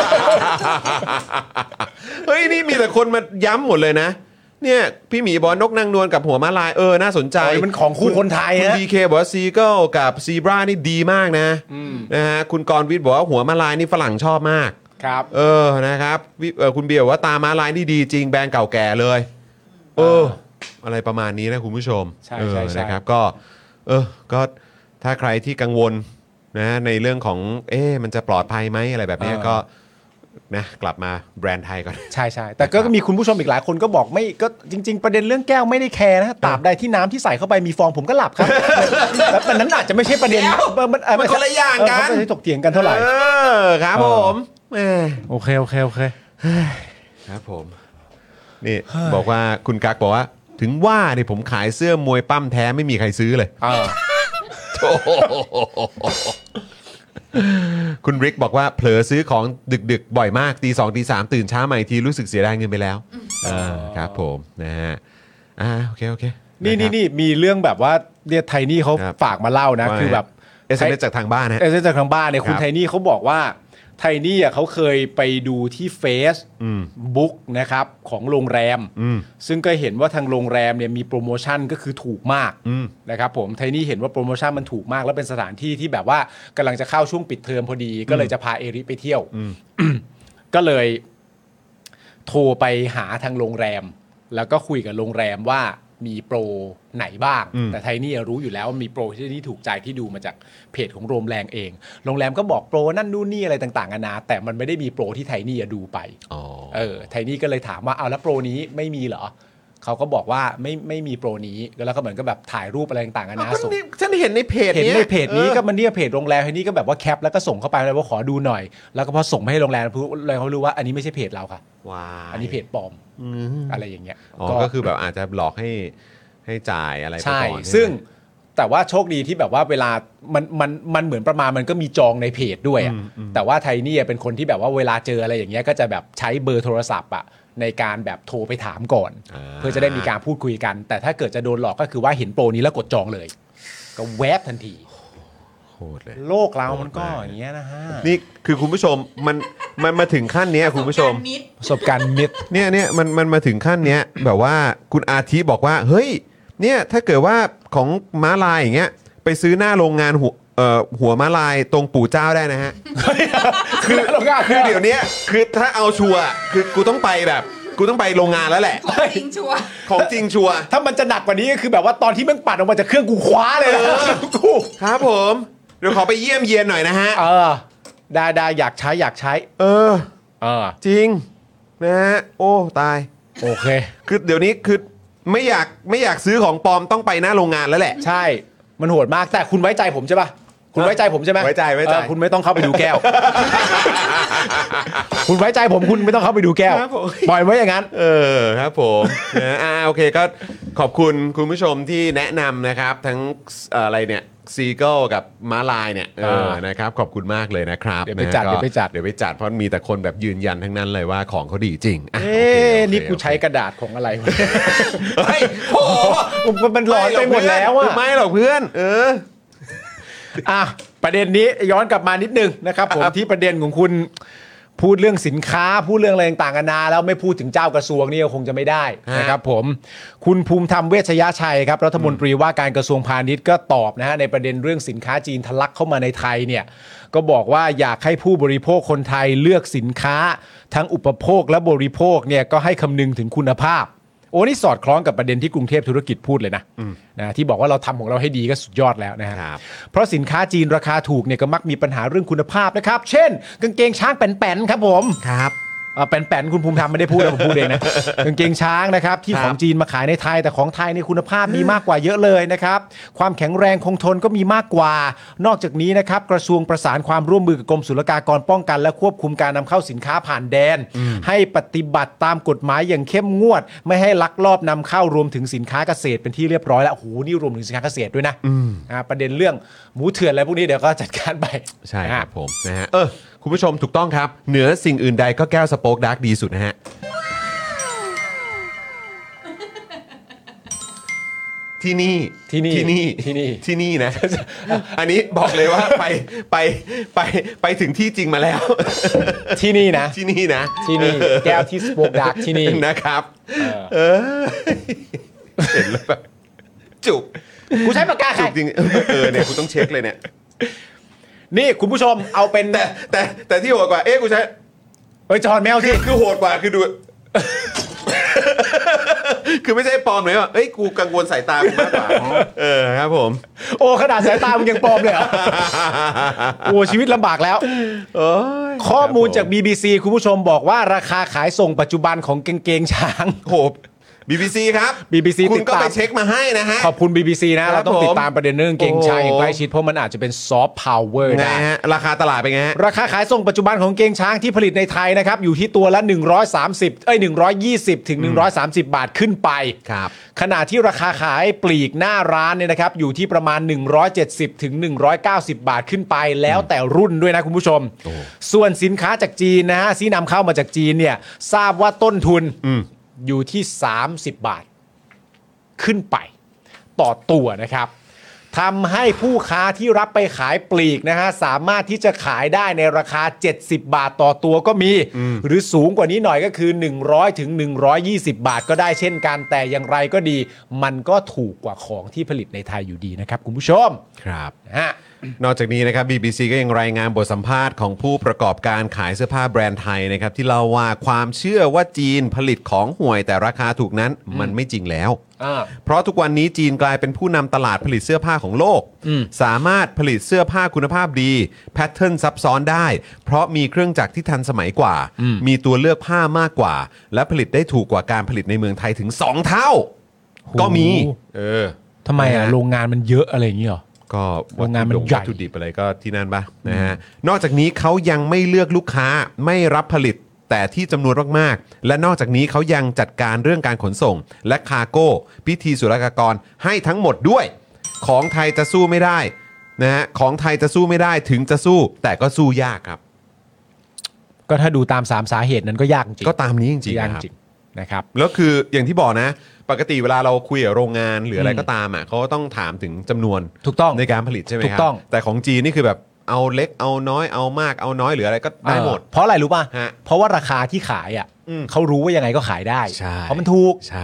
เฮ้ยนี่มีแต่คนมาย้ำหมดเลยนะเนี่ยพี่หมีบอกนกนางนวลกับหัวม้าลายเออน่าสนใจมันของคู่คนไทยนะคุณดีเคบอกว่าซีเกิลกับซีบรานี่ดีมากนะนะฮะคุณกรณ์วิทย์บอกว่าหัวม้าลายนี่ฝรั่งชอบมากครับเออนะครับคุณเบียร์ว่าตาม้าลายนี่ดีจริงแบรนด์เก่าแก่เลยเอออะไรประมาณนี้นะคุณผู้ชมใช่ใช่นะครับก็เออก็ถ้าใครที่กังวลนะในเรื่องของเอ๊ะมันจะปลอดภัยไหมอะไรแบบนี้ก็นะกลับมาแบรนด์ไทยก่อนใช่ใช่แต่ก็มีคุณผู้ชมอีกหลายคนก็บอกไม่ก็จริงๆประเด็นเรื่องแก้วไม่ได้แคร์นะตราบใดที่น้ำที่ใส่เข้าไปมีฟองผมก็หลับครับแต่นั้นอาจจะไม่ใช่ประเด็นมันคนละอย่างกันไม่ได้ถกเถียงกันเท่าไหร่เออครับผมโอเคโอเคโอเคครับผมนี่บอกว่าคุณกั๊กบอกว่าถึงว่าเนี่ยผมขายเสื้อมวยปั้มแท้ไม่มีใครซื้อเลยคุณริกบอกว่าเผลอซื้อของดึกๆบ่อยมากตีสองตีสามตื่นเช้าใหม่ทีรู้สึกเสียดายเงินไปแล้วครับผมนะฮะอ่าโอเคโอเคนี่นี่นี่มีเรื่องแบบว่าเนี่ยไทนี่เขาฝากมาเล่านะคือแบบเอสเอ็มเอสจากทางบ้านนะเอสเอ็มเอสจากทางบ้านเนี่ยคุณไทนี่เขาบอกว่าไทนี่อ่ะเขาเคยไปดูที่เฟซบุ๊กนะครับของโรงแรมซึ่งก็เห็นว่าทางโรงแรมเนี่ยมีโปรโมชั่นก็คือถูกมากนะครับผมไทนี่เห็นว่าโปรโมชั่นมันถูกมากแล้วเป็นสถานที่ที่แบบว่ากำลังจะเข้าช่วงปิดเทอมพอดีก็เลยจะพาเอริไปเที่ยวก็เลยโทรไปหาทางโรงแรมแล้วก็คุยกับโรงแรมว่ามีโปรไหนบ้างแต่ไทนี่รู้อยู่แล้วว่ามีโปรที่นี่ถูกใจที่ดูมาจากเพจของโรงแรมเองโรงแรมก็บอกโปรนั่นนู่นนี่อะไรต่างๆนานาแต่มันไม่ได้มีโปรที่ไทนี่ดูไปเออไทนี่ก็เลยถามว่าเอาแล้วโปรนี้ไม่มีเหรอเขาก็บอกว่าไม่ไม่มีโปรนี้แล้วก็เหมือนกับแบบถ่ายรูปอะไรต่างๆนานาส่งฉันเห็นในเพจเห็นในเพจนี้ก็มันเนี่ยเพจโรงแรมไทนี่ก็แบบว่าแคปแล้วก็ส่งเข้าไปเลยว่าขอดูหน่อยแล้วก็พอส่งไปให้โรงแรมเลยเขารู้ว่าอันนี้ไม่ใช่เพจเราค่ะอันนี้เพจปลอมอะไรอย่างเงี้ยก็คือแบบอาจจะหลอกให้ให้จ่ายอะไรไปก่อนซึ่งแต่ว่าโชคดีที่แบบว่าเวลามันมันมันเหมือนประมาณมันก็มีจองในเพจด้วยอ่ะแต่ว่าไทนี่เป็นคนที่แบบว่าเวลาเจออะไรอย่างเงี้ยก็จะแบบใช้เบอร์โทรศัพท์อ่ะในการแบบโทรไปถามก่อนเพื่อจะได้มีการพูดคุยกันแต่ถ้าเกิดจะโดนหลอกก็คือว่าเห็นโปรนี้แล้วกดจองเลยก็แวบทันทีตรเลยโลกเรามันก็อย่างเงี้ยนะฮะนี่คือคุณผู้ชมมันมันมาถึงขั้นเนี้ยคุณผู้ชมประสบการณ์มิตรเนี่ยเนี่ยมันมันมาถึงขั้นเนี้ยแบบว่าคุณอาทิบอกว่าเฮ้ยเนี่ยถ้าเกิดว่าของม้าลายอย่างเงี้ยไปซื้อหน้าโรงงานหัวเอ่อหัวม้าลายตรงปู่เจ้าได้นะฮะคือโรงงานคือเดี๋ยวเนี้ยคือถ้าเอาชัวร์คือกูต้องไปแบบกูต้องไปโรงงานแล้วแหละจริงชัวร์ของจริงชัวร์ถ้ามันจะหนักกว่านี้ก็คือแบบว่าตอนที่มันปัดออกมาจากเครื่องกูคว้าเลยนะกูครับผมเดี๋ยวขอไปเยี่ยมเยียนหน่อยนะฮะเออได้ได้อยากใช้อยากใช้เออเออจริงนะฮะโอ้ตายโอเคคือเดี๋ยวนี้คือไม่อยากไม่อยากซื้อของปลอมต้องไปหน้าโรงงานแล้วแหละใช่มันโหดมากแต่คุณไว้ใจผมใช่ป่ะคุณไว้ใจผมใช่ไหมไว้ใจไว้ใจเออคุณไม่ต้องเข้าไปดูแก้ว คุณไว้ใจผมคุณไม่ต้องเข้าไปดูแก้วครับผมปล่อยไว้อย่างนั้นเออครับผมนะอ่าโอเคก็ขอบคุณคุณผู้ชมที่แนะนำนะครับทั้งเอ่ออะไรเนี่ยซีเกิลกับม้าลายเนี่ยเออนะครับขอบคุณมากเลยนะครับเดี๋ยวไปจัดนะฮะเดี๋ยวไปจัดเดี๋ยวไปจัดเพราะมีแต่คนแบบยืนยันทั้งนั้นเลยว่าของเขาดีจริงอ่ะเอ๊โอเคะโอเคนี่กูโอเคใช้กระดาษของอะไรวะเฮ้ยโอ้โหมันหลอนไปหมดแล้วอะไม่หรอกเพื่อน เอออ่ะประเด็นนี้ย้อนกลับมานิดนึงนะครับผมที่ประเด็นของคุณพูดเรื่องสินค้าพูดเรื่องอะไรต่างๆกันานาแล้วไม่พูดถึงเจ้ากระทรวงนี่ก็คงจะไม่ได้ฮะนะครับผมคุณภูมิธรรมเวชยชัยครับรัฐมนตรีว่าการกระทรวงพาณิชย์ก็ตอบนะฮะในประเด็นเรื่องสินค้าจีนทะลักเข้ามาในไทยเนี่ยก็บอกว่าอยากให้ผู้บริโภคคนไทยเลือกสินค้าทั้งอุปโภคและบริโภคเนี่ยก็ให้คำนึงถึงคุณภาพโอ้นี่สอดคล้องกับประเด็นที่กรุงเทพธุรกิจพูดเลยนะนะที่บอกว่าเราทำของเราให้ดีก็สุดยอดแล้วนะฮะครับเพราะสินค้าจีนราคาถูกเนี่ยก็มักมีปัญหาเรื่องคุณภาพนะครับ เช่น กางเกงช้างแป้นๆครับผมครับเอ่อแป้นๆคุณภูมิธรรมไม่ได้พูดนะผมพูดเองนะ กางเกงช้างนะครับที่ครับของจีนมาขายในไทยแต่ของไทยในคุณภาพมีมากกว่าเยอะเลยนะครับความแข็งแรงคงทนก็มีมากกว่า นอกจากนี้นะครับกระทรวงประสานความร่วมมือกับกรมศุลกากรป้องกันและควบคุมการนำเข้าสินค้าผ่านแดน ให้ปฏิบัติตามกฎหมายอย่างเข้มงวด ไม่ให้ลักลอบนำเข้ารวมถึงสินค้าเกษตรเป็นที่เรียบร้อยแล้วโอ้โหนี่รวมถึงสินค้าเกษตรด้วยนะอ่าประเด็นเรื่องหมูเถื่อนอะไรพวกนี้เดี๋ยวก็จัดการไปใช่คนะรับผมนะฮะเออคุณผู้ชมถูกต้องครับ เหนือสิ่งอื่นใดก็แก้วสโป๊กดาร์กดีสุดนะฮะ ที่นี่ที่นี่ที่นี่ที่นี่ที่นี่นะ อันนี้บอกเลยว่าไปไปไปไปถึงที่จริงมาแล้วที่นี่นะที่นี่นะที่นี่แก้วที่สโปกดาร์กที่นี่นะครับ เออเห็นแล้วแบบจุกกูใช้ปากกาใครจุกจริงเออเนี่ยกูต้องเช็คเลยเนี่ยนี่คุณผู้ชมเอาเป็นแต่แต่แต่ที่โหดกว่าเอ๊ะกูใช้เฮ้ยจอนแมวคืสิอคือโหดกว่าคือดู คือไม่ใช่ปลอมเลยว่าเอ้ยกูกังวลสายตากูมากกว่าเออครับผมโอ้ขนาดสายตามึงยังปลอมเลยเหรอโอ้ชีวิตลำบากแล้วโอ้ยข้อมูลจาก บี บี ซี คุณผู้ชมบอกว่าราคาขายส่งปัจจุบันของกางเกงช้างโห บี บี ซี ครับบี บี ซีคุณก็ติดตามไปเช็คมาให้นะฮะขอบคุณ บี บี ซี นะครับเราต้องติผดมตามประเด็นเรื่องกางเกงช้างอย่างใกล้ชิดเพราะมันอาจจะเป็นซอฟต์พาวเวอร์ไงได้ฮะราคาตลาดเป็นไงฮะราคาขายส่งปัจจุบันของกางเกงช้างที่ผลิตในไทยนะครับอยู่ที่ตัวละหนึ่งร้อยสามสิบเอ้ยหนึ่งร้อยยี่สิบถึงหนึ่งร้อยสามสิบบาทขึ้นไปครับขณะที่ราคาขายปลีกหน้าร้านเนี่ยนะครับอยู่ที่ประมาณหนึ่งร้อยเจ็ดสิบถึงหนึ่งร้อยเก้าสิบบาทขึ้นไปแล้วแต่รุ่นด้วยนะคุณผู้ชมโอ้ส่วนสินค้าจากจีนนะฮะที่นำเข้ามาจากจีนเนี่ยทราบว่าต้นทุนอืมอยู่ที่สามสิบบาทขึ้นไปต่อตัวนะครับทำให้ผู้ค้าที่รับไปขายปลีกนะฮะสามารถที่จะขายได้ในราคาเจ็ดสิบบาทต่อตัวก็มี หรือสูงกว่านี้หน่อยก็คือหนึ่งร้อยถึงหนึ่งร้อยยี่สิบบาทก็ได้เช่นกันแต่อย่างไรก็ดี มันก็ถูกกว่าของที่ผลิตในไทยอยู่ดีนะครับคุณผู้ชมครับนะฮะนอกจากนี้นะครับ บี บี ซี ก็ยังรายงานบทสัมภาษณ์ของผู้ประกอบการขายเสื้อผ้าแบรนด์ไทยนะครับที่เล่าว่าความเชื่อว่าจีนผลิตของห่วยแต่ราคาถูกนั้นมันไม่จริงแล้วอ่าเพราะทุกวันนี้จีนกลายเป็นผู้นำตลาดผลิตเสื้อผ้าของโลก สามารถผลิตเสื้อผ้าคุณภาพดีแพทเทิร์นซับซ้อนได้ เพราะมีเครื่องจักรที่ทันสมัยกว่า มีตัวเลือกผ้ามากกว่า และผลิตได้ถูกกว่าการผลิตในเมืองไทยถึงสองเท่า ก็มีเออทำไมอ่ะโรงงานมันเยอะอะไรอย่างนี้เหรอก็โรงงานมันใหญ่วัตถุดิบอะไรก็ที่นั่นปะนะฮะนอกจากนี้เขายังไม่เลือกลูกค้าไม่รับผลิตแต่ที่จำนวนมากๆและนอกจากนี้เขายังจัดการเรื่องการขนส่ง และคาร์โก้พิธีศุลกากรให้ทั้งหมดด้วย ของไทยจะสู้ไม่ได้นะฮะของไทยจะสู้ไม่ได้ถึงจะสู้ แต่ก็สู้ยากครับก็ถ้าดูตามสามสาเหตุนั้นก็ยากจริงก็ตามนี้จริงๆยากนะครับจริงนะครับแล้วคืออย่างที่บอกนะปกติเวลาเราคุยกับโรงงานหรืออะไรก็ตามอ่ะเขาก็ต้องถามถึงจำนวนถูกต้องในการผลิตใช่ไหมถูครักต้องแต่ของจีนนี่คือแบบเอาเล็กเอาน้อยเอามากเอาน้อยหรืออะไรก็ได้หมดเพราะอะไรรู้ป่ะฮะเพราะว่าราคาที่ขายอ่ะอืมเขารู้ว่ายังไงก็ขายได้ใช่เพราะมันถูกใช่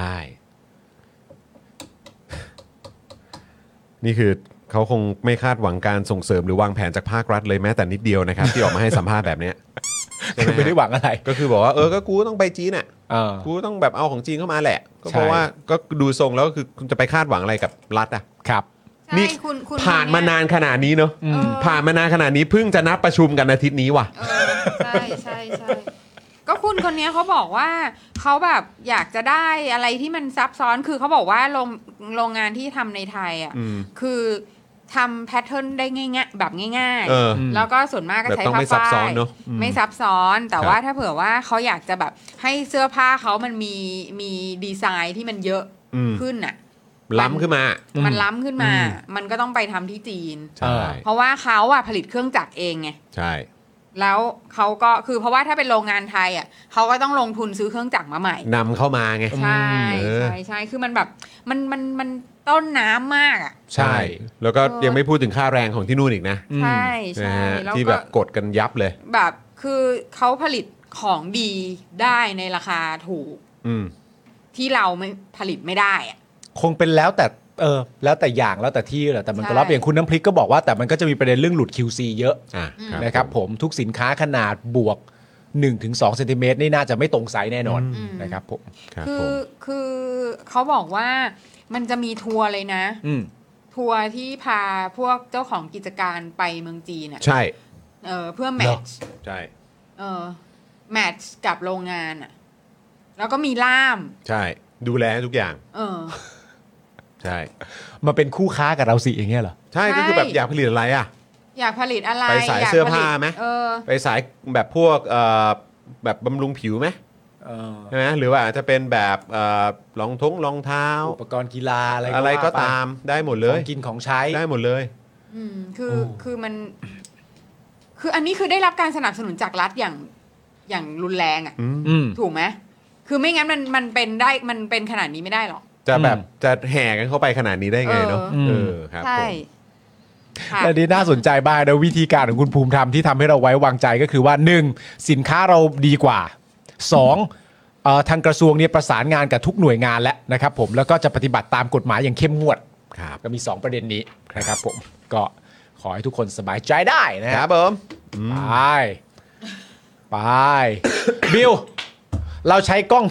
นี่คือเขาคงไม่คาดหวังการส่งเสริมหรือวางแผนจากภาครัฐเลยแม้แต่นิดเดียวนะครับ ที่ออกมาให้สัมภาษณ์แบบเนี้ยใช่ไหมฮะไม่ได้หวังอะไรก็คือบอกว่าเออก็กูต้องไปจีนน่ะเออกูต้องแบบเอาของจีนเข้ามาแหละ ก็ใช่เพราะว่าก็ดูทรงแล้วก็คือคุณจะไปคาดหวังอะไรกับรัฐอ่ะครับใช่นี่คุณคุณผ่านมานานขนาดนี้เนอะเออผ่านมานานขนาดนี้เพิ่งจะนัดประชุมกันอาทิตย์นี้ว่ะเออใช่ใช่ใช่ก็คุณคนนี้เขาบอกว่าเขาแบบอยากจะได้อะไรที่มันซับซ้อนคือเขาบอกว่าโรงโรงงานที่ทำในไทยอ่ะอืมคือทำแพทเทิร์นได้ง่ายๆแบบง่ายเออๆ แล้วก็ส่วนมากก็แบบใช้ต้องผ้าไม่ซับฝ้าซ้อนยเนอะอืมไม่ซับซ้อน แต่ครับว่าถ้าเผื่อว่าเขาอยากจะแบบให้เสื้อผ้าเขามันมีมีดีไซน์ที่มันเยอะอืมขึ้นอ่ะล้ำขึ้นมาอืมมันล้ำขึ้นมาอืมมันก็ต้องไปทำที่จีนใช่เพราะว่าเขาอะผลิตเครื่องจักรเองไงใช่แล้วเขาก็คือเพราะว่าถ้าเป็นโรงงานไทยอ่ะเขาก็ต้องลงทุนซื้อเครื่องจักรมาใหม่นำเข้ามาไงใช่เออใช่ใช่คือมันแบบมันมันมันต้นน้ำมากอ่ะใช่ แล้วก็ยังไม่พูดถึงค่าแรงของที่นู่นอีกนะใช่นะใช่ฮะแล้วที่ก็แบบกดกันยับเลยแบบคือเขาผลิตของดีได้ในราคาถูกอืมที่เราไม่ผลิตไม่ได้อ่ะคงเป็นแล้วแต่เออแล้วแต่อย่างแล้วแต่ที่แหละแต่มันก็ใช่รับอย่างคุณน้ำพริกก็บอกว่าแต่มันก็จะมีประเด็นเรื่องหลุด คิว ซี เยอะอ่ะนะครับผมทุกสินค้าขนาดบวก หนึ่งถึงสอง เซนติเมตรนี่น่าจะไม่ตรงไซส์แน่นอนอืมนะครับผมครับคืผอมคือเขาบอกว่ามันจะมีทัวร์เลยนะอืมทัวร์ที่พาพวกเจ้าของกิจการไปเมืองจีนอ่ะใช่เออเพื่อแมทช์ใช่เออแมทช์กับโรงงานอ่ะ แล้วก็มีล่ามใช่ ดูแลทุกอย่างเออใช่มาเป็นคู่ค้ากับเราสิอย่างเงี้ยเหรอใช่ ก็คือแบบอยากผลิตอะไรอ่ะอยากผลิตอะไรไปสายกเสื้อผลิตผ้าไหมเออไปสายแบบพวกเอ่อแบบบำรุงผิวไหมเออใช่ไหมหรือว่าอาจจะเป็นแบบเอ่อรองท้องรองเท้าอุปกรณ์กีฬาอะไรอะไรก็ว่ไปตามได้หมดเลขอย งกินของใช้ได้หมดเลยอืมคือโอ้คือมัน คืออันนี้คือได้รับการสนับสนุนจากรัฐอย่างอย่างรุนแรงอ่ะอืมถูกไหมคือไม่งั้นมันมันเป็นได้มันเป็นขนาดนี้ไม่ได้หรอกจะแบบอืมจะแห่กันเข้าไปขนาดนี้ได้ไงเนาะเออเออครับใช่ผมค่ะและนี่น่าสนใจมากนะวิธีการของคุณภูมิธรรมที่ทำให้เราไว้วางใจก็คือว่า หนึ่ง สินค้าเราดีกว่า สองเอ่อทางกระทรวงเนี่ยประสานงานกับทุกหน่วยงานแล้วนะครับผมแล้วก็จะปฏิบัติตามกฎหมายอย่างเข้มงวดครับก็มี สอง ประเด็นนี้นะครับผมก็ขอให้ทุกคนสบายใจได้นะคครัรับบ ผมไปไปบิลเราใช้กล้อง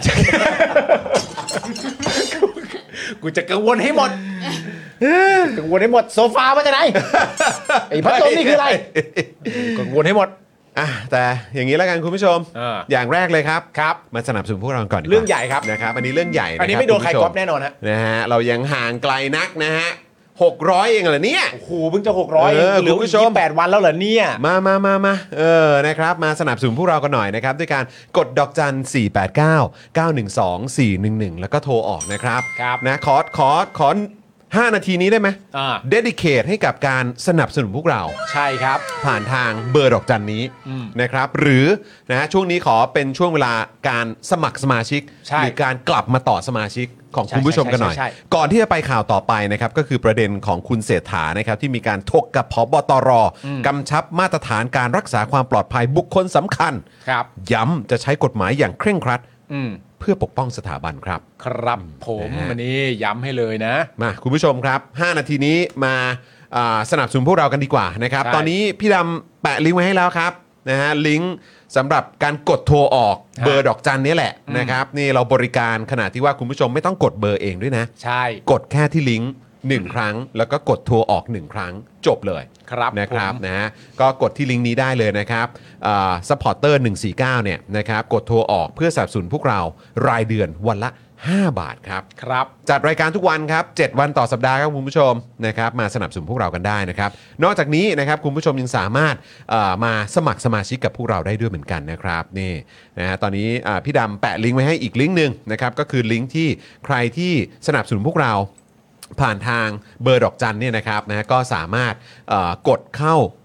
กูจะกังวลให้หมดกังวลให้หมดโซฟามาจากไหนไอ้พัดลมนี่คืออะไรกังวลให้หมดอ่ะแต่อย่างนี้แล้วกันคุณผู้ชมเอออย่างแรกเลยครับครับมาสนับสนุนพวกเราก่อนดีกว่าเรื่องใหญ่ครับนะครับ อันนี้เรื่องใหญ่ะอันนี้บไม่โดนใครณผู้ชก๊อปแน่นอนฮะนะฮะเรายังห่างไกลนักนะฮะหกร้อยเองเหรอเนี่ยโอ้โหเพิ่งจะหกร้อยเออเหลือคุณผู้อีกชมยี่สิบแปดวันแล้วเหรอเนี่ยมามามามาเออนะครับมาสนับสนุนพวกเรากันหน่อยนะครับด้วยการกดดอกจัน สี่ แปด เก้า เก้า หนึ่ง สอง สี่ หนึ่ง หนึ่ง แล้วก็โทรออกนะครับครับนะขอขอขอห้านาทีนี้ได้ไหมอ่าเดดิเคทให้กับการสนับสนุนพวกเราใช่ครับผ่านทางเบอร์ดอกจันนี้อืมนะครับ หรือนะช่วงนี้ขอเป็นช่วงเวลาการสมัครสมาชิกใช่หรือการกลับมาต่อสมาชิกของใช่คุณผู้ชมกันหน่อยใช่ใช่ใช่ก่อนที่จะไปข่าวต่อไปนะครับก็คือประเด็นของคุณเศรษฐานะครับที่มีการถกกับผบตรกำชับมาตรฐานการรักษาความปลอดภัยบุคคลสำคัญครับย้ำจะใช้กฎหมายอย่างเคร่งครัดอืมเพื่อปกป้องสถาบันครับครับผมนะฮะวันนี้ย้ำให้เลยนะมาคุณผู้ชมครับห้านาทีนี้มาอ่าสนับสนุนพวกเรากันดีกว่านะครับใช่ตอนนี้พี่ดำแปะลิงก์ไว้ให้แล้วครับนะฮะลิงก์สำหรับการกดโทรออกฮะเบอร์ดอกจันนี้แหละอืมนะครับนี่เราบริการขนาดที่ว่าคุณผู้ชมไม่ต้องกดเบอร์เองด้วยนะใช่กดแค่ที่ลิงก์หนึ่งครั้ง แล้วก็กดโทรออกหนึ่งครั้งจบเลยครับนะครับผมนะฮะก็กดที่ลิงก์นี้ได้เลยนะครับซัพพอร์เตอร์หนึ่งสี่เก้าเนี่ยนะครับกดโทรออกเพื่อสนับสนุนพวกเรารายเดือนวันละห้าบาทครับครับจัดรายการทุกวันครับเจ็ดวันต่อสัปดาห์ครับคุณผู้ชมนะครับมาสนับสนุนพวกเรากันได้นะครับนอกจากนี้นะครับคุณผู้ชมยังสามารถเอ่อมาสมัครสมาชิกกับพวกเราได้ด้วยเหมือนกันนะครับนี่นะฮะตอนนี้อ่าพี่ดำแปะลิงก์ไว้ให้อีกลิงก์หนึ่งนะครับก็คือลิงก์ที่ใครที่สนับสนุนพวกเราผ่านทางเบอร์ดอกจันเนี่ยนะครับนะก็สามารถเอ่อกดเข้ากรุ๊ป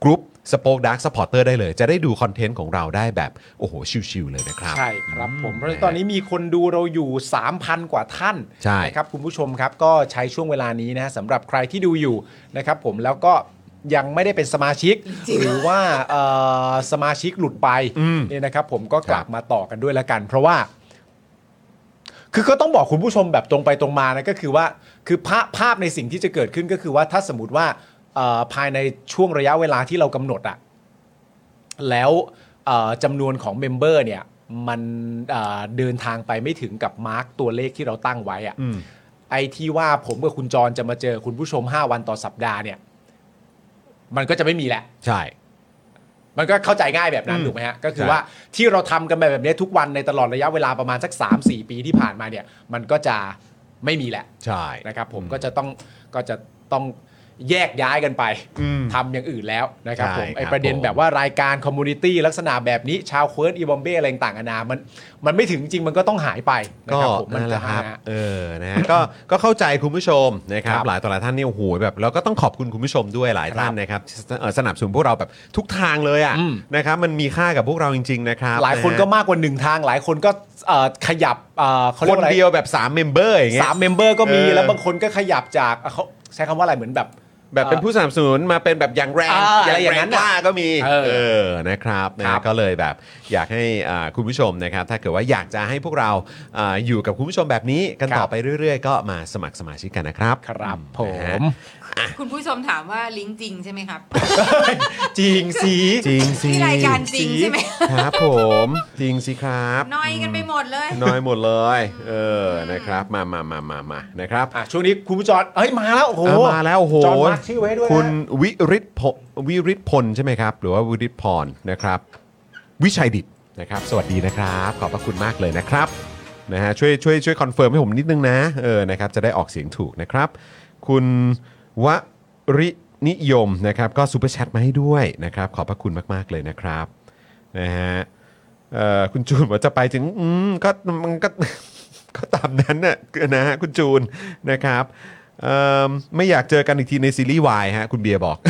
Spoke Dark Supporter ได้เลยจะได้ดูคอนเทนต์ของเราได้แบบโอ้โหชิลๆเลยนะครับใช่ครับผมเพราะฉะนั้นตอนนี้มีคนดูเราอยู่ สามพัน กว่าท่านใช่นะครับคุณผู้ชมครับก็ใช้ช่วงเวลานี้นะสำหรับใครที่ดูอยู่นะครับผมแล้วก็ยังไม่ได้เป็นสมาชิกหรือว่าเอ่อสมาชิกหลุดไปเนี่ยนะครับผมก็กลับมาต่อกันด้วยแล้วกัน เพราะว่า คือก็ต้องบอกคุณผู้ชมแบบตรงไปตรงมานะก็คือว่าคือภาพภาพในสิ่งที่จะเกิดขึ้นก็คือว่าถ้าสมมติว่าเอ่อภายในช่วงระยะเวลาที่เรากำหนดอะแล้วเอ่อจำนวนของเมมเบอร์เนี่ยมันเอ่อเดินทางไปไม่ถึงกับมาร์กตัวเลขที่เราตั้งไว้อะไอ้ที่ว่าผมกับคุณจรจะมาเจอคุณผู้ชมห้าวันต่อสัปดาห์เนี่ยมันก็จะไม่มีแหละใช่มันก็เข้าใจง่ายแบบนั้นถูกไหมฮะก็คือว่าที่เราทำกันแบบนี้ทุกวันในตลอดระยะเวลาประมาณสัก สามสี่ ปีที่ผ่านมาเนี่ยมันก็จะไม่มีแหละใช่นะครับผมก็จะต้องก็จะต้องแยกย้ายกันไปทำอย่างอื่นแล้วนะครับผมไอประเด็นแบบว่ารายการคอมมูนิตี้ลักษณะแบบนี้ชาวเคิร์ดอีบอมเบ้อะไรต่างๆนานามันมันไม่ถึงจริงมันก็ต้องหายไปนะครับผมนั่นแหละครับเออนะฮะก็ก็เข้าใจคุณผู้ชมนะครับหลายต่อหลายท่านนี่โอ้โหแบบแล้วก็ต้องขอบคุณคุณผู้ชมด้วยหลายท่านนะครับสนับสนุนพวกเราแบบทุกทางเลยอ่ะนะครับมันมีค่ากับพวกเราจริงๆนะครับหลายคนก็มากกว่าหนึ่งทางหลายคนก็ขยับคนเดียวแบบสามเมมเบอร์อย่างเงี้ยสามเมมเบอร์ก็มีแล้วบางคนก็ขยับจากเขาใช้คำว่าอะไรเหมือนแบบแบบเป็นผู้สนับสนุนมาเป็นแบบอย่างแรงอย่างนั้นว่าก็มีเออเออนะครับนะก็เลยแบบอยากให้คุณผู้ชมนะครับถ้าเกิดว่าอยากจะให้พวกเราอยู่กับคุณผู้ชมแบบนี้กันต่อไปเรื่อยๆก็มาสมัครสมาชิกกันนะครับครับผมคุณผู้ชมถามว่าลิงก์จริงใช่ไหมครับจริงสิจริงสิรายการจริงใช่ไหมครับผมจริงสิครับน้อยกันไปหมดเลยน้อยหมดเลยเออนะครับมามามามามานะครับอ่ะช่วงนี้คุณผู้ชมเอ้ยมาแล้วโอ้โหมาแล้วโอ้โหจอมาร์คชื่อไว้ด้วยคุณวิริศพวิริศพลใช่ไหมครับหรือว่าวิริศพรนะครับวิชัยดิตนะครับสวัสดีนะครับขอบพระคุณมากเลยนะครับนะฮะช่วยช่วยช่วยคอนเฟิร์มให้ผมนิดนึงนะเออนะครับจะได้ออกเสียงถูกนะครับคุณวรินิยมนะครับก็ซูเปอร์แชทมาให้ด้วยนะครับขอบพระคุณมากๆเลยนะครับนะฮะเอ่อคุณจูนบอกจะไปถึงอืมก็มันก็ก็ตามนั้นน่ะนะฮะคุณจูนนะครับเอ่อไม่อยากเจอกันอีกทีในซีรีส์วายฮะคุณเบียร์บอก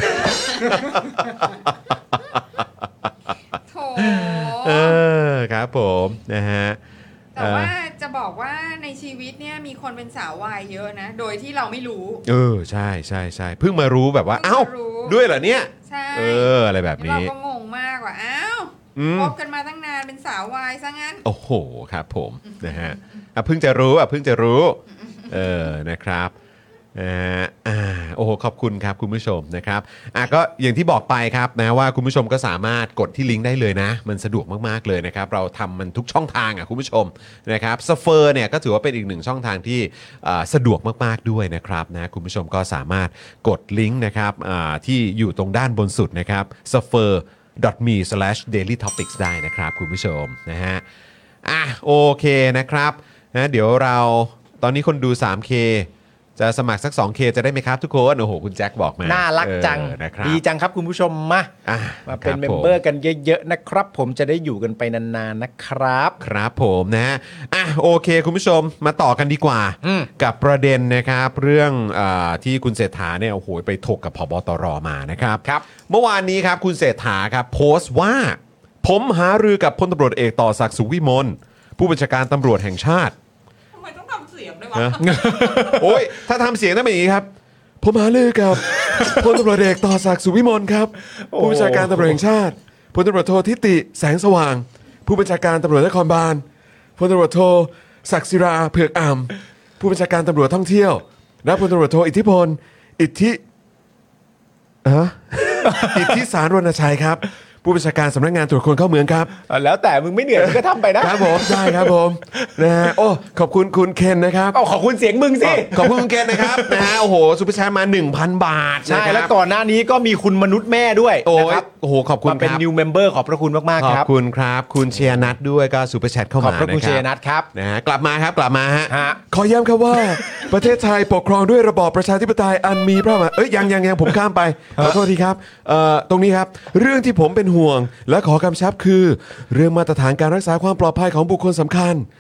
โถเออครับผมนะฮะแต่ว่าจะบอกว่าในชีวิตเนี่ยมีคนเป็นสาววายเยอะนะโดยที่เราไม่รู้เออใช่ใช่ใช่เพิ่งมารู้แบบว่าเอ้าด้วยเหรอเนี่ยใช่เอออะไรแบบนี้เราก็งงมากว่าอ้าวคบกันมาตั้งนานเป็นสาววายซะงั้นโอ้โหครับผมนะฮะอ่ะเพิ่งจะรู้อ่ะเพิ่งจะรู้เออนะครับอ่าโอ้โหขอบคุณครับคุณผู้ชมนะครับอ่ะก็อย่างที่บอกไปครับนะว่าคุณผู้ชมก็สามารถกดที่ลิงก์ได้เลยนะมันสะดวกมากๆเลยนะครับเราทำมันทุกช่องทางอ่ะคุณผู้ชมนะครับสเฟอร์เนี่ยก็ถือว่าเป็นอีกหนึ่งช่องทางที่สะดวกมากๆด้วยนะครับนะคุณผู้ชมก็สามารถกดลิงก์นะครับที่อยู่ตรงด้านบนสุดนะครับ ซัฟเฟอร์ ดอท มี สแลช เดลี่ท็อปิกส์ ได้นะครับคุณผู้ชมนะฮะอ่ะโอเคนะครับนะเดี๋ยวเราตอนนี้คนดู สามเค จะสมัครสัก สองเค จะได้ไหมครับทุกคนโอ้โหคุณแจ็คบอกมาน่ารักจังดีจังครับคุณผู้ชมมามาเป็นเมมเบอร์กันเยอะๆนะครับผมจะได้อยู่กันไปนานๆนะครับครับผมนะฮะอ่ะโอเคคุณผู้ชมมาต่อกันดีกว่ากับประเด็นนะครับเรื่องอที่คุณเศรษฐาเนี่ยโอ้โหไปถกกับผบตรมานะครับครับเมื่อวานนี้ครับคุณเศรษฐาครับโพสต์ว่าผมหารือกับพลตำรวจเอกต่อศักดิ์สุขวิมลผู้บัญชาการตำรวจแห่งชาติทำไมต้องทำเสียงด้วยวะโอ้ยถ้าทำเสียงต้องเป็นอย่างนี้ครับผมหารือกับพลตำรวจเอกต่อศักดิ์สุขวิมลครับผู้บัญชาการตำรวจแห่งชาติพลตำรวจโททิติแสงสว่างผู้บัญชาการตำรวจนครบาลพลตำรวจโทศักดิ์ศิราเผือกอ่ำผู้บัญชาการตำรวจท่องเที่ยวและพลตำรวจโทอิทธิพลอิทธิฮะอิทธิสารรณชัยครับผู้บัญชาการสำนักงานตรวจคนเข้าเมืองครับแล้วแต่มึงไม่เหนื่อยมึงก็ทำไปนะครับผมได้ครับผมนะฮะโอ้ขอบคุณคุณเคนนะครับเอาขอบคุณเสียงมึงสิขอบคุณคุณเคนนะครับนะฮะโอ้โหซุปเปอร์แชร์มา หนึ่งพัน บาทใช่แล้วก่อนหน้านี้ก็มีคุณมนุษย์แม่ด้วยนะครับโอ้โหขอบคุณครับเป็น new member ขอบพระคุณมากๆครับขอบคุณครับคุณเชียร์นัทด้วยก็ซุปเปอร์แชร์เข้ามาขอบพระคุณเชียร์นัทครับนะฮะกลับมาครับกลับมาฮะขอย้ำครับว่าประเทศไทยปกครองด้วยระบอบประชาธิปไตยอันมีพระมหากษัตริย์เอ้ยยังยังยังผมข้ามไปขอโทษทีครับเอ่อตรงนี้ครับเรื่องที่ผมเป็นห่วงและขอกำชับคือเรื่องมาตรฐานการรักษาความปลอดภัยของบุคคลสำคัญ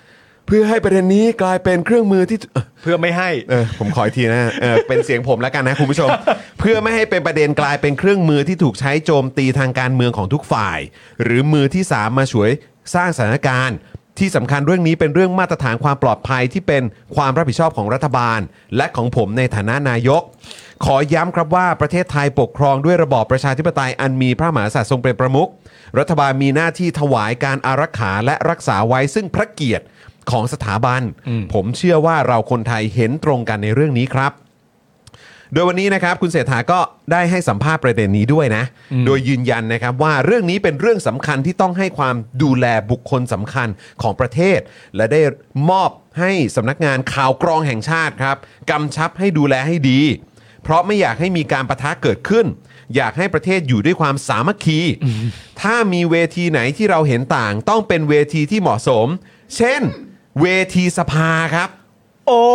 เพื่อให้ประเด็นนี้กลายเป็นเครื่องมือที่เพื่อไม่ให้เออผมขออีกทีนะเออเป็นเสียงผมแล้วกันนะคุณผู้ชม เพื่อไม่ให้เป็นประเด็นกลายเป็นเครื่องมือที่ถูกใช้โจมตีทางการเมืองของทุกฝ่าย หรือมือที่สามมาช่วยสร้างสถานการณ์ที่สำคัญเรื่องนี้เป็นเรื่องมาตรฐานความปลอดภัยที่เป็นความรับผิดชอบของรัฐบาลและของผมในฐานะนายกขอย้ำครับว่าประเทศไทยปกครองด้วยระบอบประชาธิปไตยอันมีพระมหากษัตริย์ทรงเป็นประมุขรัฐบาลมีหน้าที่ถวายการอารักขาและรักษาไว้ซึ่งพระเกียรติของสถาบันผมเชื่อว่าเราคนไทยเห็นตรงกันในเรื่องนี้ครับโดยวันนี้นะครับคุณเศรษฐาก็ได้ให้สัมภาษณ์ประเด็นนี้ด้วยนะโดยยืนยันนะครับว่าเรื่องนี้เป็นเรื่องสำคัญที่ต้องให้ความดูแลบุคคลสำคัญของประเทศและได้มอบให้สำนักงานข่าวกรองแห่งชาติครับกำชับให้ดูแลให้ดีเพราะไม่อยากให้มีการปะทะเกิดขึ้นอยากให้ประเทศอยู่ด้วยความสามัคคีถ้ามีเวทีไหนที่เราเห็นต่างต้องเป็นเวทีที่เหมาะสมเช่นเวทีสภาครับโอ้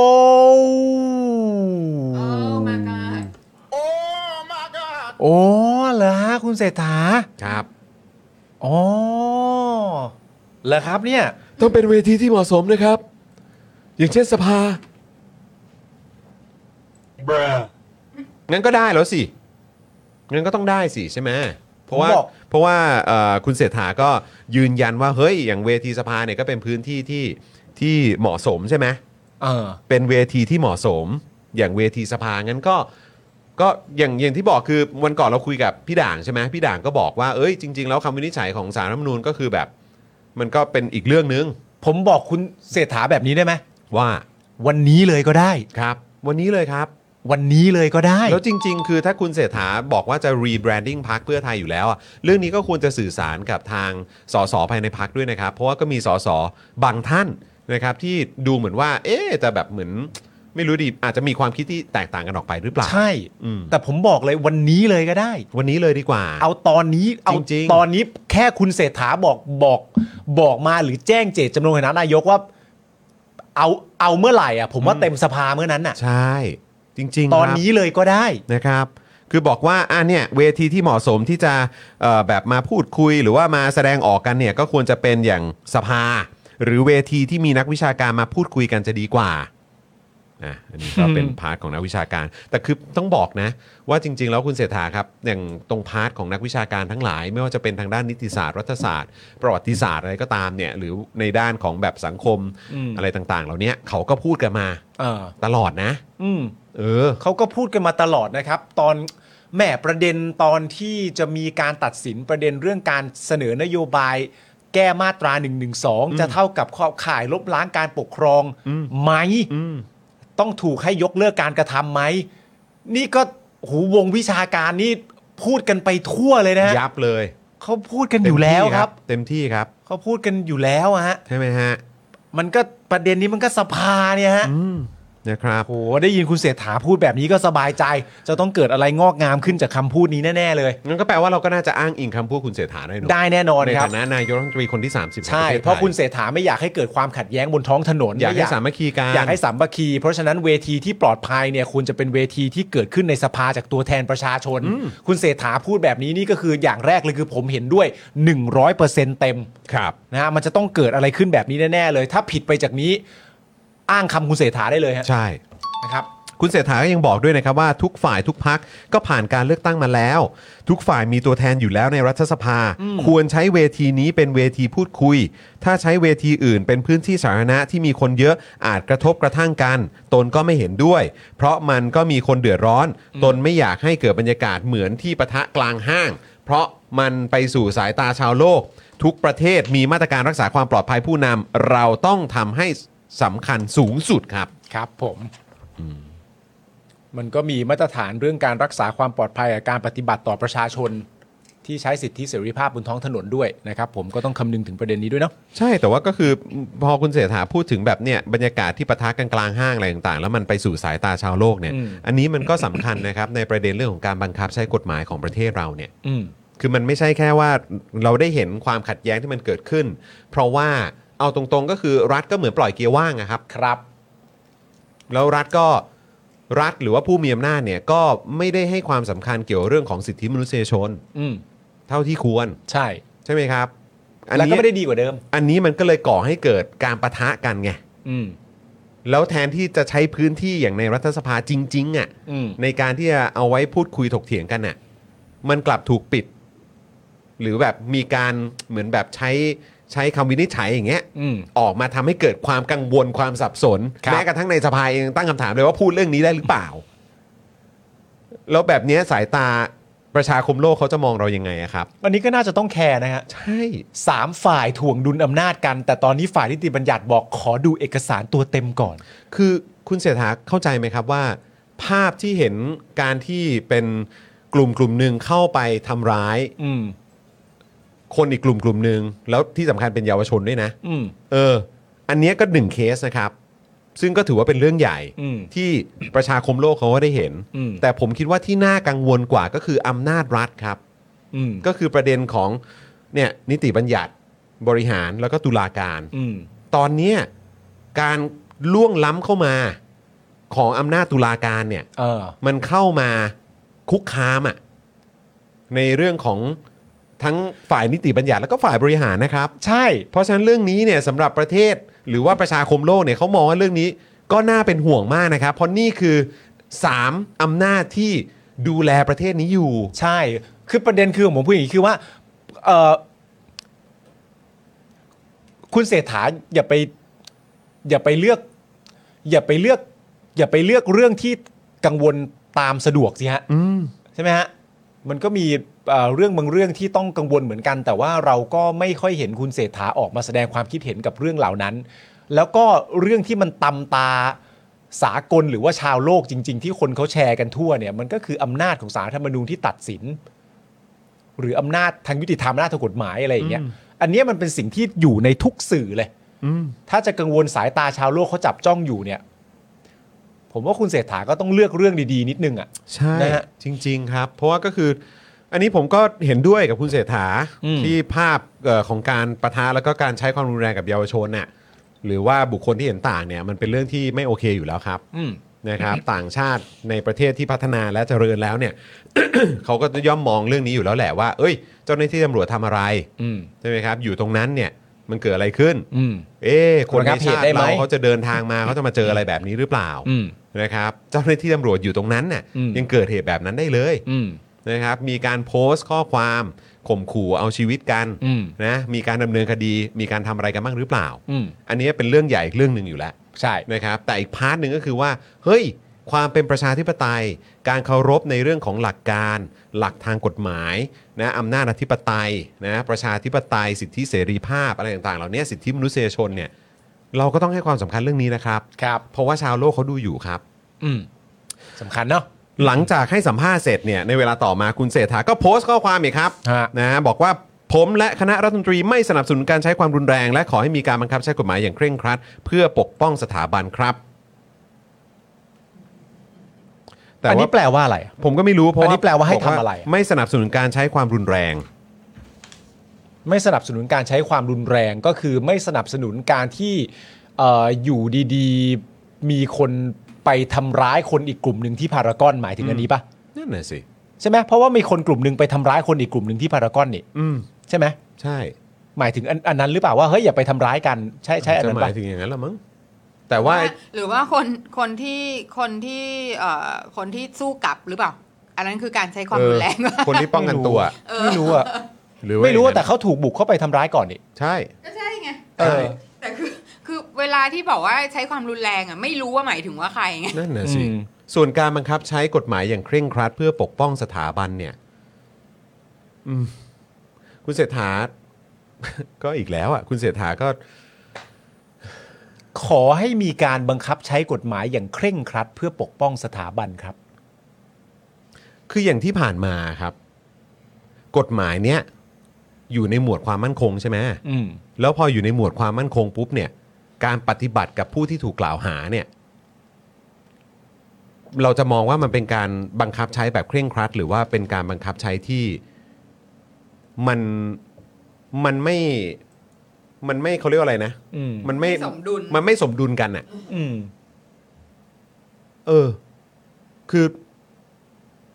โอ้ my god โอ้ my god โอ้เหรอฮะคุณเศรษฐาครับอ๋อเหรอครับเนี่ยต้องเป็นเวทีที่เหมาะสมนะครับอย่างเช่นสภางั้นก็ได้แล้วสิงั้นก็ต้องได้สิใช่ไหมเพราะว่าเพราะว่าคุณเศรษฐาก็ยืนยันว่าเฮ้ยอย่างเวทีสภาเนี่ยก็เป็นพื้นที่ที่ที่เหมาะสมใช่ไหมเออเป็นเวทีที่เหมาะสมอย่างเวทีสภางั้นก็ก็อย่างอย่างที่บอกคือวันก่อนเราคุยกับพี่ด่างใช่ไหมพี่ด่างก็บอกว่าเอ้ยจริงๆแล้วคำวินิจฉัยของศาลรัฐธรรมนูญก็คือแบบมันก็เป็นอีกเรื่องนึงผมบอกคุณเศรษฐาแบบนี้ได้ไหมว่าวันนี้เลยก็ได้ครับวันนี้เลยครับวันนี้เลยก็ได้แล้วจริงๆคือถ้าคุณเศรษฐาบอกว่าจะรีแบรนดิ้งพรรคเพื่อไทยอยู่แล้วอ่ะเรื่องนี้ก็ควรจะสื่อสารกับทางสสภายในพรรคด้วยนะครับเพราะว่าก็มีสสบางท่านนะครับที่ดูเหมือนว่าเอ๊ะจะแบบเหมือนไม่รู้ดิอาจจะมีความคิดที่แตกต่างกันออกไปหรือเปล่าใช่แต่ผมบอกเลยวันนี้เลยก็ได้วันนี้เลยดีกว่าเอาตอนนี้เอาตอนนี้แค่คุณเศรษฐาบอกบอกบอกมาหรือแจ้งเจตจำนงในฐานะนายกว่าเอาเอาเมื่อไหร่อ่ะผมว่าเต็มสภาเมื่อนั้นน่ะใช่จริงๆตอนนี้เลยก็ได้นะครับคือบอกว่าอ่ะเนี่ยเวทีที่เหมาะสมที่จะเอ่อแบบมาพูดคุยหรือว่ามาแสดงออกกันเนี่ยก็ควรจะเป็นอย่างสภาหรือเวทีที่มีนักวิชาการมาพูดคุยกันจะดีกว่าอ่ะอันนี้ก็เป็นพาร์ทของนักวิชาการแต่คือต้องบอกนะว่าจริงๆแล้วคุณเศรษฐาครับอย่างตรงพาร์ทของนักวิชาการทั้งหลายไม่ว่าจะเป็นทางด้านนิติศาสตร์รัฐศาสตร์ประวัติศาสตร์อะไรก็ตามเนี่ยหรือในด้านของแบบสังคมอะไรต่างๆเหล่านี้เขาก็พูดกันมาตลอดนะอืมเออเขาก็พูดกันมาตลอดนะครับตอนแหมประเด็นตอนที่จะมีการตัดสินประเด็นเรื่องการเสนอนโยบายแก้มาตราหนึ่งหนึ่งสองจะเท่ากับเข้าข่ายลบล้างการปกครองไหมต้องถูกให้ยกเลิกการกระทำไหมนี่ก็หูวงวิชาการนี่พูดกันไปทั่วเลยนะยับเลยเขาพูดกันอยู่แล้วครับเต็มที่ครับเขาพูดกันอยู่แล้วฮะใช่ไหมฮะมันก็ประเด็นนี้มันก็สภาเนี่ยฮะนะครับโหได้ยินคุณเศรษฐาพูดแบบนี้ก็สบายใจจะต้องเกิดอะไรงอกงามขึ้นจากคำพูดนี้แน่ๆเลยงั้นก็แปลว่าเราก็น่าจะอ้างอิงคำพูดคุณเศรษฐาได้ได้แน่นอนครับในฐานะนายกรัฐมนตรีคนที่สามสิบใช่เพราะคุณเศรษฐาไม่อยากให้เกิดความขัดแย้งบนท้องถนนอยากให้สามัคคีกันอยากให้สามัคคีเพราะฉะนั้นเวทีที่ปลอดภัยเนี่ยควรจะเป็นเวทีที่เกิดขึ้นในสภาจากตัวแทนประชาชนคุณเศรษฐาพูดแบบนี้นี่ก็คืออย่างแรกเลยคือผมเห็นด้วย หนึ่งร้อยเปอร์เซ็นต์ เต็มครับนะฮะมันจะต้องเกิดอะไรขึ้นแบบนี้แน่ๆเลยถ้าผิดไปจากนี้อ้างคำคุณเศรษฐาได้เลยฮะใช่นะครับคุณเศรษฐาก็ยังบอกด้วยนะครับว่าทุกฝ่ายทุกพรรคก็ผ่านการเลือกตั้งมาแล้วทุกฝ่ายมีตัวแทนอยู่แล้วในรัฐสภาควรใช้เวทีนี้เป็นเวทีพูดคุยถ้าใช้เวทีอื่นเป็นพื้นที่สาธารณะที่มีคนเยอะอาจกระทบกระทั่งกันตนก็ไม่เห็นด้วยเพราะมันก็มีคนเดือดร้อนตนไม่อยากให้เกิดบรรยากาศเหมือนที่ปะทะกลางห้างเพราะมันไปสู่สายตาชาวโลกทุกประเทศมีมาตรการรักษาความปลอดภัยผู้นำเราต้องทำให้สำคัญสูงสุดครับครับผมมันก็มีมาตรฐานเรื่องการรักษาความปลอดภัยกับการปฏิบัติต่อประชาชนที่ใช้สิทธิเสรีภาพบนท้องถนนด้วยนะครับผมก็ต้องคำนึงถึงประเด็นนี้ด้วยเนาะใช่แต่ว่าก็คือพอคุณเศรษฐาพูดถึงแบบเนี้ยบรรยากาศที่ปะทะกันกลางห้างอะไรต่างๆแล้วมันไปสู่สายตาชาวโลกเนี่ย อ, อันนี้มันก็สำคัญนะครับในประเด็นเรื่องของการบังคับใช้กฎหมายของประเทศเราเนี่ยคือมันไม่ใช่แค่ว่าเราได้เห็นความขัดแย้งที่มันเกิดขึ้นเพราะว่าเอาตรงๆก็คือรัฐก็เหมือนปล่อยเกียร์ว่างอะครับครับแล้วรัฐก็รัฐหรือว่าผู้มีอำนาจเนี่ยก็ไม่ได้ให้ความสำคัญเกี่ยวเรื่องของสิทธิมนุษยชนเท่าที่ควรใช่ใช่ไหมครับอันแล้วนี้ก็ไม่ได้ดีกว่าเดิมอันนี้มันก็เลยก่อให้เกิดการปะทะกันไงอืมแล้วแทนที่จะใช้พื้นที่อย่างในรัฐสภาจริงๆอ่ะอืมในการที่จะเอาไว้พูดคุยถกเถียงกันน่ะมันกลับถูกปิด หรือแบบมีการเหมือนแบบใช้ใช้คำวินิจฉัยอย่างเงี้ยอืมออกมาทำให้เกิดความกังวลความสับสนครับแม้กระทั่งในสภาเองตั้งคำถามเลยว่าพูดเรื่องนี้ได้หรือเปล่า แล้วแบบเนี้ยสายตาประชาคมโลกเขาจะมองเรายังไงอะครับอันนี้ก็น่าจะต้องแคร์นะฮะใช่สามฝ่ายถ่วงดุลอำนาจกัน แต่ตอนนี้ฝ่ายนิติบัญญัติบอกขอดูเอกสารตัวเต็มก่อนคือคุณเศรษฐาเข้าใจไหมครับว่า ภาพที่เห็นการที่เป็นกลุ่มกลุ่มหนึ่งเข้าไปทำร้ายอืมคนอีกกลุ่มกลุ่มหนึ่งแล้วที่สำคัญเป็นเยาวชนด้วยนะอืมเออ อันเนี้ยก็หนึ่งเคสนะครับ ซึ่งก็ถือว่าเป็นเรื่องใหญ่อืมที่ประชาคมโลกเขาก็ได้เห็นอืมแต่ผมคิดว่าที่น่ากังวลกว่าก็คืออำนาจรัฐครับอืมก็คือประเด็นของเนี่ยนิติบัญญัติบริหารแล้วก็ตุลาการอืมตอนเนี้ยการล่วงล้ำเข้ามาของอำนาจตุลาการเนี่ยเออมันเข้ามาคุกคามอ่ะในเรื่องของทั้งฝ่ายนิติบัญญัติแล้วก็ฝ่ายบริหารนะครับใช่เพราะฉะนั้นเรื่องนี้เนี่ยสำหรับประเทศหรือว่าประชาคมโลกเนี่ยเขามองว่าเรื่องนี้ก็น่าเป็นห่วงมากนะครับ เพราะนี่คือสามอำนาจที่ดูแลประเทศนี้อยู่ใช่ คือประเด็นคือผมพูดอย่างนี้คือว่า เออคุณเศรษฐาอย่าไป อย่าไปเลือก อย่าไปเลือก อย่าไปเลือกเรื่องที่กังวลตามสะดวกสิฮะใช่ไหมฮะ มันก็มีเอ่อเรื่องบางเรื่องที่ต้องกังวลเหมือนกัน แต่ว่าเราก็ไม่ค่อยเห็นคุณเศรษฐาออกมาแสดงความคิดเห็นกับเรื่องเหล่านั้น แล้วก็เรื่องที่มันตำตาสากลหรือว่าชาวโลกจริง ๆ ที่คนเขาแชร์กันทั่วเนี่ยมันก็คืออำนาจของศาลรัฐธรรมนูญที่ตัดสิน หรืออำนาจทางยุติธรรมอำนาจทางกฎหมายอะไรอย่างเงี้ย อันเนี้ยมันเป็นสิ่งที่อยู่ในทุกสื่อเลยถ้าจะกังวลสายตาชาวโลกเขาจับจ้องอยู่เนี่ย ผมว่าคุณเศรษฐาก็ต้องเลือกเรื่องดีๆนิดนึงอ่ะใช่นะฮะจริง ๆ ครับ เพราะว่าก็คือ อันนี้ผมก็เห็นด้วยกับคุณเศรษฐาอืมที่ภาพเอ่อของการประทะแล้วก็การใช้ความรุนแรงกับเยาวชนน่ะหรือว่าบุคคลที่เห็นต่างเนี่ยมันเป็นเรื่องที่ไม่โอเคอยู่แล้วครับอืมนะครับ ต่างชาติในประเทศที่พัฒนาและเจริญแล้วเนี่ย เขาก็จะย่อมมองเรื่องนี้อยู่แล้วแหละว่าเอ้ยเจ้าหน้าที่ตำรวจทำอะไรอืมใช่ไหมครับอยู่ตรงนั้นเนี่ยมันเกิดอะไรขึ้นอืมเอ๊ะคนระงัในบเหชาตุติได้ไหมเราเขาจะเดินทางมาเขาจะมาเจออะไรแบบนี้หรือเปล่าอืมนะครับเจ้าหน้าที่ตำรวจอยู่ตรงนั้นน่ะอืมยังเกิดเหตุแบบนั้นได้เลยอืมนะครับมีการโพสต์ข้อความข่มขู่เอาชีวิตกันอืมนะมีการดำเนินคดีมีการทำอะไรกันบ้างหรือเปล่าอืมอันนี้เป็นเรื่องใหญ่อีกเรื่องหนึ่งอยู่แล้วใช่นะครับแต่อีกพาร์ทหนึ่งก็คือว่าเฮ้ยความเป็นประชาธิปไตย การเคารพในเรื่องของหลักการ หลักทางกฎหมายนะอำนาจอธิปไตยนะประชาธิปไตย สิทธิเสรีภาพอะไรต่างๆเหล่านี้สิทธิมนุษยชนเนี่ยเราก็ต้องให้ความสำคัญเรื่องนี้นะครับครับเพราะว่าชาวโลกเขาดูอยู่ครับอืมสำคัญเนาะหลังจากให้สัมภาษณ์เสร็จเนี่ยในเวลาต่อมาคุณเศรษฐาก็โพสต์ข้อความอีกครับฮะนะบอกว่าผมและคณะรัฐมนตรีไม่สนับสนุนการใช้ความรุนแรง และขอให้มีการบังคับใช้กฎหมายอย่างเคร่งครัด เพื่อปกป้องสถาบันครับแต่อันว่านี้แปลว่าอะไรผมก็ไม่รู้เพราะอันนี้แปลว่าให้ทำอะไรบกไม่สนับสนุนการใช้ความรุนแรงไม่สนับสนุนการใช้ความรุนแรงก็คือไม่สนับสนุนการที่เอ่ออยู่ดีๆ มีคนไปทำร้ายคนอีกกลุ่มหนึ่งที่พารากอนหมายถึงอันนี้ปะนั่นน่ะสิใช่ไหมเพราะว่ามีคนกลุ่มหนึ่งไปทำร้ายคนอีกกลุ่มหนึ่งที่พารากอนนี่อืมใช่ไหมใช่หมายถึงอันอันนั้นหรือเปล่าว่าเฮ้ยอย่าไปทำร้ายกันใช่ใช่อันจะนั้นหปะมายถึงอย่างนั้นละมั้งแต่ว่าหรือว่าคนคนที่คนที่เอ่อคนที่สู้กลับหรือเปล่า อันนั้นคือการใช้ความรุนแรงเออคนที่ป้องกันตัวไม่รู้อะหรือว่าไม่รู้อย่งแต่นั้นเขาถูกบุกเข้าไปทำร้ายก่อนนี่ใช่ก็ใช่ไงเออแต่คือคือเวลาที่บอกว่าใช้ความรุนแรงอ่ะไม่รู้ว่าหมายถึงว่าใครไงนั่นน่ะสิอืมส่วนการบังคับใช้กฎหมายอย่างเคร่งครัดเพื่อปกป้องสถาบันเนี่ยอืมคุณเศรษฐา ก็อีกแล้วอ่ะคุณเศรษฐาก็ขอให้มีการบังคับใช้กฎหมายอย่างเคร่งครัด เพื่อปกป้องสถาบันครับคืออย่างที่ผ่านมาครับ กฎหมายเนี้ยอยู่ในหมวดความมั่นคงใช่ไหมอืมแล้วพออยู่ในหมวดความมั่นคงปุ๊บเนี่ย การปฏิบัติกับผู้ที่ถูกกล่าวหาเนี่ย เราจะมองว่ามันเป็นการบังคับใช้แบบเคร่งครัด หรือว่าเป็นการบังคับใช้ที่มันมันไม่มันไม่เขาเรียกว่าอะไรนะอืมมันไม่ไม่สมดุลมันไม่สมดุลกันอ่ะอืมเออ คือ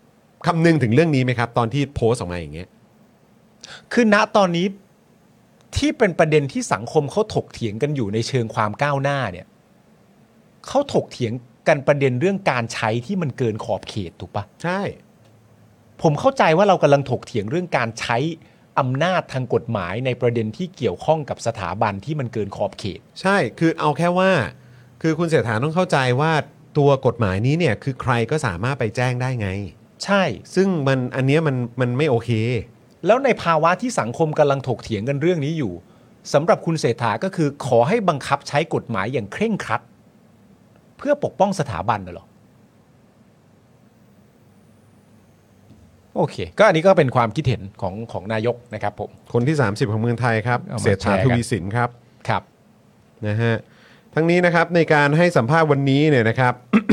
คำนึงถึงเรื่องนี้ไหมครับ ตอนที่โพสต์ออกมาอย่างเงี้ยคือณตอนนี้ที่เป็นประเด็นที่สังคมเขาถกเถียงกันอยู่ในเชิงความก้าวหน้าเนี่ยเขาถกเถียงกันประเด็นเรื่องการใช้ที่มันเกินขอบเขตถูกปะใช่ผมเข้าใจว่าเรากำลังถกเถียงเรื่องการใช้อำนาจทางกฎหมายในประเด็นที่เกี่ยวข้องกับสถาบันที่มันเกินขอบเขตใช่คือเอาแค่ว่าคือคุณเศรษฐาต้องเข้าใจว่าตัวกฎหมายนี้เนี่ยคือใครก็สามารถไปแจ้งได้ไงใช่ซึ่งมันอันเนี้ยมันมันไม่โอเคแล้วในภาวะที่สังคมกำลังถกเถียงกันเรื่องนี้อยู่สำหรับคุณเศรษฐาก็คือขอให้บังคับใช้กฎหมายอย่างเคร่งครัดเพื่อปกป้องสถาบันน่ะหรอโอเคก็อันนี้ก็เป็นความคิดเห็นของของนายกนะครับผมคนที่สามสิบของเมืองไทยครับเศรษฐาทวีสินครับครับนะฮะทั้งนี้นะครับในการให้สัมภาษณ์วันนี้เนี่ยนะครับ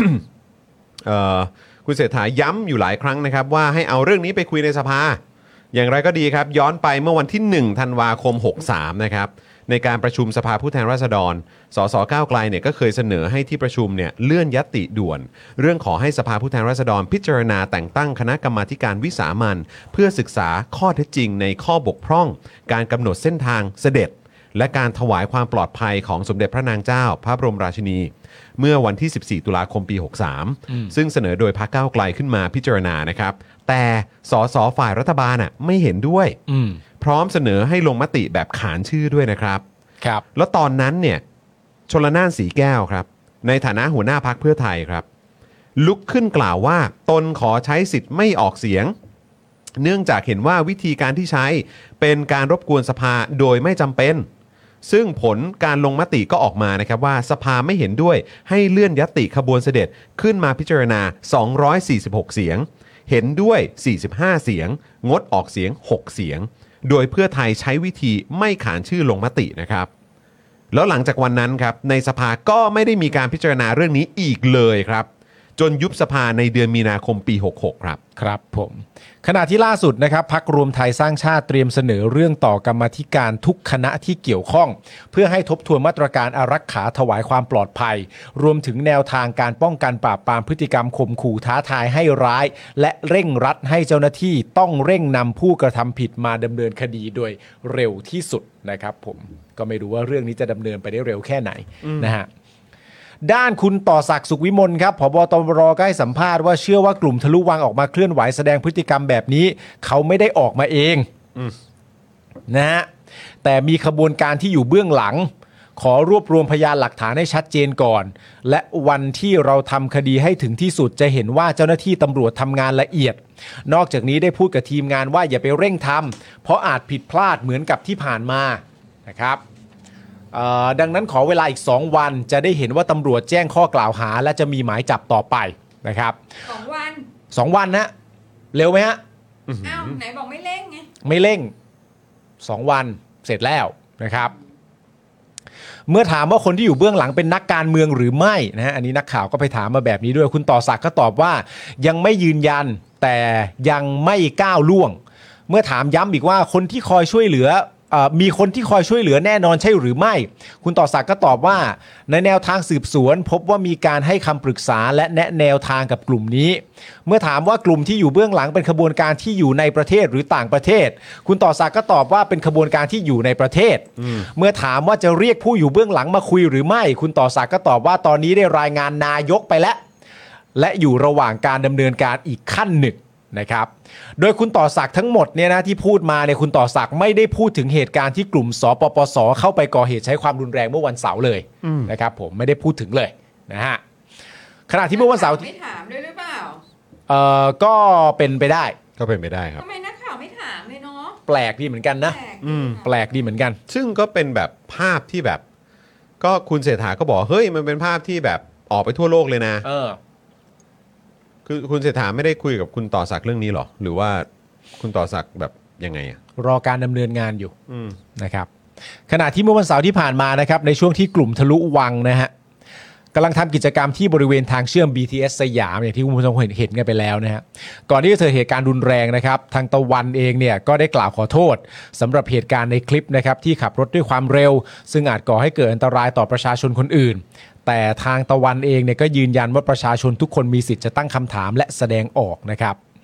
คุณเศรษฐาย้ำอยู่หลายครั้งนะครับว่าให้เอาเรื่องนี้ไปคุยในสภาอย่างไรก็ดีครับย้อนไปเมื่อวันที่หนึ่งธันวาคมหกสามนะครับในการประชุมสภาผู้แทนราษฎรสสก้าวไกลเนี่ยก็เคยเสนอให้ที่ประชุมเนี่ยเลื่อนญัตติด่วนเรื่องขอให้สภาผู้แทนราษฎรพิจารณาแต่งตั้งคณะกรรมาธิการวิสามัญเพื่อศึกษาข้อเท็จจริงในข้อบกพร่องการกำหนดเส้นทางเสด็จและการถวายความปลอดภัยของสมเด็จพระนางเจ้าพระบรมราชินีเมื่อวันที่สิบสี่ตุลาคมปีหกสามซึ่งเสนอโดยพรรคก้าวไกลขึ้นมาพิจารณานะครับแต่สสฝ่ายรัฐบาลอ่ะไม่เห็นด้วยพร้อมเสนอให้ลงมติแบบขานชื่อด้วยนะครับครับแล้วตอนนั้นเนี่ยชลน่านสีแก้วครับในฐานะหัวหน้าพรรคเพื่อไทยครับลุกขึ้นกล่าวว่าตนขอใช้สิทธิ์ไม่ออกเสียงเนื่องจากเห็นว่าวิธีการที่ใช้เป็นการรบกวนสภาโดยไม่จำเป็นซึ่งผลการลงมติก็ออกมานะครับว่าสภาไม่เห็นด้วยให้เลื่อนญัตติขบวนเสด็จขึ้นมาพิจารณาสองร้อยสี่สิบหกเสียงเห็นด้วยสี่สิบห้าเสียงงดออกเสียงหกเสียงโดยเพื่อไทยใช้วิธีไม่ขานชื่อลงมตินะครับแล้วหลังจากวันนั้นครับในสภาก็ไม่ได้มีการพิจารณาเรื่องนี้อีกเลยครับจนยุบสภาในเดือนมีนาคมปีหกหกครับครับผมขณะที่ล่าสุดนะครับพรรครวมไทยสร้างชาติเตรียมเสนอเรื่องต่อกรรมาธิการทุกคณะที่เกี่ยวข้องเพื่อให้ทบทวนมาตรการอารักขาถวายความปลอดภัยรวมถึงแนวทางการป้องกันปราบปรามพฤติกรรมข่มขู่ท้าทายให้ร้ายและเร่งรัดให้เจ้าหน้าที่ต้องเร่งนำผู้กระทำผิดมาดำเนินคดีโดยเร็วที่สุดนะครับผมก็ไม่รู้ว่าเรื่องนี้จะดำเนินไปได้เร็วแค่ไหนนะฮะด้านคุณต่อศักดิ์สุขวิมลครับผบตรก็ให้สัมภาษณ์ว่าเชื่อว่ากลุ่มทะลุวังออกมาเคลื่อนไหวแสดงพฤติกรรมแบบนี้เขาไม่ได้ออกมาเองนะฮะแต่มีขบวนการที่อยู่เบื้องหลังขอรวบรวมพยานหลักฐานให้ชัดเจนก่อนและวันที่เราทำคดีให้ถึงที่สุดจะเห็นว่าเจ้าหน้าที่ตำรวจทำงานละเอียดนอกจากนี้ได้พูดกับทีมงานว่าอย่าไปเร่งทำเพราะอาจผิดพลาดเหมือนกับที่ผ่านมานะครับดังนั้นขอเวลาอีกสองวันจะได้เห็นว่าตำรวจแจ้งข้อกล่าวหาและจะมีหมายจับต่อไปนะครับสองวันสองวันนะเร็วไหมฮะอ้าวไหนบอกไม่เร่งไงไม่เร่งสองวันเสร็จแล้วนะครับเมื่อถามว่าคนที่อยู่เบื้องหลังเป็นนักการเมืองหรือไม่นะฮะอันนี้นักข่าวก็ไปถามมาแบบนี้ด้วยคุณต่อศักดิ์ก็ตอบว่ายังไม่ยืนยันแต่ยังไม่ก้าวล่วงเมื่อถามย้ำอีกว่าคนที่คอยช่วยเหลือมีคนที่คอยช่วยเหลือแน่นอนใช่หรือไม่คุณต่อศักดิ์ก็ตอบว่าในแนวทางสืบสวนพบว่ามีการให้คำปรึกษาและแนะแนวทางกับกลุ่มนี้เมื่อถามว่ากลุ่มที่อยู่เบื้องหลังเป็นขบวนการที่อยู่ในประเทศหรือต่างประเทศคุณต่อศักดิ์ก็ตอบว่าเป็นขบวนการที่อยู่ในประเทศเมื่อถามว่าจะเรียกผู้อยู่เบื้องหลังมาคุยหรือไม่คุณต่อศักดิ์ก็ตอบว่าตอนนี้ได้รายงานนายกไปแล้วและอยู่ระหว่างการดำเนินการอีกขั้นหนึ่งนะครับโดยคุณต่อศักดิ์ทั้งหมดเนี่ยนะที่พูดมาเนี่ยคุณต่อศักดิ์ไม่ได้พูดถึงเหตุการณ์ที่กลุ่มสปปสเข้าไปก่อเหตุใช้ความรุนแรงเมื่อวันเสาร์เลยนะครับผมไม่ได้พูดถึงเลยนะฮะขณะที่เมื่อวันเสาร์ไม่ถามด้วยหรือเปล่าเอ่อก็เป็นไปได้ก็เป็นไปได้ครับทำไมนักข่าวไม่ถามเลยเนาะแปลกดีเหมือนกันนะแปลกดีเหมือนกันซึ่งก็เป็นแบบภาพที่แบบก็คุณเศรษฐาก็บอกเฮ้ยมันเป็นภาพที่แบบออกไปทั่วโลกเลยนะเออคือคุณเศรษฐาไม่ได้คุยกับคุณต่อศักดิ์เรื่องนี้หรอหรือว่าคุณต่อศักดิ์แบบยังไงอะรอการดำเนินงานอยู่นะครับขณะที่เมื่อวันเสาร์ที่ผ่านมานะครับในช่วงที่กลุ่มทะลุวังนะฮะกำลังทำกิจกรรมที่บริเวณทางเชื่อม บี ที เอส สยามอย่างที่คุณผู้ชมเห็นเห็นกันไปแล้วนะฮะก่อนที่จะเกิดเหตุการณ์รุนแรงนะครับทางตะวันเองเนี่ยก็ได้กล่าวขอโทษสำหรับเหตุการณ์ในคลิปนะครับที่ขับรถด้วยความเร็วซึ่งอาจก่อให้เกิดอันตรายต่อประชาชนคนอื่นแต่ทางตะวันเองเนี่ยก็ยืนยันว่าประชาชนทุกคนมีสิทธิ์จะตั้งคำถามและแสดงออกนะครับ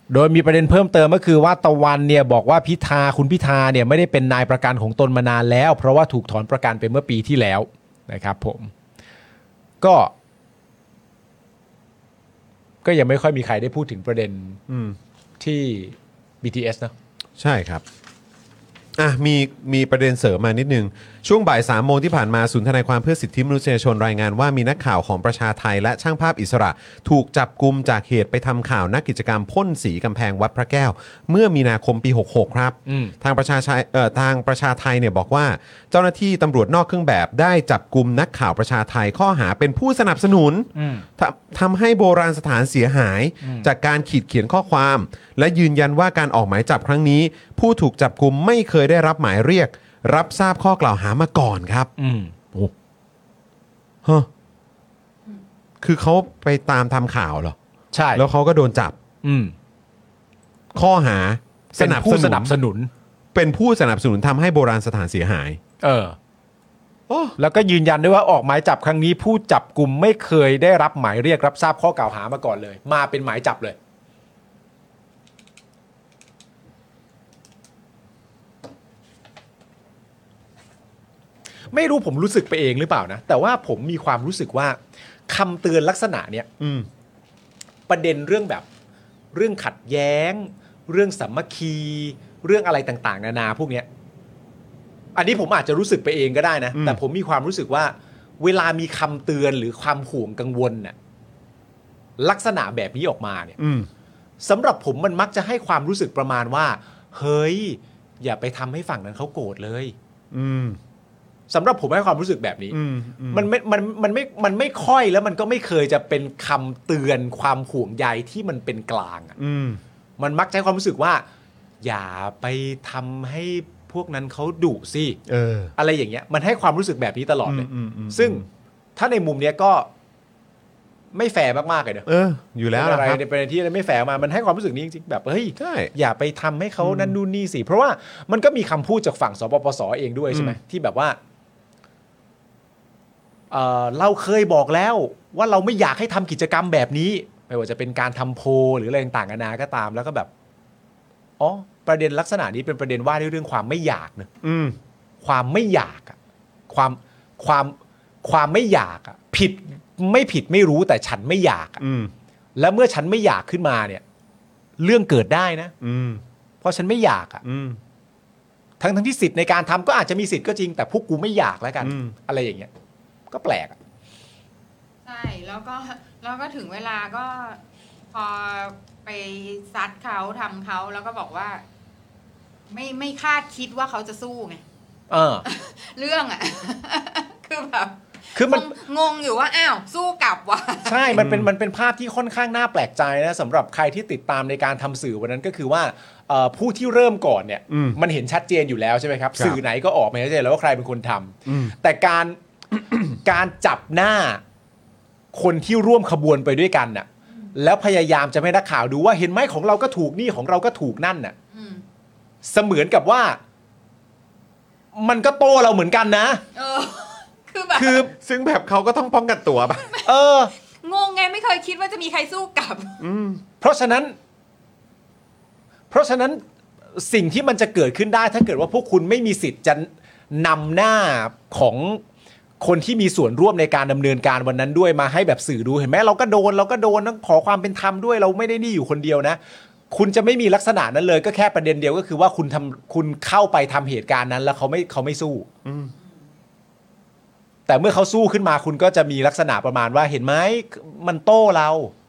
โดยมีประเด็นเพิ่มเติมก็คือว่าตะวันเนี่ยบอกว่าพิธาคุณพิธาเนี่ยไม่ได้เป็นนายประกันของตนมานานแล้วเพราะว่าถูกถอนประกันไปเมื่อปีที่แล้วนะครับผมก็ก็ยังไม่ค่อยมีใครได้พูดถึงประเด็นที่ บี ที เอส นะใช่ครับอ่ะมีมีประเด็นเสริมมานิดนึงช่วงบ่ายสามโมงที่ผ่านมาศูนย์ทนายความเพื่อสิทธิมนุษยชนรายงานว่ามีนักข่าวของประชาไทยและช่างภาพอิสระถูกจับกุมจากเหตุไปทำข่าวนักกิจกรรมพ่นสีกำแพงวัดพระแก้วเมื่อมีนาคมปีหกหกครับทางประชาชาเอ่อทางประชาไทยเนี่ยบอกว่าเจ้าหน้าที่ตำรวจนอกเครื่องแบบได้จับกุมนักข่าวประชาไทยข้อหาเป็นผู้สนับสนุนทำทำให้โบราณสถานเสียหายจากการขีดเขียนข้อความและยืนยันว่าการออกหมายจับครั้งนี้ผู้ถูกจับกุมไม่เคยได้รับหมายเรียกรับทราบข้อกล่าวหามาก่อนครับอืมโอ้ฮะคือเขาไปตามทำข่าวเหรอใช่แล้วเขาก็โดนจับอืมข้อหาสนับสนับสนุนเป็นผู้สนับสนุนทำให้โบราณสถานเสียหายเออโอ้แล้วก็ยืนยันด้วยว่าออกหมายจับครั้งนี้ผู้จับกลุ่มไม่เคยได้รับหมายเรียกรับทราบข้อกล่าวหามาก่อนเลยมาเป็นหมายจับเลยไม่รู้ผมรู้สึกไปเองหรือเปล่านะแต่ว่าผมมีความรู้สึกว่าคำเตือนลักษณะเนี้ยประเด็นเรื่องแบบเรื่องขัดแย้งเรื่องสามัคคีเรื่องอะไรต่างๆนานาพวกเนี้ยอันนี้ผมอาจจะรู้สึกไปเองก็ได้นะแต่ผมมีความรู้สึกว่าเวลามีคำเตือนหรือความห่วงกังวลน่ะลักษณะแบบนี้ออกมาเนี่ยสำหรับผมมันมักจะให้ความรู้สึกประมาณว่าเฮ้ยอย่าไปทำให้ฝั่งนั้นเขาโกรธเลยอืมสำหรับผมให้ความรู้สึกแบบนี้มันไม่มันมันไม่มันไม่ค่อยแล้วมันก็ไม่เคยจะเป็นคำเตือนความห่วงใยที่มันเป็นกลางอ่ะมันมักจะให้ความรู้สึกว่าอย่าไปทำให้พวกนั้นเขาดุสิเอออะไรอย่างเงี้ยมันให้ความรู้สึกแบบนี้ตลอดเลยซึ่งถ้าในมุมเนี้ยก็ไม่แฟร์มากๆเลยเนอะเอออยู่แล้วอะไรในประเด็นที่ไม่แฟร์มามันให้ความรู้สึกนี้จริงๆแบบเฮ้ยอย่าไปทำให้เขานั่นนู่นนี่สิเพราะว่ามันก็มีคำพูดจากฝั่งสปปสเองด้วยใช่ไหมที่แบบว่าเอ่อเราเคยบอกแล้วว่าเราไม่อยากให้ทำกิจกรรมแบบนี้ไม่ว่าจะเป็นการทำโพลหรืออะไรต่างๆนานาก็ตามแล้วก็แบบอ๋อประเด็นลักษณะนี้เป็นประเด็นว่าด้วยเรื่องความไม่อยากนะความไม่อยากอะความความความไม่อยากอะผิดไม่ผิดไม่รู้แต่ฉันไม่อยากอะแล้วเมื่อฉันไม่อยากขึ้นมาเนี่ยเรื่องเกิดได้นะเพราะฉันไม่อยากอะทั้งทั้งที่สิทธิ์ในการทำก็อาจจะมีสิทธิ์ก็จริงแต่พวกกูไม่อยากแล้วกันอะไรอย่างเงี้ยก็แปลกอ่ะใช่แล้วก็แล้วก็ถึงเวลาก็พอไปซัดเขาทำเขาแล้วก็บอกว่าไม่ไม่คาดคิดว่าเขาจะสู้ไงเออ เรื่องอ่ะ คือแบบคือมันงงอยู่ว่าอ้าวสู้กลับว่ะใช่มันเป็นมันเป็นภาพที่ค่อนข้างน่าแปลกใจนะสำหรับใครที่ติดตามในการทำสื่อวันนั้นก็คือว่าผู้ที่เริ่มก่อนเนี่ยมันเห็นชัดเจนอยู่แล้วใช่ไหมครับสื่อไหนก็ออกมาชัดเจนแล้วว่าใครเป็นคนทำแต่การ การจับหน้าคนที่ร่วมขบวนไปด้วยกันน่ะแล้วพยายามจะให้นักข่าวดูว่าเห็นไหมของเราก็ถูกนี่ของเราก็ถูกนั่นน่ะเสมือนกับว่ามันก็โต้เราเหมือนกันนะเออคือแบบคือซึ่งแบบเขาก็ต้องป้องกันตัวป่ะเอองงไงไม่เคยคิดว่าจะมีใครสู้กลับเพราะฉะนั้นเพราะฉะนั้นสิ่งที่มันจะเกิดขึ้นได้ถ้าเกิดว่าพวกคุณไม่มีสิทธิ์จะนำหน้าของคนที่มีส่วนร่วมในการดำเนินการวันนั้นด้วยมาให้แบบสื่อดูเห็นไหมเราก็โดนเราก็โดนต้องขอความเป็นธรรมด้วยเราไม่ได้นี่อยู่คนเดียวนะคุณจะไม่มีลักษณะนั้นเลยก็แค่ประเด็นเดียวก็คือว่าคุณทำคุณเข้าไปทำเหตุการณ์นั้นแล้วเขาไม่เขาไม่สู้แต่เมื่อเขาสู้ขึ้นมาคุณก็จะมีลักษณะประมาณว่าเห็นไหมมันโต้เรา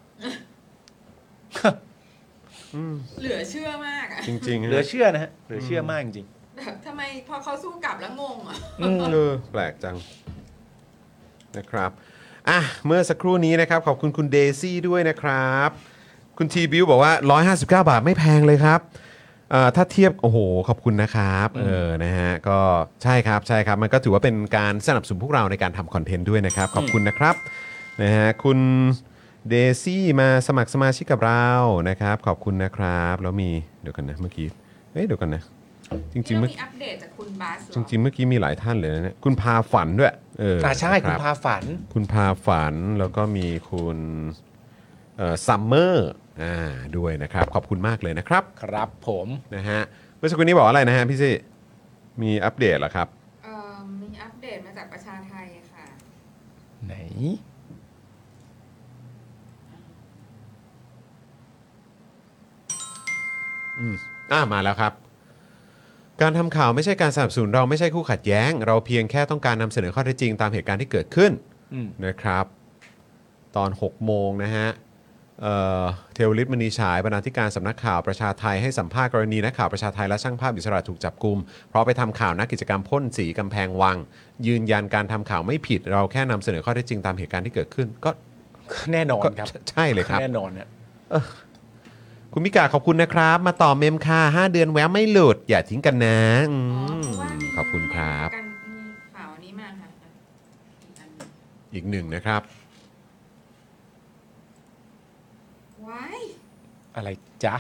เหลือเชื่อมากจริงๆเหลือเชื่อนะฮะเหลือเชื่อมากจริงแบบทำไมพอเขาสู้กลับแล้วงงอ่ะเออแปลกจังนะครับอ่ะเมื่อสักครู่นี้นะครับขอบคุณคุณเดซี่ด้วยนะครับคุณทีบิวบอกว่าหนึ่งร้อยห้าสิบเก้าบาทไม่แพงเลยครับเอ่อถ้าเทียบโอ้โหขอบคุณนะครับเออนะฮะก็ใช่ครับใช่ครับมันก็ถือว่าเป็นการสนับสนุนพวกเราในการทำคอนเทนต์ด้วยนะครับขอบคุณนะครับนะฮะคุณเดซี่มาสมัครสมาชิกกับเรานะครับขอบคุณนะครับแล้วมีเดี๋ยวกันนะเมื่อกี้เฮ้ยเดี๋ยวกันนะจริงๆเมื่อกี้อัปเดตจากคุณบาสจริงๆเมื่อกี้มีหลายท่านเลยนะเนี่ยคุณพาฝันด้วยเอออ่าใช่คุณพาฝันคุณพาฝันแล้วก็มีคุณเอ่อซัมเมอร์อ่าด้วยนะครับขอบคุณมากเลยนะครับครับผมนะฮะเมื่อสักครู่นี้บอกอะไรนะฮะพี่ซี่มีอัปเดตเหรอครับเอ่อมีอัปเดตมาจากประชาไทยค่ะไหนอืมอ่ามาแล้วครับ การทำข่าวไม่ใช่การสนับสนุนเราไม่ใช่คู่ขัดแย้ง เราเพียงแค่ต้องการนำเสนอข้อเท็จจริงตามเหตุการณ์ที่เกิดขึ้นอืมนะครับ ตอนหกโมงนะฮะเอ่อเทวลิตมณีฉายบรรณาธิการสำนักข่าวประชาไทยให้สัมภาษณ์กรณีนักข่าวประชาไทยและช่างภาพอิสระถูกจับกุมเพราะไปทำข่าวนักกิจกรรมพ่นสีกำแพงวัง ยืนยันการทำข่าวไม่ผิด เราแค่นำเสนอข้อเท็จจริงตามเหตุการณ์ที่เกิดขึ้น ก็แน่นอนก็ครับใช่เลยครับแน่นอนเนี่ยคุณมิกาขอบคุณนะครับ มาต่อเมมค่ะห้าเดือนแววไม่หลุด อย่าทิ้งกันนะอืมขอบคุณครับกันมีข่าวนี้มาค่ะอีกอันหนึ่งอีกหนึ่งนะครับว้ายอะไรจ๊ะ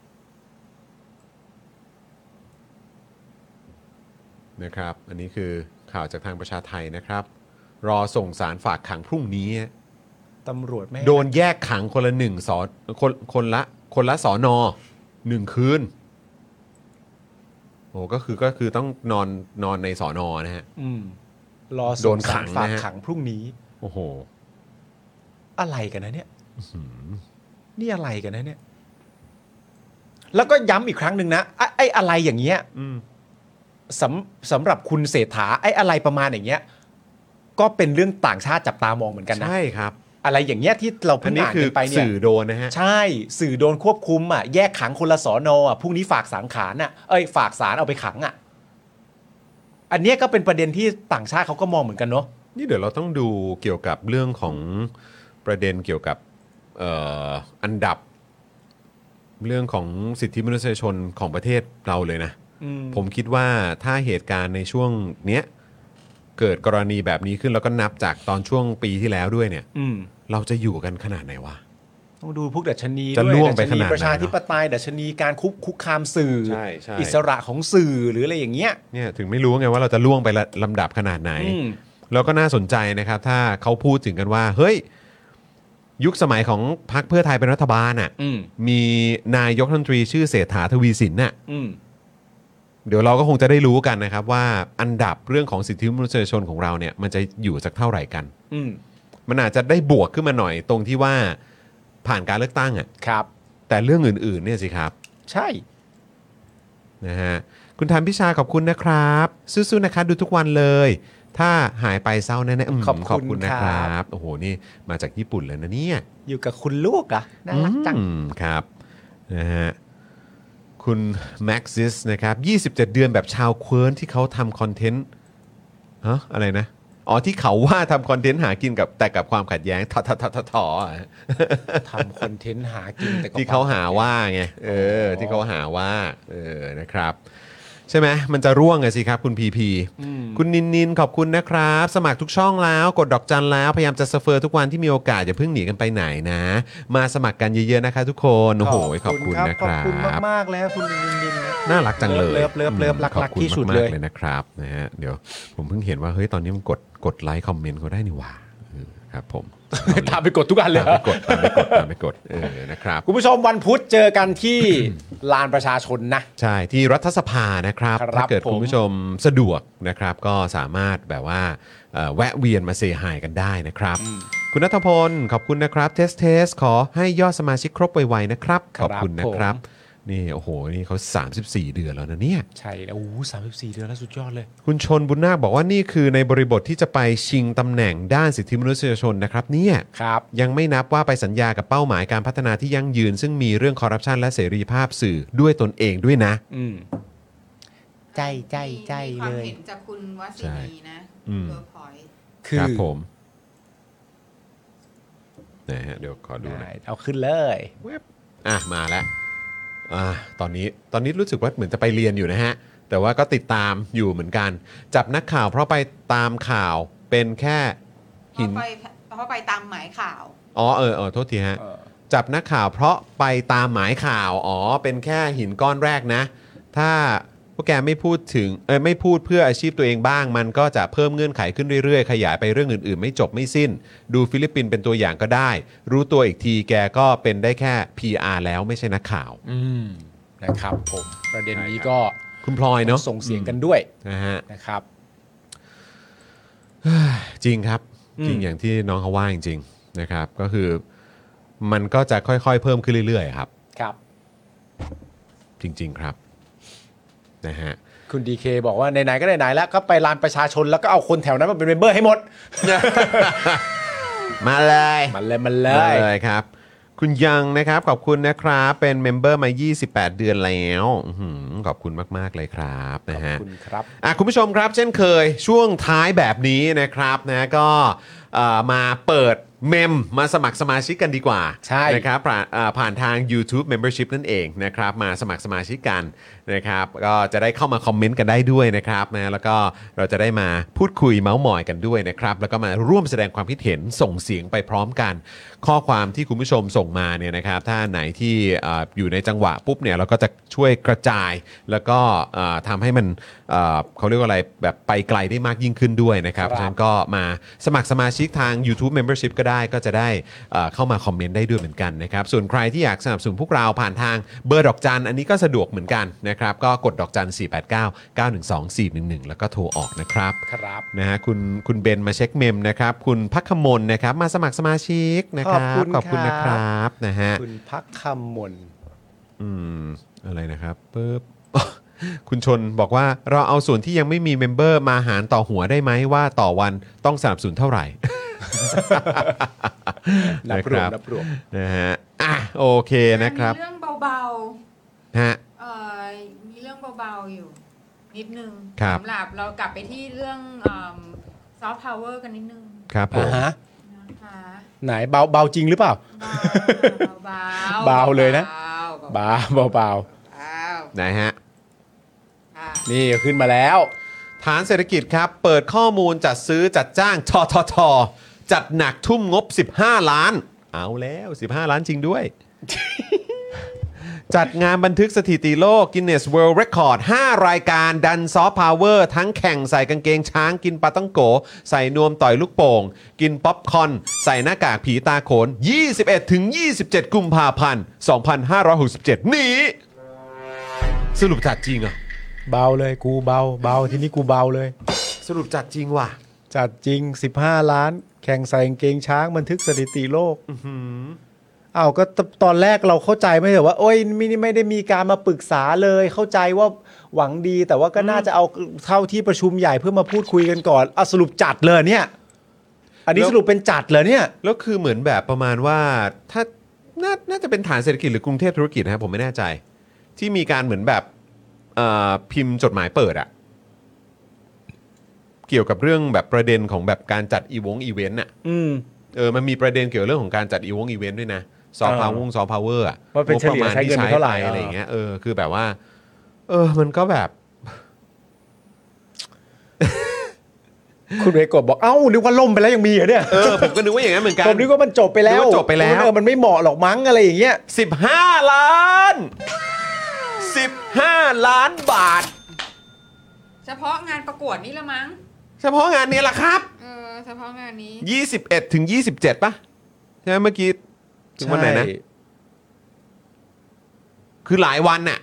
นะครับ อันนี้คือข่าวจากทางประชาไทยนะครับ รอส่งสารฝากขังพรุ่งนี้ตำรวจไม่ให้โดนแยกขังคนละหนึ่งสอนคนคนละคนละสอนอหนึ่งคืนโอ้ก็คือก็คือต้องนอนนอนในสอนอนะฮะอืมรอโดส่นงขัสารง ฝากนะฮะขังพรุ่งนี้โอ้โหอะไรกันนะเนี่ยนี่อะไรกันนะเนี่ย แล้วก็ย้ำอีกครั้งหนึ่งนะไอ้ไอ้อะไรอย่างเงี้ยอืมสำสำหรับคุณเศรษฐาไอ้อะไรประมาณอย่างเงี้ย ก็เป็นเรื่องต่างชาติจับตามองเหมือนกันนะใช่ครับอะไรอย่างเงี้ยที่เราอัเพิ่นงนี้อ่านคือกันไปเนี่ยสื่อโดนนะฮะใช่ สื่อโดนควบคุมอ่ะแยกขังคนละสอนอ่ะพรุ่งนี้ฝากสังขารอ่ะเอ้ยฝากศาลเอาไปขังอ่ะ อันเนี้ยก็เป็นประเด็นที่ต่างชาติเขาก็มองเหมือนกันเนาะนี่เดี๋ยวเราต้องดูเกี่ยวกับเรื่องของประเด็นเกี่ยวกับเอ่ออันดับ เรื่องของสิทธิมนุษยชนของประเทศเราเลยนะอืมผมคิดว่าถ้าเหตุการณ์ในช่วงเนี้ยเกิดกรณีแบบนี้ขึ้นแล้วก็นับจากตอนช่วงปีที่แล้วด้วยเนี่ยอืมเราจะอยู่กันขนาดไหนวะต้องดูพวกดัชนีจะด้วยล่วงไปดัชขนาดไหนประชาธิปไตยดัชนีการคุกคุกคามสื่อใช่ใช่อิสระของสื่อหรืออะไรอย่างเงี้ยเนี่ยถึงไม่รู้ไงว่าเราจะล่วงไปละลำดับขนาดไหนอืมแล้วก็น่าสนใจนะครับ ถ้าเขาพูดถึงกันว่า เฮ้ย ยุคสมัยของพรรคเพื่อไทยเป็นรัฐบาลน่ะอืมมีนายกรัฐมนตรีชื่อเศรษฐาทวีสินน่ะอืมเดี๋ยวเราก็คงจะได้รู้กันนะครับว่าอันดับเรื่องของสิทธิมนุษยชนของเราเนี่ยมันจะอยู่สักเท่าไหร่กันอืมมันอาจจะได้บวกขึ้นมาหน่อยตรงที่ว่าผ่านการเลือกตั้งอ่ะครับแต่เรื่องอื่นๆเนี่ยสิครับใช่นะฮะคุณธันพิชาขอบคุณนะครับสู้ๆนะคะดูทุกวันเลย ถ้าหายไปเศร้าแน่ๆมขอบคุณขอบคุณนะคครรัับโอ้โหนี่มาจากญี่ปุ่นเลยนะเนี่ยอยู่กับคุณลูกเหรอ่ะน่ารักจังอืมครับนะฮะคุณแม็กซิสนะครับยี่สิบเจ็ดเดือนแบบชาวเควิร์นที่เขาทำคอนเทนต์ฮะอะไรนะอ๋อที่เขาว่าทำคอนเทนต์หากินกับแต่กับความขัดแย้งทอทอทอทอทอทำคอนเทนต์หากินแต่ก็ที่เขาหาว่าไงเออที่เขาหาว่าเออนะครับใช่ไหมมันจะร่วงไงสิครับคุณพีพีคุณนินนินขอบคุณนะครับ สมัครทุกช่องแล้วกดดอกจันแล้วพยายามจะสเฟอร์ทุกวันที่มีโอกาสอย่าเพิ่งหนีกันไปไหนนะ มาสมัครกันเยอะๆนะคะทุกคนโอ้โหขอบคุณนะคขอบรับคุณมากๆแล้วคุณลินลินนะน่ารักจังเลยเลิฟเลิฟเลิฟรักขอบรักคุณที่สุดมากๆเลยเลยนะครับนะฮะเดี๋ยวผมเพิ่งเห็นว่าเฮ้ยตอนนี้มันกดกดไลค์คอมเมนต์เขาได้นี่หว่าเออครับผมตามไปกดทุกอันเลยตามไปกดตามไปกดตามไปกดเออนะครับคุณผู้ชมวันพุธเจอกันที่ ลานประชาชนนะใช่ที่รัฐสภานะครับครับถ้าเกิดผมคุณผู้ชมสะดวกนะครับ ก็สามารถแบบว่าเอ่อแวะเวียนมาเซฮายกันได้นะครับ คุณนัทพลขอบคุณนะครับเทสเทสขอให้ยอดสมาชิกครบไวๆนะครับคขรับอบคุณนะครับผมนี่โอ้โหนี่เขาสามสิบสี่เดือนแล้วนะเนี่ยใช่แล้วโอ้โหสามสิบสี่เดือนแล้วสุดยอดเลยคุณชนบุญนาคบอกว่านี่คือในบริบทที่จะไปชิงตำแหน่งด้านสิทธิมนุษยชนนะครับเนี่ยครับยังไม่นับว่าไปสัญญากับเป้าหมายการพัฒนาที่ยั่งยืน ซึ่งมีเรื่องคอร์รัปชันและเสรีภาพสื่อด้วยตนเองด้วยนะอืม ใจใจใจมีความเลยเห็นจากคุณวสินีนะอืมเวิร์กพอยต์คืคอรับผมนะฮะเดี๋ยวขอดูหนะได้เอาขึ้นเลยอ่ะมาแล้วอ่าตอนนี้ตอนนี้รู้สึกว่าเหมือนจะไปเรียนอยู่นะฮะ แต่ว่าก็ติดตามอยู่เหมือนกัน จับนักข่าวเพราะไปตามข่าวเป็นแค่หินเพราะไปเพราะไปตามหมายข่าวอ๋อเออเออโทษทีฮะเออจับนักข่าวเพราะไปตามหมายข่าวอ๋อเป็นแค่หินก้อนแรกนะ ถ้าวกแกไม่พูดถึงเออไม่พูดเพื่ออาชีพตัวเองบ้างมันก็จะเพิ่มเงื่อนไขขึ้นเรื่อยๆขยายไปเรื่องอื่นๆไม่จบไม่สิ้นดูฟิลิปปินส์เป็นตัวอย่างก็ได้รู้ตัวอีกทีแกก็เป็นได้แค่ พี อาร์ แล้วไม่ใช่นักข่าวอืมนะครับผมประเด็นนี้ก็คุณพลอยเนาะส่งเสียงกันด้วยนะฮะนะครับจริงครับอืมจริงอย่างที่น้องเขาว่าจริงๆนะครับก็คือมันก็จะค่อยๆเพิ่มขึ้นเรื่อยๆครับครับจริงๆครับนะฮะคุณดีเคบอกว่าไหนๆก็ไหนๆแล้วก็ไปลานประชาชนแล้วก็เอาคนแถวนั้นมาเป็นเมมเบอร์ให้หมดมาเลยมันเลยมันเลมาย เลยครับ คุณยังนะครับขอบคุณนะครับเป็นเมมเบอร์มายี่สิบแปดเดือนแล้วอื้อหือขอบคุณมากๆเลยครับขนะอบฮะคุณครับอ่ะคุณผู้ชมครับเช่นเคยช่วงท้ายแบบนี้นะครับนะก็เอ่อมาเปิดเมมมาสมัครสมาชิกกันดีกว่าใช่นะครับผ่านเอ่อผ่านทาง YouTube Membership นั่นเองนะครับมาสมัครสมาชิกกันนะครับก็จะได้เข้ามาคอมเมนต์กันได้ด้วยนะครับนะแล้วก็เราจะได้มาพูดคุยเมาส์มอยกันด้วยนะครับแล้วก็มาร่วมแสดงความคิดเห็นส่งเสียงไปพร้อมกัน ข้อความที่คุณผู้ชมส่งมาเนี่ยนะครับถ้าไหนที่เอ่ออยู่ในจังหวะปุ๊บเนี่ยเราก็จะช่วยกระจาย แล้วก็เอ่อทำให้มันเอ่อเขาเรียกว่าอะไรแบบไปไกลได้มากยิ่งขึ้นด้วยนะครับครับฉะนั้นก็มาสมัครสมาชิกทาง YouTube Membership ก็ได้ก็จะได้เอ่อเข้ามาคอมเมนต์ได้ด้วยเหมือนกันนะครับส่วนใครที่อยากสนับสนุนพวกเราผ่านทางเบอร์ดอกจันอันนี้ก็สะดวกเหมือนกันนะครับก็กดดอกจันสี่ แปด เก้า เก้า หนึ่ง สอง สี่ หนึ่ง หนึ่งแล้วก็โทรออกนะครับครับนะฮะคุณคุณเบนมาเช็คเมมนะครับคุณพักขมลนะครับมาสมัครสมาชิกนะครับขอบคุณขอบคุณครับนะครับนะฮะคุณพักคำมนอืมอะไรนะครับปึ๊บ คุณชนบอกว่าเราเอาส่วนที่ยังไม่มีเมมเบอร์มาหารต่อหัวได้ไหมว่าต่อวันต้องสนับสนุนเท่าไหร่นับรวมนับรวมนะฮะอ่ะโอเคนะครับมีเรื่องเบาฮะๆเอ่อมีเรื่องเบาๆอยู่ นิดนึงครับสำหรับเรากลับไปที่เรื่องซอฟต์พาวเวอร์กันนิดนึงครับผอ่าม ฮะนะคะไหนเบาเบาจริงหรือเปล่าเบาๆเบาเลยนะเบาๆเบาเบาเบาเบาไหนฮะๆค่ะนี่ขึ้นมาแล้วฐานเศรษฐกิจครับ เปิดข้อมูลจัดซื้อจัดจ้างทททจัดหนักทุ่มงบสิบห้าล้าน เอาแล้วสิบห้าล้านจริงด้วย จัดงานบันทึกสถิติโลก Guinness World Record ห้ารายการดันซอฟต์พาวเวอร์ทั้งแข่งใส่กางเกงช้างกินปลาต้องโก ใส่นวมต่อยลูกโป่ง กินป๊อปคอร์นใส่หน้ากากผีตาโขน ยี่สิบเอ็ดถึงยี่สิบเจ็ด กุมภาพันธ์ สองพันห้าร้อยหกสิบเจ็ด นี้สรุปจัดจริงเหรอเบาเลยกูเบาเบาทีนี้กูเบาเลยสรุปจัดจริงว่ะจัดจริงสิบห้าล้าน แข่งใส่กางเกงช้างบันทึกสถิติโลกอ้าวก็ตตอนแรกเราเข้าใจไม่ใช่ว่าโอ้ยไม่ไม่ได้มีการมาปรึกษาเลยเข้าใจว่าหวังดีแต่ว่าก็น่าจะเอาเข้าที่ประชุมใหญ่เพื่อมาพูดคุยกันก่อนอ่ะสรุปจัดเลยเนี่ย อันนี้แล้วสรุปเป็นจัดเหรอเนี่ยแล้วคือเหมือนแบบประมาณว่าถ้านาน่าจะเป็นฐานเศรษฐกิจหรือกรุงเทพธุรกิจนะครับผมไม่แน่ใจ ที่มีการเหมือนแบบเอ่อพิมพ์จดหมายเปิดอะเกี่ยวกับเรื่องแบบประเด็นของแบบการจัดอีวงอีเวนต์อะอืมเออมันมีประเด็นเกี่ยวกับเรื่องของการจัดอีวงอีเวนต์ด้วยนะซอฟต์พาวเวอร์ซอฟต์พาวเวอร์อะว่าเป็นเฉลี่ยใช้เงินไปเท่าไหร่อะไรอย่างเงี้ยเออคือแบบว่า เออมันก็แบบคุณเรกดบอกเอ้านึกว่าล่มไปแล้วยังมีเหรอเนี่ยเออผมก็นึกว่าอย่างนั้นเหมือนกันผมนึกว่ามันจบไปแล้วนึกว่าจบไปแล้วเออมันไม่เหมาะหรอกมั้งอะไรอย่างเงี้ยสิบห้าล้านสิบห้าล้านบาทเฉพาะงานประกวดนี่ละมั้งเฉพาะงานนี้แหละครับเออเฉพาะงานนี้ยี่สิบเอ็ดถึงยี่สิบเจ็ดป่ะใช่ไหมเมื่อกี้ถึงวันไหนนะใช่คือหลายวันน่ะ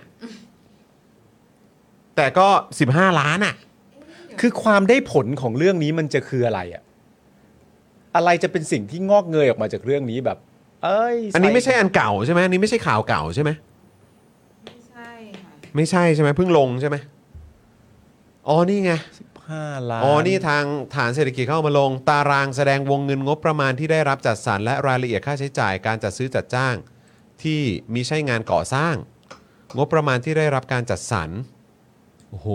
แต่ก็สิบห้าล้านน่ะคือความได้ผลของเรื่องนี้มันจะคืออะไรอะอะไรจะเป็นสิ่งที่งอกเงยออกมาจากเรื่องนี้แบบ เอ้ยอันนี้ไม่ใช่อันเก่าใช่ไหมอันนี้ไม่ใช่ข่าวเก่าใช่ไหมไม่ใช่ค่ะไม่ใช่ใช่ไหมเพิ่งลงใช่ไหมอ๋อนี่ไงห้าล้านอ๋อนี่ทางฐานเศรษฐกิจเข้ามาลง ตารางแสดงวงเงินงบประมาณที่ได้รับจัดสรรและรายละเอียดค่าใช้จ่ายการจัดซื้อจัดจ้าง ที่มิใช่งานก่อสร้าง งบประมาณที่ได้รับการจัดสรรโอ้โห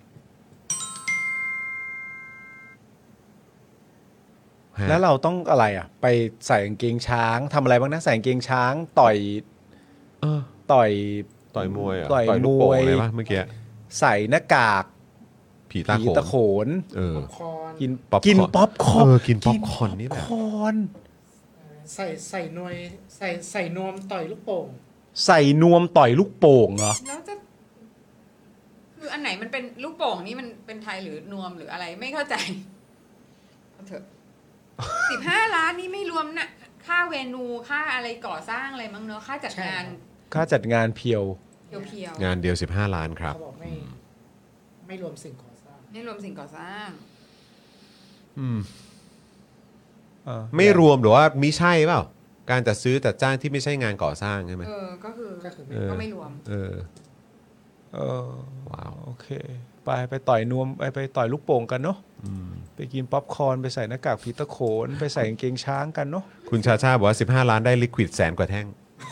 ฮะแล้วเราต้องอะไรอ่ะ ไปใส่กางเกงช้างทำอะไรบ้างนะใส่กางเกงช้าง ต่อยเออต่อยต่อยมวยเหรต่อยลูกโป่งมวยอะไรปะเมื่อกี้ใส่หน้ากากผีตาผีโขนตะโขนเออคอนกินป๊อปคอร์นกินป๊อปคอร์นเออกินป๊อปคอร์นนี่แบบป๊อปคอร์นใส่ใส่นวยใส่ใส่นวมต่อยลูกโป่งใส่นวมต่อยลูกโป่งเหรอแล้วจะคืออันนไหนมันเป็นลูกโป่งนี่มันเป็นไทยหรือนวมหรืออะไรไม่เข้าใจเถอะสิบห้าล้านนี่ไม่รวมนะค่าเวนูค่าอะไรก่อสร้างอะไรมั้งเนอะค่าจัดงานค่าจัดงานเพียวเพียวงานเดียวสิบห้าล้านครับเขาบอกไม่ไม่รวมสิ่งก่อสร้างๆไม่รวมสิ่งก่อสร้างอืมไม่รวมหรือว่ามิใช่เปล่าการจัดซื้อจัดจ้างที่ไม่ใช่งานก่อสร้างใช่ไหมเออก็คือก็คือเออก็ไม่รวมเออเออว้าวโอเค ไปไปต่อยนวมไปไปต่อยลูกโป่งกันเนาะไปกินป๊อปคอร์นไปใส่หน้ากากผีตะโขนไปใส่กางเกงช้างกันเนาะคุณชาชาบอกว่าสิบห้าล้านได้ลิควิดแสนกว่าแท่ง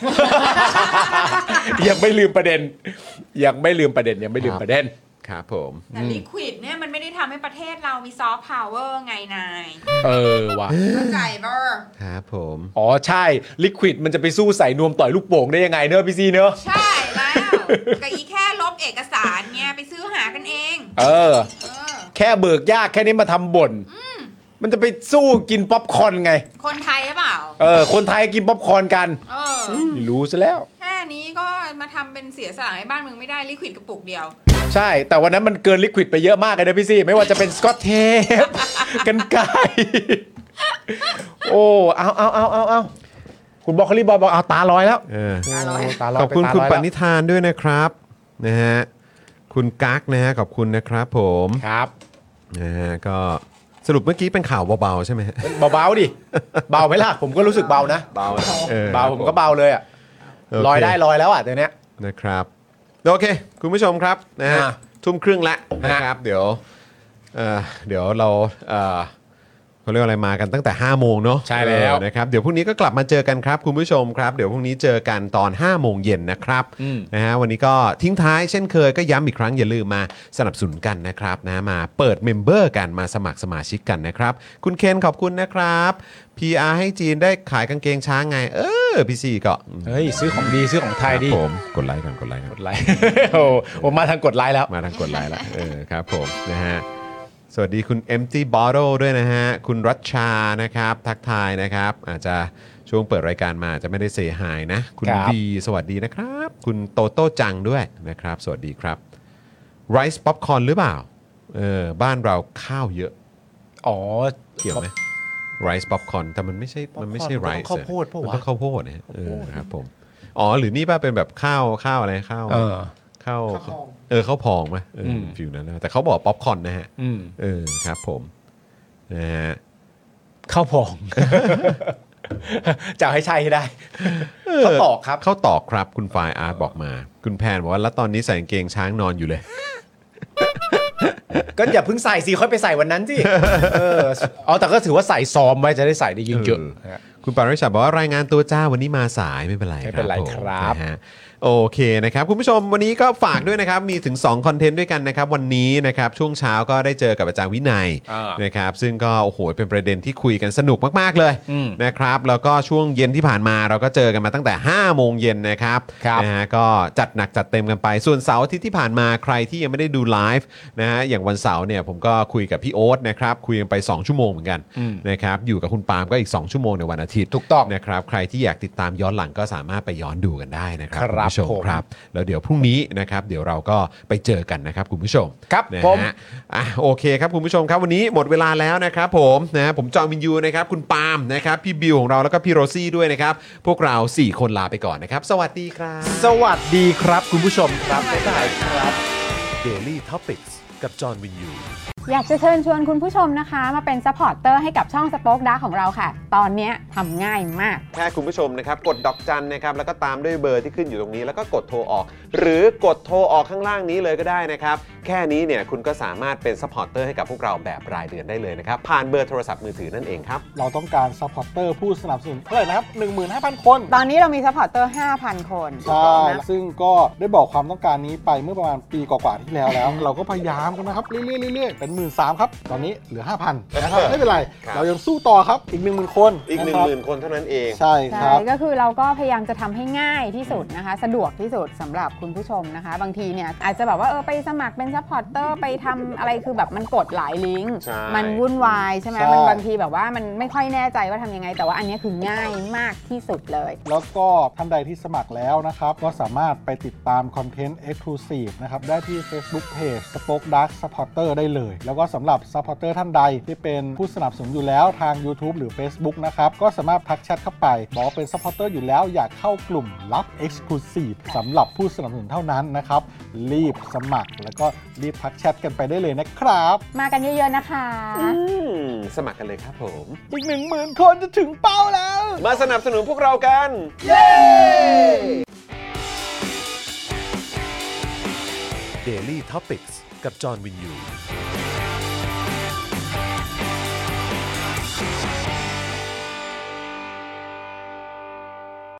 ยังไม่ลืมประเด็น ยังไม่ลืมประเด็นยังไม่ลืมประเด็นครับผมแต่ลิควิดเนี่ยมันไม่ได้ทำให้ประเทศเรามีซอฟต์พาวเวอร์ไงนายเออว่ะเข้าใจป่ะครับผมอ๋อใช่ลิควิดมันจะไปสู้ใส่นวมต่อยลูกโป่งได้ยังไงเนอะพี่ซีเนอะใช่แล้วกับอีแค่ลบเอกสารเนี่ยไปซื้อหากันเองเออเออแค่เบิกยากแค่นี้มาทำบ่นมันจะไปสู้กินป๊อปคอร์นไงคนไทยหรือเปล่าเออคนไทยกินป๊อปคอร์นกันเออไม่รู้ซะแล้วแค่นี้ก็มาทำเป็นเสียสละให้บ้านเมืองไม่ได้ลิควิดกระปุกเดียวใช่แต่วันนั้นมันเกินลิควิดไปเยอะมากเลยนะพี่ซี่ไม่ว่าจะเป็นสกอตเทป กันไกรโอ้เอาเอาเอาเอาเอาคุณบอคคลีบอยบอกเอาตาลอยแล้วเออตาลอยตาลอยขอบคุณไปตาคุณลอยปแล้วณิธานด้วยนะครับนะฮะคุณกั๊กนะฮะขอบคุณนะครับผมครับนะฮะก็สรุปเมื่อกี้เป็นข่าวเบาๆใช่ไหมฮะเบาๆดิเบาไหมล่ะผมก็รู้สึกเบานะเบาเออเบาผมก็เบาเลยอ่ะโเคลอยได้ลอยแล้วอ่ะเดี๋ยวนี้นะครับโอเคคุณผู้ชมครับนะฮะอ่ะทุ่มครึ่งละฮะนะครับเดี๋ยวเอ่อเดี๋ยวเราเอ่อเขาเรียกว่าอะไรมากันตั้งแต่ห้าโมงเนาะใช่แล้วเออนะครับเดี๋ยวพรุ่งนี้ก็กลับมาเจอกันครับคุณผู้ชมครับเดี๋ยวพรุ่งนี้เจอกันตอนห้าโมงเย็นนะครับนะฮะวันนี้ก็ทิ้งท้ายเช่นเคยก็ย้ำอีกครั้งอย่าลืมมาสนับสนุนกันนะครับนะมาเปิดเมมเบอร์กันมาสมัครสมาชิกกันนะครับคุณเคนขอบคุณนะครับ พี อาร์ ให้จีนได้ขายกางเกงช้างไงเออพี่ซีก็เฮ้ยซื้อของดีซื้อของไทยดิครับผมกดไลค์ก่อนกดไลค์ก่อนกดไลค์ โอ้ผมมาทางกดไลค์แล้วมาทางกดไลค์ละเออครับผมนะฮะสวัสดีคุณ Empty Bottle ด้วยนะฮะคุณรัชชานะครับทักทายนะครับอาจจะช่วงเปิดรายการมาอาจจะไม่ได้เซฮายนะคุณครับวีสวัสดีนะครับคุณโตโต้จังด้วยนะครับสวัสดีครับไรซ์ป๊อปคอร์นหรือเปล่าเออบ้านเราข้าวเยอะอ๋อเกี่ยวไหมไรซ์ป๊อปคอร์นแต่มันไม่ใช่มันไม่ใช่ไรซ์ข้าวโพดปะวะมันต้องข้าวโพดนะเออครับผมอ๋อหรือนี่ป่ะเป็นแบบข้าวข้าวอะไรข้าวเออข้าวข้าวพองเออข้าวพองไหมเอออมฟิวนั้นนะแต่เขาบอกป๊อปคอร์นนะฮะอืมเออครับผมนะฮะข้าวพอง จะเอาให้ใช่ให้ได้เขาตอกครับเข้าตอกครับคุณฝ่ายอาร์ตบอกมา คุณแพนบอกว่าแล้วตอนนี้ใส่กางเกงช้างนอนอยู่เลยก็อย่าเพิ่งใส่สิค่อยไปใส่วันนั้นสิเออเอาแต่ก็ถือว่าใส่ซ้อมไว้จะได้ใส่ได้เยอะๆคุณปาริชาบอกว่ารายงานตัวจ้าวันนี้มาสายไม่เป็นไรไม่เป็นไรผมครับนะฮะโอเคนะครับคุณผู้ชมวันนี้ก็ฝากด้วยนะครับมีถึงสองคอนเทนต์ด้วยกันนะครับวันนี้นะครับช่วงเช้าก็ได้เจอกับอาจารย์วินัยอ่านนะครับซึ่งก็โอ้โหเป็นประเด็นที่คุยกันสนุกมากๆเลยอืมนะครับแล้วก็ช่วงเย็นที่ผ่านมาเราก็เจอกันมาตั้งแต่ห้าโมงเย็นนะครับครับนะฮะก็จัดหนักจัดเต็มกันไปส่วนเสาร์อาทิตย์ที่ผ่านมาใครที่ยังไม่ได้ดูไลฟ์นะฮะอย่างวันเสาร์เนี่ยผมก็คุยกับพี่โอ๊ตนะครับคุยกันไปสองชั่วโมงเหมือนกันนะครับอยู่กับคุณปาล์มก็อีกสองชั่วโมงในวันอาทิตย์ถูกต้องนะครับใครที่อยากติดตามย้อนหลังก็สามารถไปย้อนดูกันได้นะครับครับคุณผู้ชมผมครับแล้วเดี๋ยวพรุ่งนี้นะครับเดี๋ยวเราก็ไปเจอกันนะครับคุณผู้ชมครับนะผมฮะอ่ะโอเคครับคุณผู้ชมครับวันนี้หมดเวลาแล้วนะครับผมนะฮะผมจอห์นวินยูนะครับคุณปาล์มนะครับพี่บิวของเราแล้วก็พี่โรซี่ด้วยนะครับพวกเราสี่คนลาไปก่อนนะครับสวัสดีครับสวัสดีครับคุณผู้ชมครับบ๊ายบายครับ Daily Topics กับจอห์นวินยูอยากจะเชิญชวนคุณผู้ชมนะคะ มาเป็นซัพพอร์ตเตอร์ให้กับช่องสป็อคดาร์กของเราค่ะ ตอนนี้ทำง่ายมากแค่คุณผู้ชมนะครับกดดอกจันนะครับแล้วก็ตามด้วยเบอร์ที่ขึ้นอยู่ตรงนี้แล้วก็กดโทรออก หรือกดโทรออกข้างล่างนี้เลยก็ได้นะครับแค่นี้เนี่ยคุณก็สามารถเป็นซัพพอร์ตเตอร์ให้กับพวกเราแบบรายเดือนได้เลยนะครับผ่านเบอร์โทรศัพท์มือถือนั่นเองครับเราต้องการซัพพอร์เตอร์ผู้สนับสนุนเท่าไหร่นะครับ หนึ่งหมื่นห้าพัน คนตอนนี้เรามีซัพพอร์ตเตอร์ ห้าพัน คนใช่นะซึ่งก็ได้บอกความต้องการนี้ไปเมื่อประมาณปีกว่าๆที่แล้วแล้ว เราก็พยายามกันนะครับเรื่อยๆเรื่อยๆเป็น หนึ่งหมื่นสามพัน ครับตอนนี้เหลือ ห้าพัน นะครับไม่เป็นไรครับเรายังสู้ต่อครับอีก หนึ่งหมื่น คนอีก 1 ะครับ 0,000 คนเท่านั้นเองใช่คใช่รับก็คือเราก็พยายามจะทำให้ง่ายที่สุดนะคะ สะดวกที่สุดสำหรับคุณผู้ชมนะคะ บางทีเนี่ยอาจจะแบบว่าเออไปสมัครเป็นซัพซัพพอร์ตเตอร์ไปทำอะไรคือแบบมันกดหลายลิงก์ใช่มันวุ่นวายใช่ไหมใช่มันบางทีแบบว่ามันไม่ค่อยแน่ใจว่าทำยังไงแต่ว่าอันนี้คือง่ายมากที่สุดเลยแล้วก็ท่านใดที่สมัครแล้วนะครับก็สามารถไปติดตามคอนเทนต์ Exclusive นะครับได้ที่ Facebook Page Spoke Dark Supporter ได้เลยแล้วก็สำหรับ Supporter ท่านใดที่เป็นผู้สนับสนุนอยู่แล้วทาง YouTube หรือ Facebook นะครับก็สามารถทักแชทเข้าไปบอกว่าเป็น Supporter อยู่แล้วอยากเข้ากลุ่มลับ Exclusive สำหรับผู้สนับสนุนเท่านั้นนะครับรีบสมัครแล้วก็รีบทักแชทกันไปได้เลยนะครับมากันเยอะๆนะคะอืมสมัครกันเลยครับผมอีก หนึ่งหมื่น คนจะถึงเป้าแล้วมาสนับสนุนพวกเรากันเย้ Daily Topics กับจอห์นวินยู